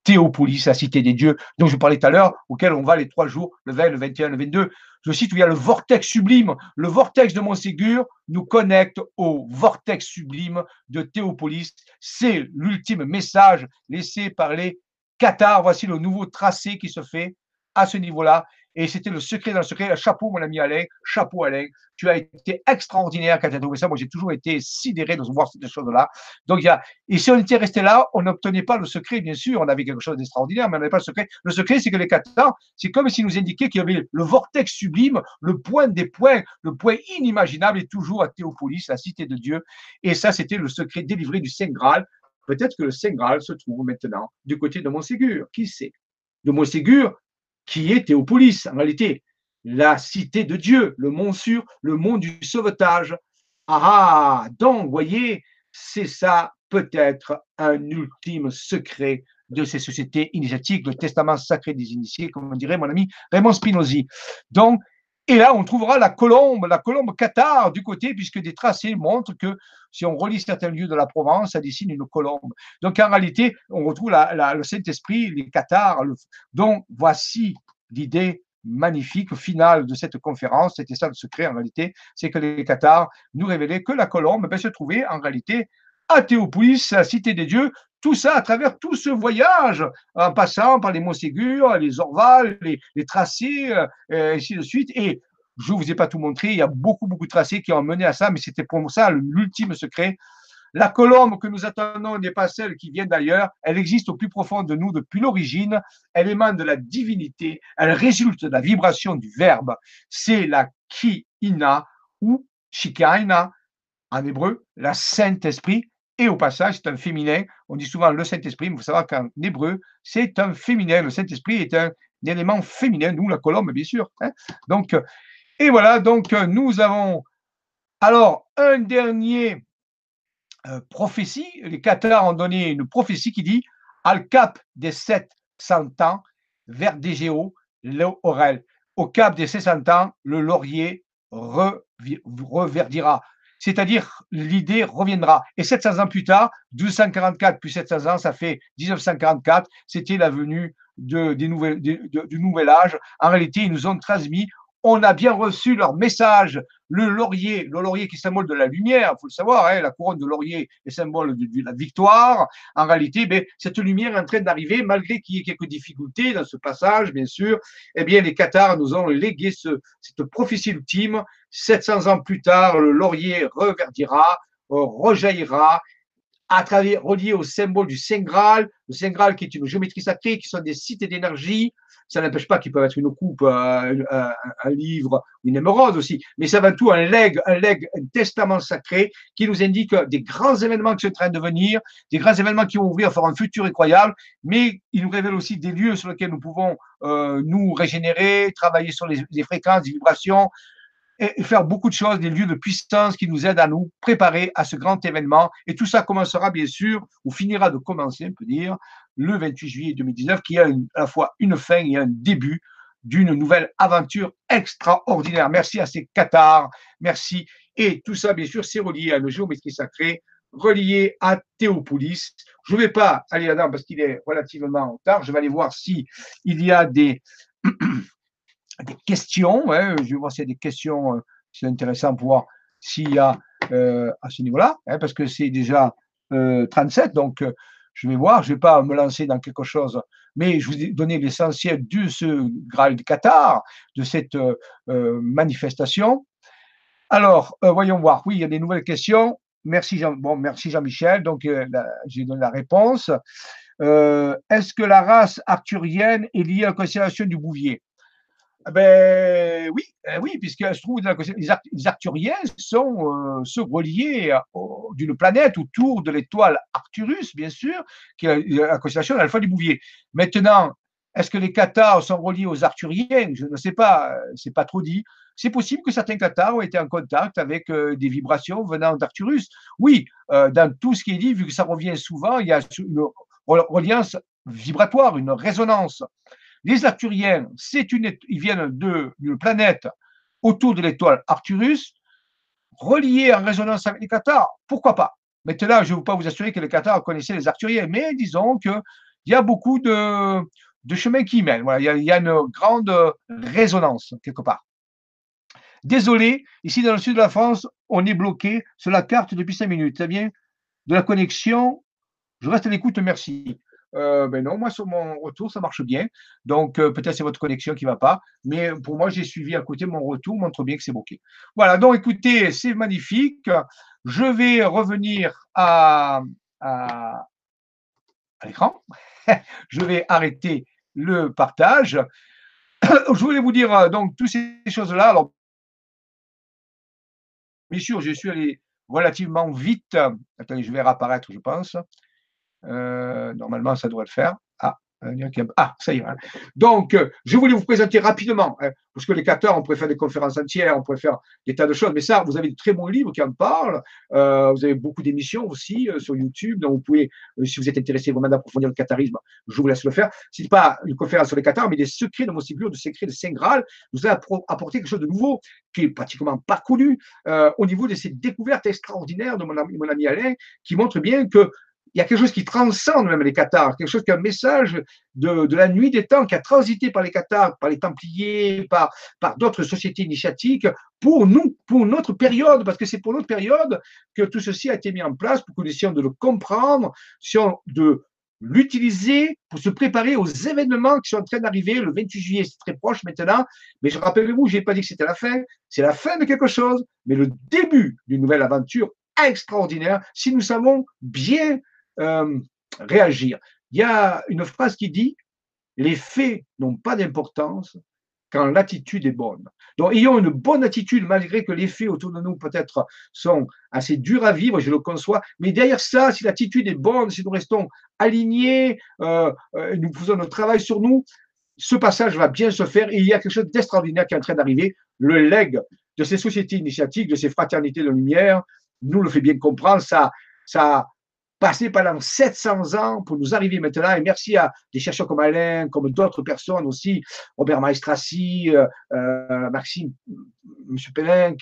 Théopolis, la cité des dieux, dont je parlais tout à l'heure, auquel on va les 3 jours, le 20, le 21, le 22. Je cite où il y a le vortex sublime. Le vortex de Montségur nous connecte au vortex sublime de Théopolis. C'est l'ultime message laissé par les Cathares. Voici le nouveau tracé qui se fait à ce niveau-là. Et c'était le secret dans le secret. Chapeau, mon ami Alain. Chapeau, Alain. Tu as été extraordinaire quand tu as trouvé ça. Moi, j'ai toujours été sidéré de voir ces choses-là. Donc, et si on était resté là, on n'obtenait pas le secret, bien sûr. On avait quelque chose d'extraordinaire, mais on n'avait pas le secret. Le secret, c'est que les Cathares, c'est comme s'ils nous indiquaient qu'il y avait le vortex sublime, le point des points, le point inimaginable est toujours à Théopolis, la cité de Dieu. Et ça, c'était le secret délivré du Saint Graal. Peut-être que le Saint Graal se trouve maintenant du côté de Montségur. Qui sait? De Montségur, qui est Théopolis, en réalité, la cité de Dieu, le mont sûr, le mont du sauvetage. Ah, donc, vous voyez, c'est ça peut-être un ultime secret de ces sociétés initiatiques, le testament sacré des initiés, comme dirait mon ami Raymond Spinozzi. Donc, et là, on trouvera la colombe cathare du côté, puisque des tracés montrent que si on relie certains lieux de la Provence, ça dessine une colombe. Donc, en réalité, on retrouve le Saint-Esprit, les cathares. Donc, voici l'idée magnifique finale de cette conférence. C'était ça le secret, en réalité, c'est que les cathares nous révélaient que la colombe se trouvait, en réalité, à Théopolis, la cité des dieux, tout ça à travers tout ce voyage, en passant par les Montségur, les Orval, les tracés, ainsi de suite. Et je ne vous ai pas tout montré, il y a beaucoup de tracés qui ont mené à ça, mais c'était pour ça l'ultime secret. La colombe que nous attendons n'est pas celle qui vient d'ailleurs, elle existe au plus profond de nous depuis l'origine, elle émane de la divinité, elle résulte de la vibration du Verbe. C'est la Ki-ina ou Shikaina en hébreu, la Saint-Esprit. Et au passage, c'est un féminin. On dit souvent le Saint-Esprit, mais il faut savoir qu'en hébreu, c'est un féminin. Le Saint-Esprit est un élément féminin, nous, la colombe, bien sûr. Hein. Donc, et voilà, donc nous avons alors un dernier prophétie. Les cathares ont donné une prophétie qui dit Al cap des 700 ans, vers Dégéo, l'Orel. Au cap des 700 ans, le laurier reverdira. C'est-à-dire, l'idée reviendra. Et 700 ans plus tard, 1244 plus 700 ans, ça fait 1944, c'était la venue du nouvel âge. En réalité, ils nous ont transmis, on a bien reçu leur message. Le laurier qui est symbole de la lumière, il faut le savoir, hein, la couronne de laurier est symbole de la victoire. En réalité, cette lumière est en train d'arriver, malgré qu'il y ait quelques difficultés dans ce passage, bien sûr. Eh bien, les cathares nous ont légué cette prophétie ultime. 700 ans plus tard, le laurier reverdira, rejaillira, à travers, relié au symbole du Saint Graal, le Saint Graal qui est une géométrie sacrée, qui sont des cités d'énergie. Ça n'empêche pas qu'il peut être une coupe, un livre, une émeraude aussi, mais c'est avant tout un legs, un testament sacré qui nous indique des grands événements qui sont en train de venir, des grands événements qui vont ouvrir vers un futur incroyable, mais il nous révèle aussi des lieux sur lesquels nous pouvons nous régénérer, travailler sur les fréquences, les vibrations, et faire beaucoup de choses, des lieux de puissance qui nous aident à nous préparer à ce grand événement. Et tout ça commencera, bien sûr, ou finira de commencer, on peut dire, le 28 juillet 2019, qui a à la fois une fin et un début d'une nouvelle aventure extraordinaire. Merci à ces cathares, merci. Et tout ça, bien sûr, c'est relié à une géométrie sacrée, relié à Théopolis. Je ne vais pas aller là-dedans parce qu'il est relativement tard. Je vais aller voir s'il y a des questions. Hein. Je vais voir s'il y a des questions. C'est intéressant pour voir s'il y a à ce niveau-là, hein, parce que c'est déjà 37. Donc, je vais voir. Je ne vais pas me lancer dans quelque chose, mais je vous ai donné l'essentiel de ce Graal de Cathare, de cette manifestation. Alors, voyons voir. Oui, il y a des nouvelles questions. Merci, merci Jean-Michel. Donc, j'ai donné la réponse. Est-ce que la race arthurienne est liée à la constellation du Bouvier? Ben oui, puisque se trouve les Arthuriens sont reliés d'une planète autour de l'étoile Arcturus, bien sûr, qui est la constellation de l'Alpha du Bouvier. Maintenant, est-ce que les cathares sont reliés aux Arthuriens? Je ne sais pas, c'est pas trop dit. C'est possible que certains cathares ont été en contact avec des vibrations venant d'Arcturus. Oui, dans tout ce qui est dit, vu que ça revient souvent, il y a une reliance vibratoire, une résonance. Les Arthuriens, ils viennent d'une planète autour de l'étoile Arcturus, reliée en résonance avec les cathares. Pourquoi pas? Maintenant, je ne vais pas vous assurer que les cathares connaissaient les Arthuriens, mais disons que il y a beaucoup de chemins qui mènent. Voilà, il y a une grande résonance quelque part. Désolé, ici dans le sud de la France, on est bloqué sur la carte depuis 5 minutes. Ça vient de la connexion. Je reste à l'écoute, merci. Ben non, moi sur mon retour, ça marche bien. Donc peut-être c'est votre connexion qui ne va pas. Mais pour moi, j'ai suivi à côté mon retour, montre bien que c'est bloqué. Voilà, donc écoutez, c'est magnifique. Je vais revenir à l'écran. Je vais arrêter le partage. Je voulais vous dire donc toutes ces choses-là. Alors, bien sûr, je suis allé relativement vite. Attendez, je vais réapparaître, je pense. Normalement, ça devrait le faire. Ah, ça y est. Hein. Donc, je voulais vous présenter rapidement, hein, parce que les capteurs, on pourrait faire des conférences entières, on pourrait faire des tas de choses, mais ça, vous avez de très bons livres qui en parlent. Vous avez beaucoup d'émissions aussi sur YouTube, donc vous pouvez, si vous êtes intéressé vraiment d'approfondir le catharisme, je vous laisse le faire. Ce n'est pas une conférence sur les cathares, mais des secrets de Montségur, des secrets de Saint Graal. Vous allez apporter quelque chose de nouveau qui est pratiquement pas connu au niveau de ces découvertes extraordinaires de mon ami Alain, qui montrent bien que il y a quelque chose qui transcende même les cathares, quelque chose qui est un message de la nuit des temps qui a transité par les cathares, par les Templiers, par d'autres sociétés initiatiques, pour nous, pour notre période, parce que c'est pour notre période que tout ceci a été mis en place, pour que nous essayons de le comprendre, de l'utiliser pour se préparer aux événements qui sont en train d'arriver. Le 28 juillet, c'est très proche maintenant, mais je rappelle-vous, je n'ai pas dit que c'était la fin, c'est la fin de quelque chose, mais le début d'une nouvelle aventure extraordinaire, si nous savons bien réagir. Il y a une phrase qui dit les faits n'ont pas d'importance quand l'attitude est bonne. Donc, ayons une bonne attitude, malgré que les faits autour de nous, peut-être, sont assez durs à vivre, je le conçois, mais derrière ça, si l'attitude est bonne, si nous restons alignés, nous faisons notre travail sur nous, ce passage va bien se faire et il y a quelque chose d'extraordinaire qui est en train d'arriver. Le legs de ces sociétés initiatiques, de ces fraternités de lumière, nous le fait bien comprendre, ça passé pendant 700 ans pour nous arriver maintenant. Et merci à des chercheurs comme Alain, comme d'autres personnes aussi, Robert Maestrassi, Maxime, M. Pélenc,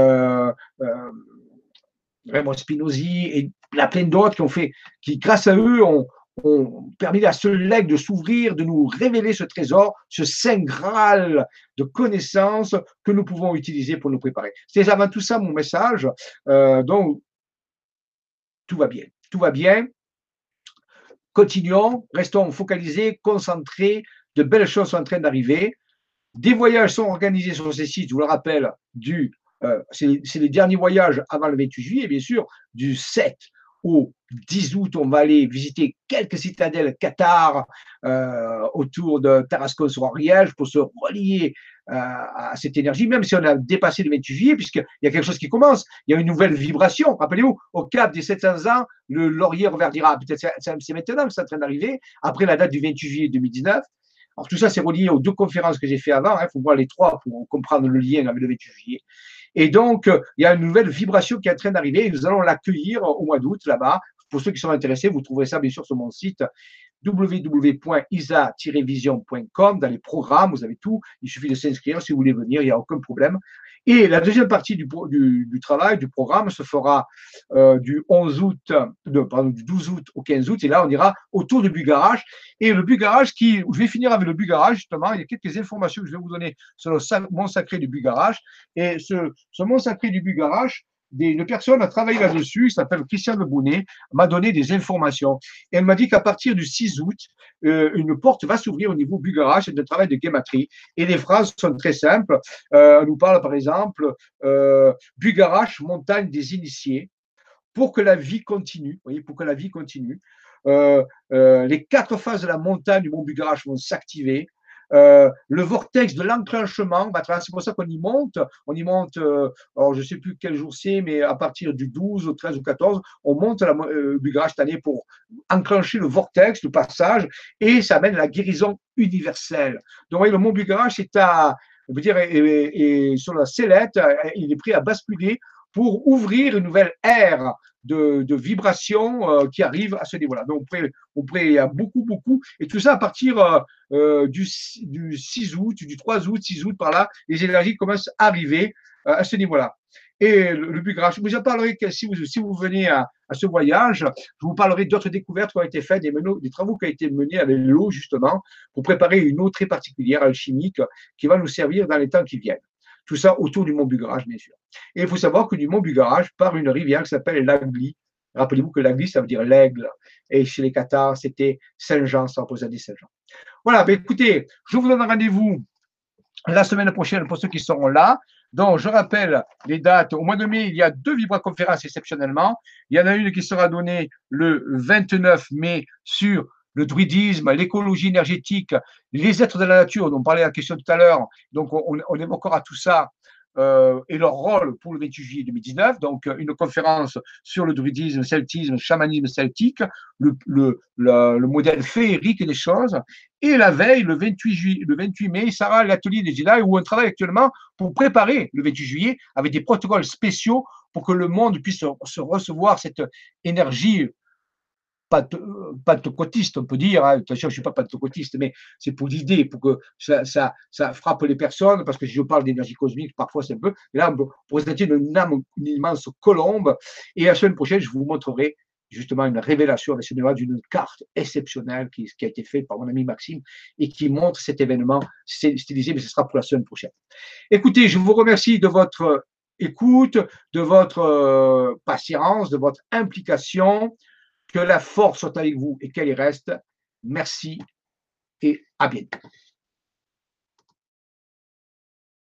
Raymond Spinozzi, et il y a plein d'autres qui, grâce à eux, ont permis à ce legs de s'ouvrir, de nous révéler ce trésor, ce saint graal de connaissances que nous pouvons utiliser pour nous préparer. C'est avant tout ça mon message. Donc, tout va bien. Tout va bien. Continuons, restons focalisés, concentrés. De belles choses sont en train d'arriver. Des voyages sont organisés sur ces sites, je vous le rappelle, c'est les derniers voyages avant le 28 juillet, bien sûr, du 7 au 10 août, on va aller visiter quelques citadelles cathares autour de Tarascon-sur-Ariège pour se relier à cette énergie, même si on a dépassé le 28 juillet, puisqu'il y a quelque chose qui commence, il y a une nouvelle vibration. Rappelez-vous, au cap des 700 ans, le laurier reverdira. Peut-être c'est maintenant que c'est en train d'arriver, après la date du 28 juillet 2019. Alors tout ça, c'est relié aux 2 conférences que j'ai fait avant. Il faut voir les 3 pour comprendre le lien avec le 28 juillet. Et donc, il y a une nouvelle vibration qui est en train d'arriver et nous allons l'accueillir au mois d'août là-bas. Pour ceux qui sont intéressés, vous trouverez ça bien sûr sur mon site www.isa-vision.com. Dans les programmes, vous avez tout. Il suffit de s'inscrire si vous voulez venir, il n'y a aucun problème. Et la deuxième partie du travail, du programme, se fera du 12 août au 15 août. Et là, on ira autour du Bugarach. Et le Bugarach, je vais finir avec le Bugarach, justement. Il y a quelques informations que je vais vous donner sur le mont sacré du Bugarach. Et ce mont sacré du Bugarach, une personne a travaillé là-dessus, il s'appelle Christian Le Bonnet, m'a donné des informations. Et elle m'a dit qu'à partir du 6 août, une porte va s'ouvrir au niveau Bugarach, c'est un travail de guématrie. Et les phrases sont très simples. On nous parle par exemple, Bugarach, montagne des initiés, pour que la vie continue. Vous voyez, pour que la vie continue. Les 4 phases de la montagne du mont Bugarach vont s'activer. Le vortex de l'enclenchement, c'est pour ça qu'on y monte. On y monte, alors je ne sais plus quel jour c'est, mais à partir du 12 au 13 ou 14, on monte à la Bugarach cette année pour enclencher le vortex, le passage, et ça amène à la guérison universelle. Donc, vous voyez, le mont Bugarach est sur la sellette, il est prêt à basculer pour ouvrir une nouvelle ère de vibrations qui arrivent à ce niveau-là. Donc, il y a beaucoup, et tout ça à partir du 6 août, du 3 août, 6 août, par là, les énergies commencent à arriver à ce niveau-là. Et le Bugrach, je vous en parlerai que si vous venez à ce voyage, je vous parlerai d'autres découvertes qui ont été faites, des travaux qui ont été menés avec l'eau, justement, pour préparer une eau très particulière, alchimique, qui va nous servir dans les temps qui viennent. Tout ça autour du mont Bugrach, bien sûr. Et il faut savoir que du mont Bugrach part une rivière qui s'appelle l'Agly. Rappelez-vous que l'Agly, ça veut dire l'aigle. Et chez les Cathares, c'était Saint-Jean, ça repose à des Saint-Jean. Voilà, ben écoutez, je vous donne rendez-vous la semaine prochaine pour ceux qui seront là. Donc, je rappelle les dates. Au mois de mai, il y a 2 vibra-conférences exceptionnellement. Il y en a une qui sera donnée le 29 mai sur le druidisme, l'écologie énergétique, les êtres de la nature, dont on parlait la question tout à l'heure. Donc, on évoquera tout ça et leur rôle pour le 28 juillet 2019. Donc, une conférence sur le druidisme, celtisme, chamanisme celtique, le modèle féerique des choses. Et la veille, le 28 mai, ça sera l'atelier des Jedi où on travaille actuellement pour préparer le 28 juillet avec des protocoles spéciaux pour que le monde puisse se recevoir cette énergie pentecôtiste, on peut dire. Hein. Attention, je ne suis pas pentecôtiste, mais c'est pour l'idée, pour que ça frappe les personnes, parce que si je parle d'énergie cosmique, parfois c'est un peu. Et là, on peut présenter une immense colombe. Et la semaine prochaine, je vous montrerai justement une révélation avec d'une carte exceptionnelle qui a été faite par mon ami Maxime et qui montre cet événement stylisé, mais ce sera pour la semaine prochaine. Écoutez, je vous remercie de votre écoute, de votre patience, de votre implication. Que la force soit avec vous et qu'elle y reste. Merci et à bientôt.